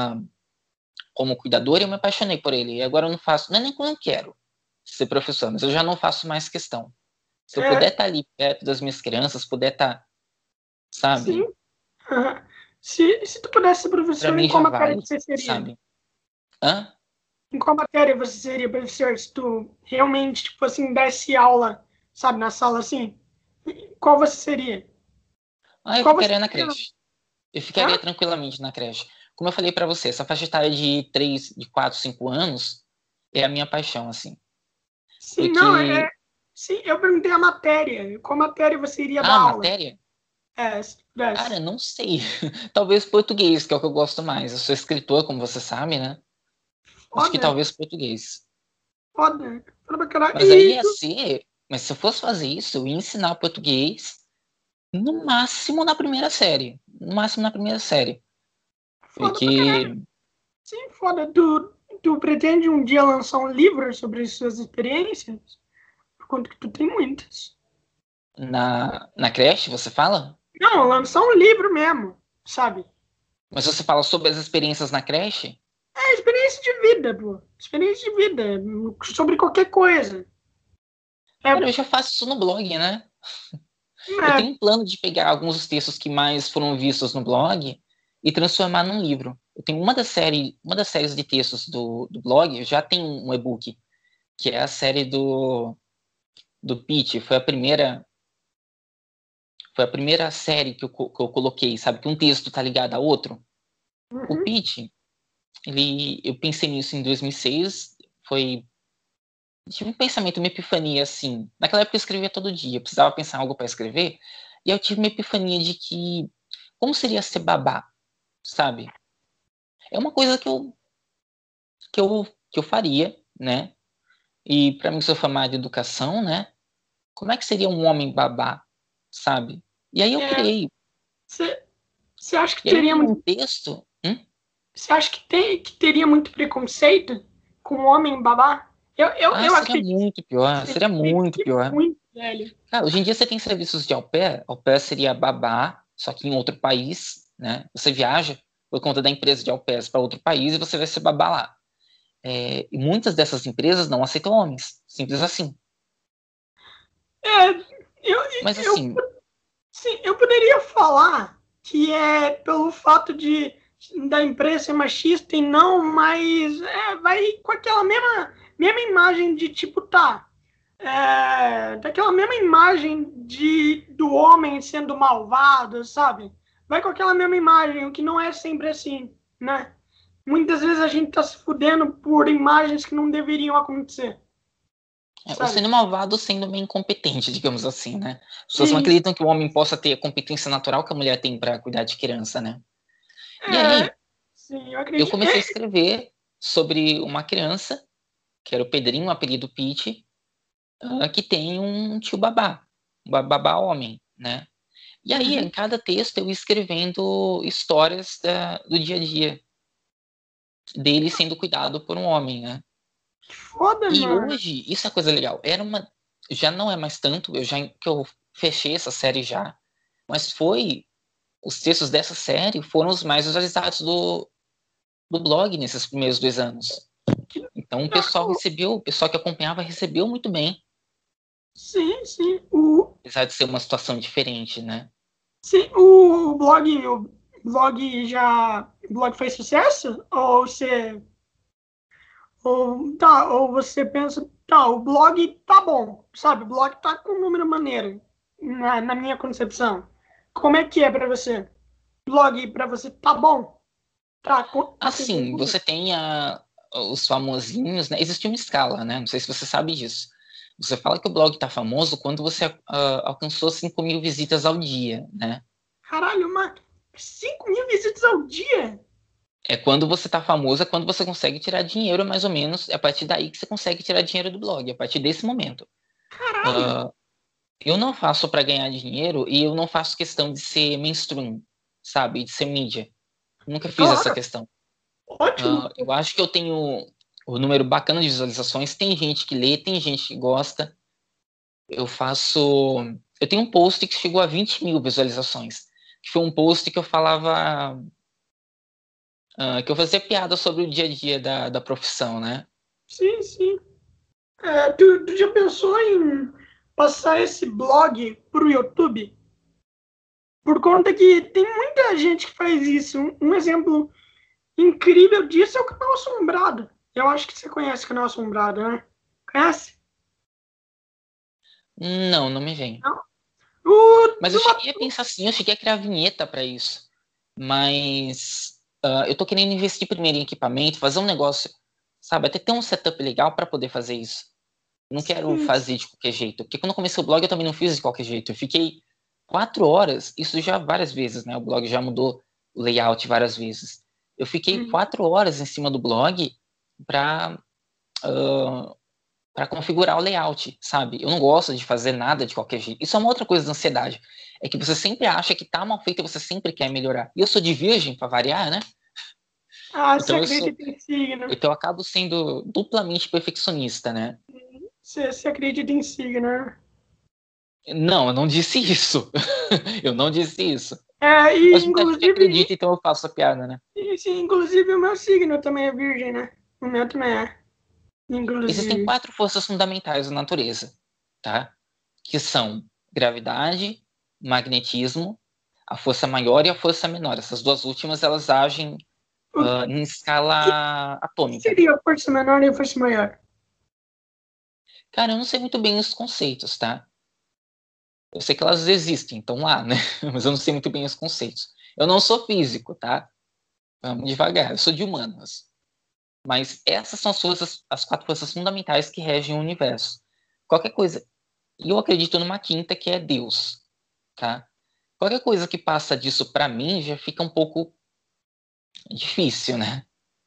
como cuidador e eu me apaixonei por ele. E agora eu não faço, não é nem quando eu quero ser professor, mas eu já não faço mais questão. Se eu puder
É,
estar ali perto das minhas crianças, puder estar,
sim.
sabe,
Aham. Se tu pudesse ser
para
professor, em
mim
qual
já
matéria
vale,
você seria?
sabe? Hã?
Em qual matéria você seria professor se tu realmente, tipo assim, desse aula, sabe, na sala assim? Qual você seria?
Eu
Qual você
ficaria na
seria?
creche. Eu ficaria
Hã?
tranquilamente na creche. Como eu falei para você, essa faixa etária de 3, de 4, 5 anos é a minha paixão, assim.
Sim, não,
Porque,
sim, eu perguntei a matéria. Qual matéria você iria dar aula?
matéria,
Se
cara,
tivesse.
não sei. Talvez português, que é o que eu gosto mais. Eu sou escritor, como você sabe, né? Acho que
Foda,
talvez português.
foda. Foda pra caralho.
Mas aí ia ser. Mas se eu fosse fazer isso, eu ia ensinar português no máximo na primeira série. No máximo na primeira série.
Foda pra caralho.
Porque
Sim, foda. Tu pretende um dia lançar um livro sobre as suas experiências? Por conta que tu tem muitas.
na creche, você fala?
Não, lançar um livro mesmo, sabe?
Mas você fala sobre as experiências na creche?
É experiência de vida, pô. Experiência de vida. Sobre qualquer coisa.
Cara, eu
É,
já faço isso no blog, né? Eu
é,
tenho um plano de pegar alguns dos textos que mais foram vistos no blog e transformar num livro. Eu tenho uma das séries de textos do blog, já tem um e-book, que é a série do Pitch. Foi a primeira série que eu coloquei, sabe? Que um texto tá ligado a outro. O
uhum.
Pitch, eu pensei nisso em 2006, tive um pensamento, uma epifania, assim. Naquela época eu escrevia todo dia, eu precisava pensar em algo para escrever, e eu tive uma epifania de que, como seria ser babá, sabe? É uma coisa que eu faria, né? E para mim, que sou formado em educação, né? Como é que seria um homem babá, sabe? E aí eu
É,
criei.
você acha que
E aí eu
teria
li um
muito.
texto.
Você acha que teria muito preconceito com o homem babá? Eu
Seria
acredito
muito pior,
que
seria muito
teria
pior.
muito, velho.
Cara, hoje em dia você tem serviços de au pair. Au pair seria babá, só que em outro país, né? Você viaja por conta da empresa de au pairs para outro país e você vai ser babá lá. E muitas dessas empresas não aceitam homens, simples assim.
É, eu,
Mas
eu,
assim,
sim, eu poderia falar que é pelo fato da empresa ser machista e não, mas vai com aquela mesma imagem de tipo, tá. Daquela mesma imagem do homem sendo malvado, sabe? Vai com aquela mesma imagem, o que não é sempre assim, né? Muitas vezes a gente tá se fudendo por imagens que não deveriam acontecer,
ou
sabe?
sendo malvado ou sendo meio incompetente, digamos assim, né? As pessoas não
E,
acreditam que o homem possa ter a competência natural que a mulher tem para cuidar de criança, né? E
é,
aí,
sim, eu
eu
acredito.
comecei a escrever sobre uma criança, que era o Pedrinho, o apelido Pete, que tem um tio babá, um babá homem, né? E aí, em cada texto, eu ia escrevendo histórias do dia a dia dele sendo cuidado por um homem, né?
Foda,
E
mano.
hoje, isso é coisa legal. Já não é mais tanto, que eu fechei essa série já, mas os textos dessa série foram os mais visualizados do blog nesses primeiros 2 anos.
Que
Então
legal.
o pessoal que acompanhava recebeu muito bem,
Sim, sim.
apesar de ser uma situação diferente, né?
Sim, o blog fez sucesso? Ou você pensa, tá, o blog tá bom, sabe? O blog tá com um número maneiro, na minha concepção. Como é que é pra você? Blog pra você tá bom? Tá com
Assim,
conteúdo?
você tem os famosinhos, né? Existe uma escala, né? Não sei se você sabe disso. Você fala que o blog está famoso quando você alcançou 5.000 visitas ao dia, né?
Caralho, 5.000 visitas ao dia?
É quando você está famoso, é quando você consegue tirar dinheiro, mais ou menos. É a partir daí que você consegue tirar dinheiro do blog, a partir desse momento.
Caralho,
Ah, eu não faço para ganhar dinheiro e eu não faço questão de ser mainstream, sabe? De ser mídia. Nunca fiz essa
claro,
questão.
ótimo.
Eu acho que eu tenho o número bacana de visualizações. Tem gente que lê, tem gente que gosta. Eu faço. Eu tenho um post que chegou a 20.000 visualizações. Que foi um post que eu falava. Que eu fazia piada sobre o dia a dia da profissão, né?
Sim, sim. Tu já pensou em passar esse blog pro YouTube? Por conta que tem muita gente que faz isso. Um exemplo incrível disso é o Canal Assombrado. Eu acho que você conhece o Canal Assombrado, né? Conhece?
Não, não me vem.
Não? O,
Mas eu
numa,
cheguei a pensar assim, eu cheguei a criar vinheta para isso. Mas eu tô querendo investir primeiro em equipamento, fazer um negócio, sabe? Até ter um setup legal para poder fazer isso. Não quero
sim,
fazer de qualquer jeito. Porque quando eu comecei o blog, eu também não fiz de qualquer jeito. Eu fiquei 4 horas, isso já várias vezes, né? O blog já mudou o layout várias vezes. Eu fiquei
sim.
4 horas em cima do blog para para configurar o layout, sabe? Eu não gosto de fazer nada de qualquer jeito. Isso é uma outra coisa da ansiedade. É que você sempre acha que tá mal feito e você sempre quer melhorar. E eu sou de virgem, para variar, né?
Ah, você
Então
acredita em signo?
então eu acabo sendo duplamente perfeccionista, né?
Você acredita em signo?
Não, eu não disse isso. Eu não disse isso.
E
Mas muita gente
inclusive,
acredita, então eu faço a piada, né?
sim, inclusive o meu signo também é virgem, né? O meu também é,
Existem
inclusive.
4 forças fundamentais da natureza, tá? Que são gravidade, magnetismo, a força maior e a força menor. Essas duas últimas, elas agem
O
em
que
escala atômica.
seria a força menor e a força maior?
Cara, eu não sei muito bem os conceitos, tá? Eu sei que elas existem, estão lá, né? Mas eu não sei muito bem os conceitos. Eu não sou físico, tá? Vamos devagar, eu sou de humanas. Mas essas são as 4 forças fundamentais que regem o universo. Qualquer coisa. E eu acredito numa quinta, que é Deus, tá? Qualquer coisa que passa disso para mim já fica um pouco difícil, né?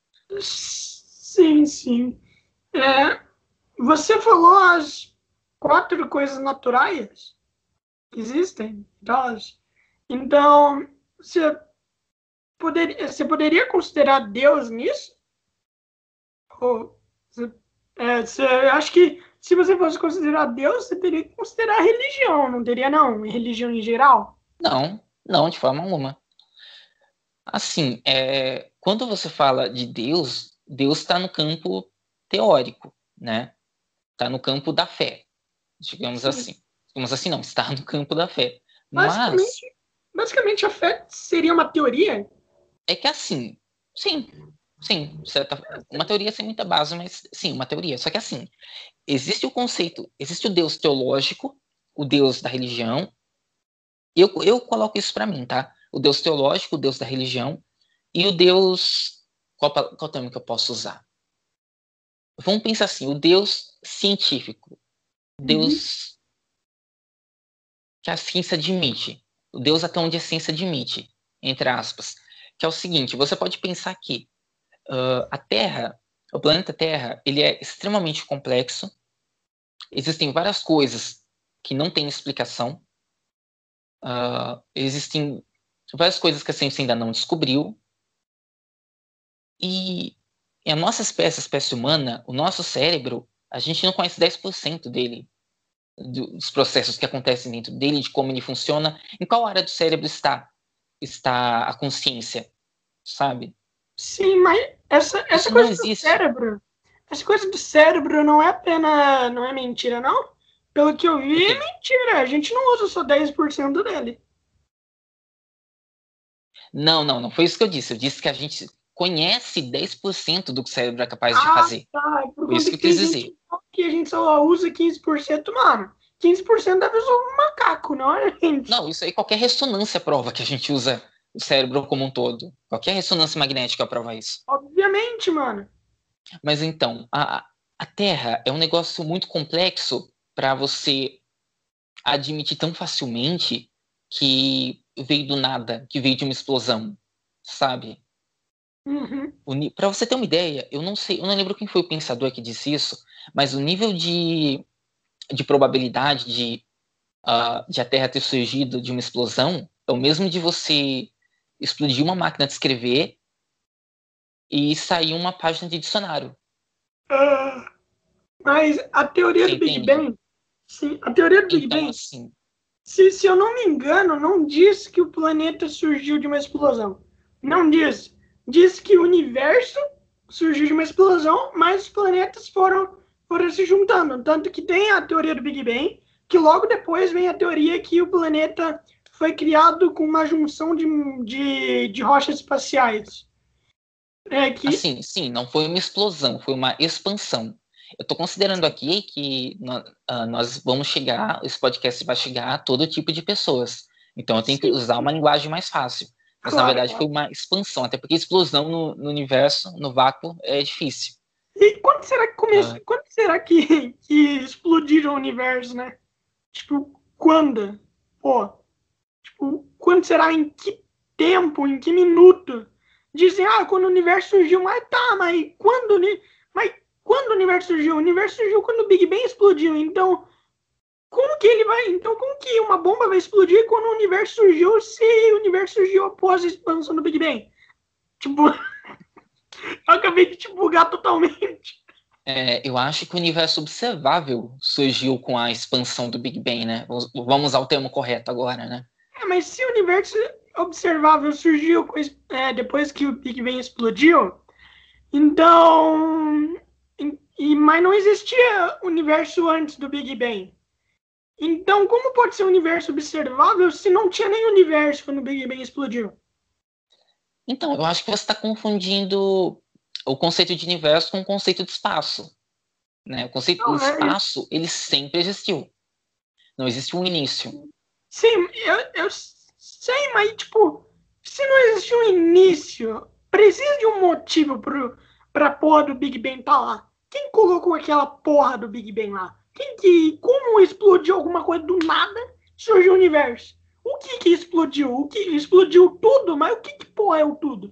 Sim, sim. É, você falou as 4 coisas naturais que existem, então você poderia considerar Deus nisso? Ou você acha que se você fosse considerar Deus, você teria que considerar a religião, não teria não? Religião em geral?
Não, não, de forma alguma. Assim, quando você fala de Deus, Deus está no campo teórico, né? Está no campo da fé, digamos
Sim.
assim. Digamos assim, não, está no campo da fé. Mas
Basicamente, basicamente a fé seria uma teoria?
é que assim, sim, sim, uma teoria sem muita base, mas sim, uma teoria. Só que assim, existe o conceito, existe o Deus teológico, o Deus da religião. Eu coloco isso para mim, tá? O Deus teológico, o Deus da religião e o Deus. Qual termo que eu posso usar? Vamos pensar assim: o Deus científico,
Uhum.
Deus que a ciência admite, o Deus até onde a ciência admite, entre aspas. Que é o seguinte: você pode pensar que a Terra, o planeta Terra, ele é extremamente complexo, existem várias coisas que não têm explicação, Existem várias coisas que a ciência ainda não descobriu. E a nossa espécie, a espécie humana, o nosso cérebro, a gente não conhece 10% dele, dos processos que acontecem dentro dele, de como ele funciona. Em qual área do cérebro está a consciência, sabe?
Sim, mas essa
Isso não
coisa do
existe.
cérebro, essa coisa do cérebro não é apenas, não é mentira, não? Pelo que eu
O
vi, é
quê?
mentira. A gente não usa só 10% dele.
Não, não, não foi isso que eu disse. Eu disse que a gente conhece 10% do que o cérebro é capaz de
Ah,
fazer.
tá. É por
Foi isso
conta
que eu
que
quis dizer.
a gente só usa 15%, mano. 15% deve usar um macaco, não é, gente?
Não, isso aí qualquer ressonância prova que a gente usa o cérebro como um todo. Qualquer ressonância magnética prova isso.
Obviamente, mano.
Mas então, a Terra é um negócio muito complexo para você admitir tão facilmente que veio do nada, que veio de uma explosão, sabe?
Uhum.
Para você ter uma ideia, eu não sei, eu não lembro quem foi o pensador que disse isso, mas o nível de probabilidade de a Terra ter surgido de uma explosão é o mesmo de você explodir uma máquina de escrever e sair uma página de dicionário.
Ah, mas a teoria
Você
do Big
entende?
Bang, sim, a teoria do Big
Então,
Bang,
assim,
se eu não me engano, não diz que o planeta surgiu de uma explosão. Não diz. Diz que o universo surgiu de uma explosão, mas os planetas foram se juntando. Tanto que tem a teoria do Big Bang, que logo depois vem a teoria que o planeta foi criado com uma junção de rochas espaciais. É que.
assim, sim, não foi uma explosão, foi uma expansão. Eu estou considerando aqui que nós vamos chegar, esse podcast vai chegar a todo tipo de pessoas. Então eu tenho que
Sim,
usar uma linguagem mais fácil. Mas na
claro,
verdade foi
claro.
uma expansão, até porque explosão no universo, no vácuo, é difícil.
E quando será que começou?
Ah,
Quando será que explodiram o universo, né? Tipo, quando? Pô, tipo, quando será? Em que tempo? Em que minuto? Dizem, quando o universo surgiu, mas tá, mas quando o universo surgiu? O universo surgiu quando o Big Bang explodiu. Então, como que ele vai? Então, como que uma bomba vai explodir quando o universo surgiu se o universo surgiu após a expansão do Big Bang? Tipo, eu acabei de te bugar totalmente.
eu acho que o universo observável surgiu com a expansão do Big Bang, né? Vamos usar o termo correto agora, né?
Mas se o universo observável surgiu depois que o Big Bang explodiu, então. Mas não existia universo antes do Big Bang. Então, como pode ser um universo observável se não tinha nem universo quando o Big Bang explodiu?
Então, eu acho que você está confundindo o conceito de universo com o conceito de espaço. Né? O
Não, né?
espaço, ele sempre existiu. Não existe um início.
Sim, eu sei, mas, tipo, se não existe um início, precisa de um motivo pra porra do Big Bang tá lá. Quem colocou aquela porra do Big Bang lá? Como explodiu alguma coisa do nada, surgiu o universo? O que explodiu? O que explodiu tudo? Mas o que porra é o tudo?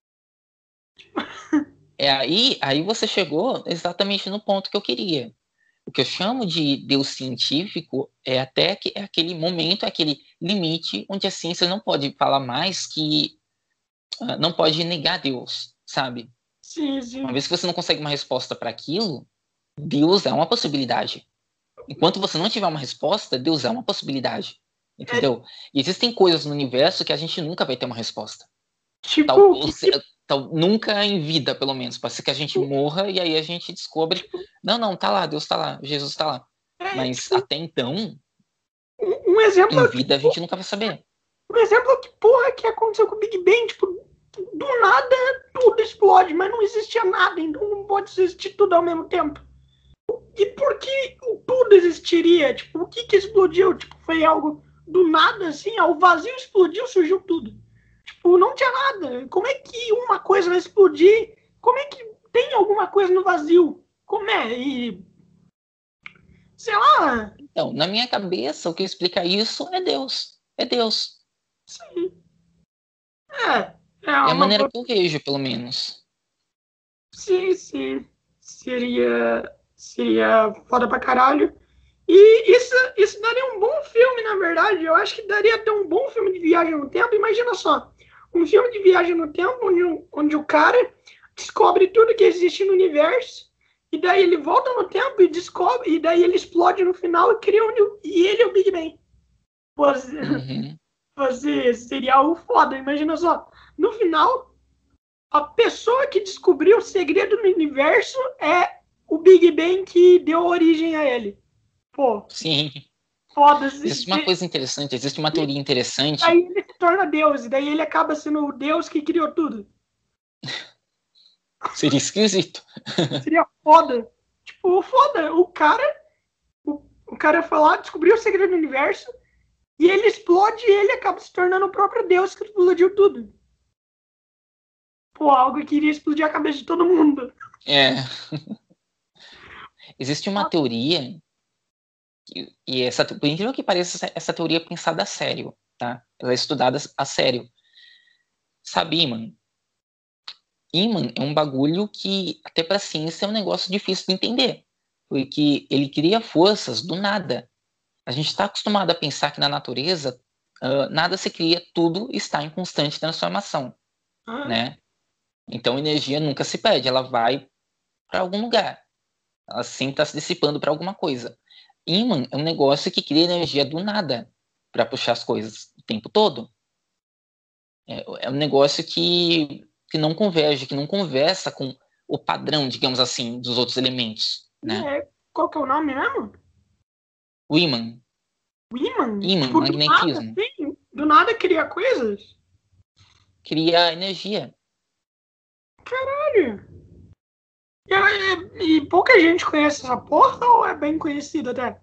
Aí você chegou exatamente no ponto que eu queria. O que eu chamo de Deus científico é até que é aquele momento, é aquele limite onde a ciência não pode falar mais que não pode negar Deus, sabe?
Sim,
Uma
sim.
vez que você não consegue uma resposta para aquilo, Deus é uma possibilidade. Enquanto você não tiver uma resposta, Deus é uma possibilidade.
É
Entendeu? E existem coisas no universo que a gente nunca vai ter uma resposta.
tipo,
Tal, nunca em vida, pelo menos. Pode ser que a gente morra e aí a gente descobre. Não, não, tá lá, Deus tá lá, Jesus tá lá. Mas
tipo,
até então,
um exemplo
em vida, a gente nunca vai saber.
Um exemplo é que porra que aconteceu com o Big Bang, tipo, do nada tudo explode, mas não existia nada, então não pode existir tudo ao mesmo tempo. E por que o tudo existiria? Tipo, o que explodiu? Tipo, foi algo do nada, assim, o vazio explodiu, surgiu tudo. Tipo, não tinha nada. Como é que uma coisa vai explodir? Como é que tem alguma coisa no vazio? Como é? E, sei lá,
Então, na minha cabeça, o que explica isso é Deus. É Deus.
sim. É, é
É a
uma
maneira
boa.
que eu vejo, pelo menos.
Sim, sim. Seria foda pra caralho. E isso daria um bom filme, na verdade. Eu acho que daria até um bom filme de viagem no tempo. Imagina só, um filme de viagem no tempo onde o cara descobre tudo que existe no universo e daí ele volta no tempo e descobre, e daí ele explode no final e cria e ele é o Big Bang.
Uhum.
Você seria algo foda, imagina só. No final, a pessoa que descobriu o segredo do universo é o Big Bang que deu origem a ele. Pô,
Sim.
foda-se.
Existe uma coisa interessante, existe uma teoria interessante.
Daí ele se torna Deus, e daí ele acaba sendo o Deus que criou tudo.
Seria esquisito.
Seria foda. Tipo, foda. O cara foi lá, descobriu o segredo do universo, e ele explode e ele acaba se tornando o próprio Deus que explodiu tudo. Pô, algo que iria explodir a cabeça de todo mundo.
É. Existe uma teoria, e essa, por incrível que pareça, essa teoria é pensada a sério, tá? Ela é estudada a sério. Sabe, Iman? Iman é um bagulho que, até pra ciência, é um negócio difícil de entender. Porque ele cria forças do nada. A gente está acostumado a pensar que na natureza nada se cria, tudo está em constante transformação, né? Então, energia nunca se perde, ela vai para algum lugar. Ela sempre está se dissipando para alguma coisa. Ímã é um negócio que cria energia do nada para puxar as coisas o tempo todo. É um negócio que não converge, que não conversa com o padrão, digamos assim, dos outros elementos, né?
Qual que é o nome mesmo?
O ímã.
O ímã?
Ímã,
Tipo, do nada,
magnetismo.
assim, do nada cria coisas?
Cria energia.
Caralho. E pouca gente conhece essa porra ou é bem conhecida até?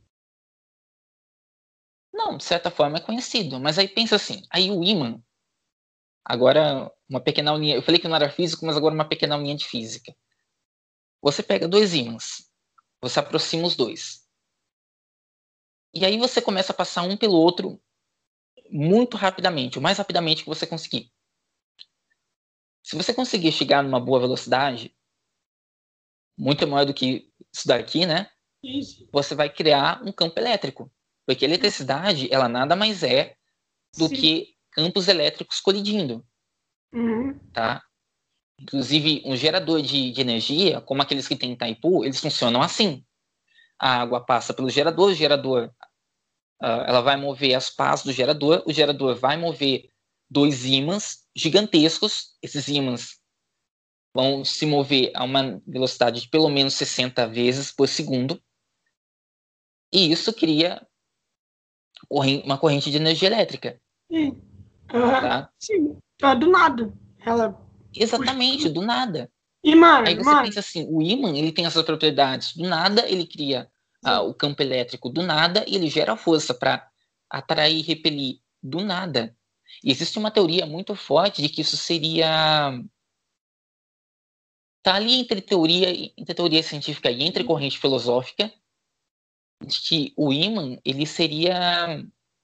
Não, de certa forma é conhecido, mas aí pensa assim, aí o ímã, agora uma pequena aulinha, eu falei que não era físico, mas agora uma pequena aulinha de física. Você pega dois ímãs, você aproxima os dois. E aí você começa a passar um pelo outro muito rapidamente, o mais rapidamente que você conseguir. Se você conseguir chegar numa boa velocidade, muito maior do que isso daqui, né?
Isso.
Você vai criar um campo elétrico. Porque a eletricidade, ela nada mais é do
Sim.
que campos elétricos colidindo,
Uhum.
tá? Inclusive, um gerador de energia, como aqueles que tem em Itaipu, eles funcionam assim. A água passa pelo gerador, o gerador ela vai mover as pás do gerador, o gerador vai mover dois ímãs gigantescos, esses ímãs vão se mover a uma velocidade de pelo menos 60 vezes por segundo, e isso cria uma corrente de energia elétrica,
Sim. Uhum.
tá?
Sim. Do nada. Ela puxa.
Exatamente, do nada.
E,
Aí
mano,
você pensa assim, o ímã, ele tem essas propriedades, do nada ele cria o campo elétrico do nada e ele gera força para atrair e repelir do nada. E existe uma teoria muito forte de que isso seria tá ali entre teoria científica e entre corrente filosófica, de que o ímã, ele seria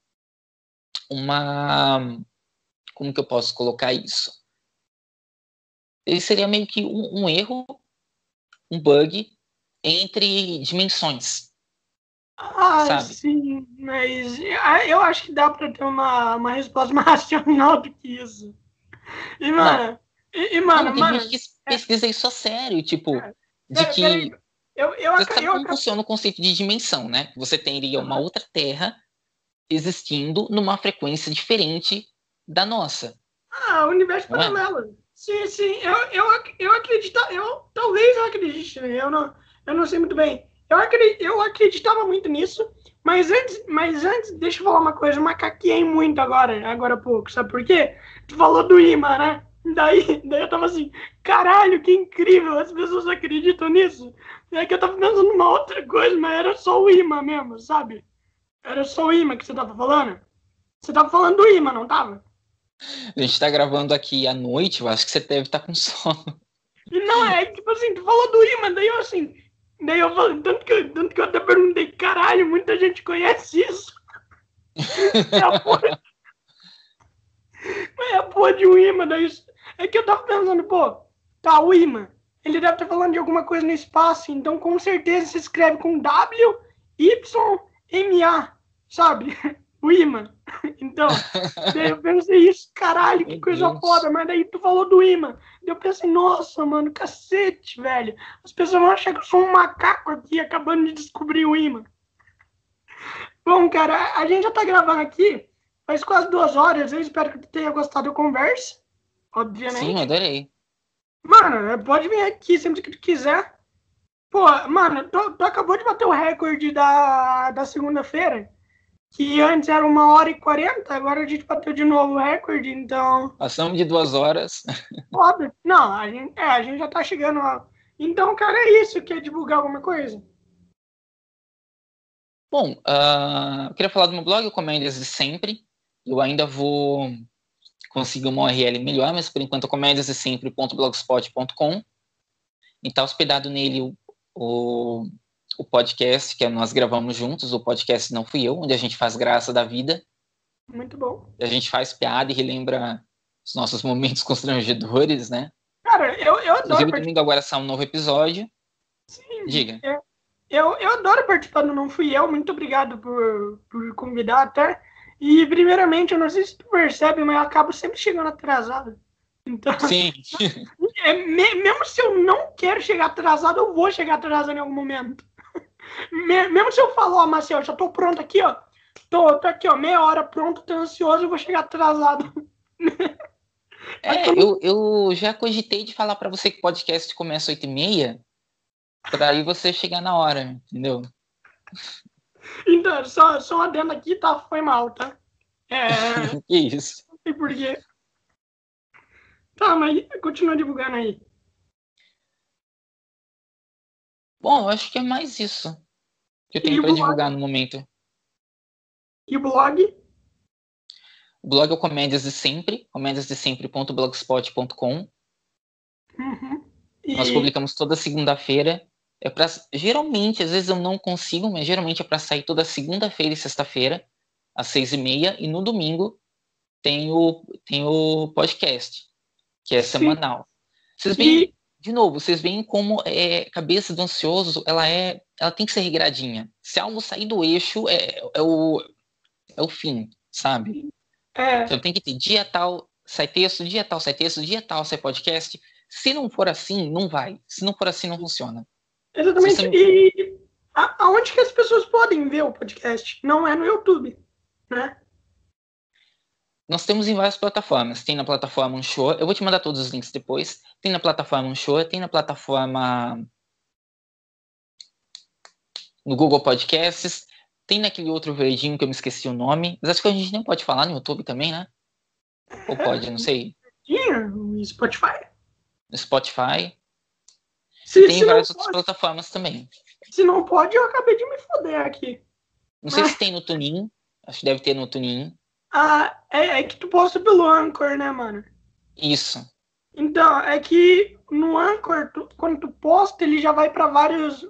uma, como que eu posso colocar isso? Ele seria meio que um erro, um bug entre dimensões, sabe?
sim, mas eu acho que dá pra ter uma resposta mais racional do que isso. E,
Não,
mano,
não, tem gente
mano,
que pesquisa isso a sério, tipo, de
peraí,
que
eu, eu,
você
aca-
sabe
eu,
como
aca-
funciona o conceito de dimensão, né? Você teria uma
Aham.
outra Terra existindo numa frequência diferente da nossa,
Universo
não é?
paralelo. Sim, sim, eu acredito, talvez eu acredite, né? Eu não sei muito bem. Eu acreditava muito nisso, mas antes, deixa eu falar uma coisa, eu macaqueei muito agora há pouco, sabe por quê? Tu falou do imã, né? Daí eu tava assim, caralho, que incrível, as pessoas acreditam nisso. É que eu tava pensando numa outra coisa, mas era só o imã mesmo, sabe? Era só o imã que você tava falando. Você tava falando do imã, não tava?
A gente tá gravando aqui à noite, eu acho que você deve estar com sono.
E não, tipo assim, tu falou do imã, daí eu assim. Daí eu falei, tanto que eu até perguntei, caralho, muita gente conhece isso. É a porra, é a porra de um imã, daí. É que eu tava pensando, pô, tá, o imã. Ele deve estar falando de alguma coisa no espaço, então com certeza se escreve com W YMA, sabe? O imã. Então, daí eu pensei isso, caralho, que coisa foda, mas daí tu falou do imã. Daí eu pensei, nossa, mano, cacete, velho. As pessoas vão achar que eu sou um macaco aqui, acabando de descobrir o imã. Bom, cara, a gente já tá gravando aqui faz quase 2 horas. Eu espero que tu tenha gostado da conversa, obviamente.
Sim, eu adorei.
Mano, pode vir aqui sempre que tu quiser. Pô, mano, tu acabou de bater o recorde da segunda-feira, que antes era 1h40, agora a gente bateu de novo o recorde, então...
Passamos de 2 horas.
Foda. Não, a gente já tá chegando lá. Então, cara, é isso. Quer divulgar alguma coisa?
Bom, eu queria falar do meu blog, o Comédias de Sempre. Eu ainda vou conseguir uma URL melhor, mas por enquanto é comediasdesempre.blogspot.com. E está hospedado nele o podcast que nós gravamos juntos, o podcast Não Fui Eu, onde a gente faz graça da vida.
Muito bom.
A gente faz piada e relembra os nossos momentos constrangedores, né?
Cara, eu adoro...
Inclusive, domingo agora sai um novo episódio.
Sim,
Diga.
eu adoro participar do Não Fui Eu. Muito obrigado por convidar até. E, primeiramente, eu não sei se tu percebe, mas eu acabo sempre chegando atrasado. Então,
Sim.
Mesmo se eu não quero chegar atrasado, eu vou chegar atrasado em algum momento. Mesmo se eu falar, ó, Marcel, já tô pronto aqui, ó. Tô aqui, ó, meia hora pronto, tô ansioso, eu vou chegar atrasado.
Eu já cogitei de falar para você que o podcast começa às 8h30, para aí você chegar na hora, entendeu?
Então, só um adendo aqui, tá? Foi mal, tá?
Que isso.
Não sei porquê. Tá, mas continua divulgando aí.
Bom, eu acho que é mais isso que eu
E
tenho
o
para
blog?
divulgar no momento.
E o blog?
O blog é o Comédias de Sempre, comediasdesempre.blogspot.com.
Uhum.
Nós publicamos toda segunda-feira. Geralmente, às vezes eu não consigo, mas geralmente é para sair toda segunda-feira e sexta-feira, às 6h30, e no domingo tem o podcast, que é semanal. Vocês veem, de novo, vocês veem como cabeça do ansioso, ela tem que ser regradinha. Se algo sair do eixo, é o fim, sabe? Então tem que ter dia tal, sai texto, dia tal, sai texto, dia tal, sai podcast. Se não for assim, não vai. Se não for assim, não funciona.
Exatamente. E aonde que as pessoas podem ver o podcast? Não é no YouTube, né?
Nós temos em várias plataformas. Tem na plataforma Anchor. Eu vou te mandar todos os links depois. Tem na plataforma Anchor, tem na plataforma no Google Podcasts, tem naquele outro verdinho que eu me esqueci o nome. Mas acho que a gente nem pode falar no YouTube também, né? Ou pode, não sei.
No Spotify.
No Spotify. E tem várias outras plataformas também.
Se não pode, eu acabei de me foder aqui.
Não sei se tem no TuneIn. Acho que deve ter no TuneIn.
É que tu posta pelo Anchor, né, mano?
Isso.
Então, é que no Anchor, quando tu posta, ele já vai para várias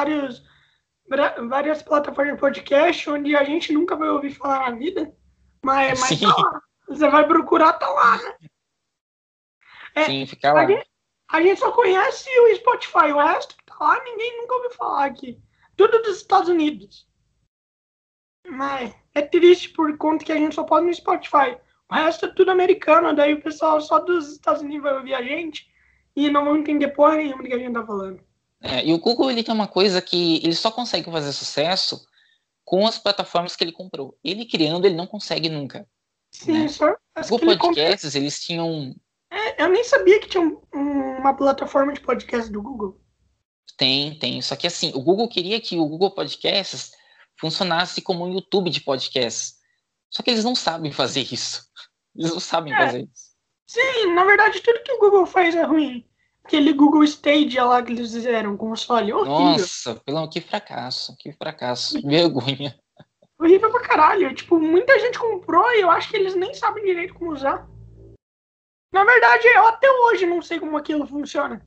plataformas de podcast, onde a gente nunca vai ouvir falar na vida. Mas tá lá. Você vai procurar, tá lá, né?
Sim, fica lá.
A gente só conhece o Spotify, o resto que tá lá, ninguém nunca ouviu falar aqui. Tudo dos Estados Unidos. Mas é triste por conta que a gente só pode no Spotify. O resto é tudo americano, daí o pessoal só dos Estados Unidos vai ouvir a gente e não vão entender porra nenhuma do que a gente tá falando.
E o Google, ele tem uma coisa que ele só consegue fazer sucesso com as plataformas que ele comprou. Ele criando, ele não consegue nunca.
Sim,
né?
só
Os podcasts, eles tinham...
eu nem sabia que tinha uma plataforma de podcast do Google.
Tem. Só que assim, o Google queria que o Google Podcasts funcionasse como um YouTube de podcasts. Só que eles não sabem fazer isso. Eles não sabem fazer isso.
Sim, na verdade, tudo que o Google faz é ruim. Aquele Google Stadia lá que eles fizeram, console, horrível.
Nossa, que fracasso, que vergonha.
Horrível pra caralho. Tipo, muita gente comprou e eu acho que eles nem sabem direito como usar. Na verdade, eu até hoje não sei como aquilo funciona.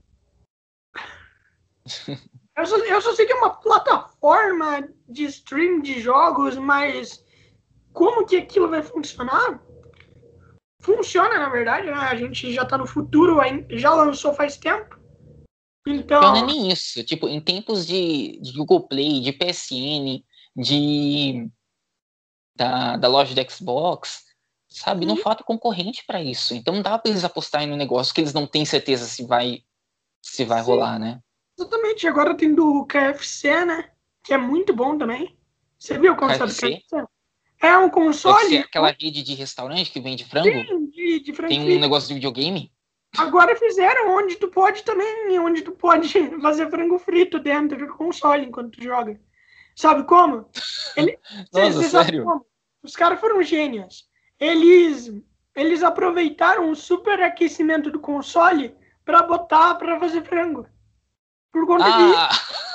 Eu só sei que é uma plataforma de stream de jogos, mas como que aquilo vai funcionar? Funciona, na verdade, né? A gente já tá no futuro, já lançou faz tempo.
Pior não é
Então,
nem isso. Tipo, em tempos de Google Play, de PSN, de, da loja do Xbox, sabe? Não
sim,
falta concorrente para isso. Então não dá para eles apostarem no negócio que eles não têm certeza se vai
sim,
rolar, né?
exatamente. Agora tem do KFC, né? Que é muito bom também. Você viu o console do
KFC?
KFC? É um
Deve ser
console
aquela rede de restaurante que vende frango.
de frango
Tem um
frito.
negócio de videogame.
Agora fizeram onde tu pode também, onde tu pode fazer frango frito dentro do console enquanto tu joga. Sabe como?
Nossa,
Você sabe
sério?
como? Os caras foram gênios. Eles, eles aproveitaram o superaquecimento do console para botar para fazer frango. Por conta disso.
Ah!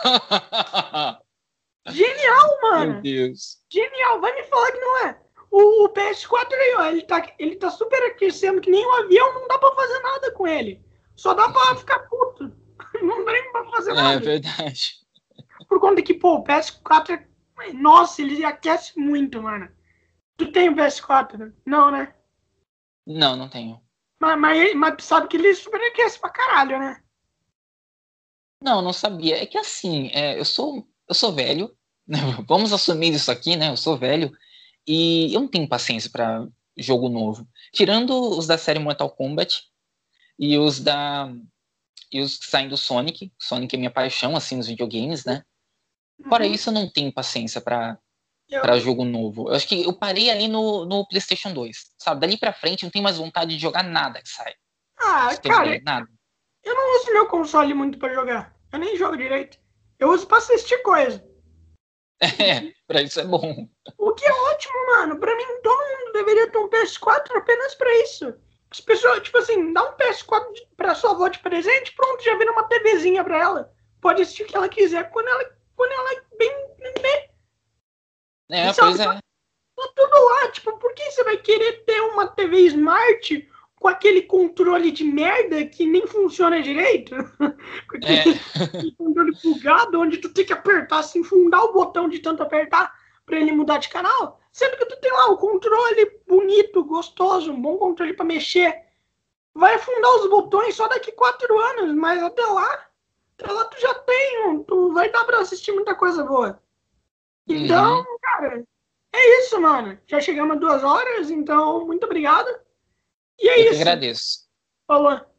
Genial,
Meu
mano.
Deus.
Genial. Vai me falar que não é. O PS4 aí, ó, ele tá superaquecendo que nem um avião, não dá para fazer nada com ele. Só dá para ficar puto. Não dá nem para fazer
É
nada.
verdade.
Por conta que, pô, o PS4 Nossa, ele aquece muito, mano. Tu tem o PS4? Não, né?
Não, não tenho.
Mas sabe que ele superaquece pra caralho, né?
Não, não sabia. É que assim, eu sou velho, né? Vamos assumir isso aqui, né? Eu sou velho e eu não tenho paciência para jogo novo. Tirando os da série Mortal Kombat e os que saem do Sonic. Sonic é minha paixão assim nos videogames, né? Fora
Uhum.
isso, eu não tenho paciência para
Eu,
jogo novo. Eu acho que eu parei ali no PlayStation 2, sabe? Dali pra frente, eu não tenho mais vontade de jogar nada que sai. Pra você ter uma
cara,
ideia, nada.
eu não uso meu console muito pra jogar. Eu nem jogo direito. Eu uso pra assistir coisa.
É, pra isso é bom.
O que é ótimo, mano. Pra mim, todo mundo deveria ter um PS4 apenas pra isso. As pessoas, tipo assim, dá um PS4 pra sua avó de presente, pronto, já vira uma TVzinha pra ela. Pode assistir o que ela quiser quando ela é bem,
Pois
sabe?
é.
Tá tudo lá, tipo, por que você vai querer ter uma TV Smart com aquele controle de merda que nem funciona direito? Com
É,
aquele controle bugado, onde tu tem que apertar, assim, fundar o botão de tanto apertar pra ele mudar de canal? Sendo que tu tem lá o controle bonito, gostoso, um bom controle pra mexer. Vai afundar os botões só daqui 4 anos, mas até lá tu já tem, tu vai dar pra assistir muita coisa boa. Então,
uhum.
cara, é isso, mano. Já chegamos a 2 horas, então muito obrigado. E
Eu
é
que
isso.
agradeço.
Falou.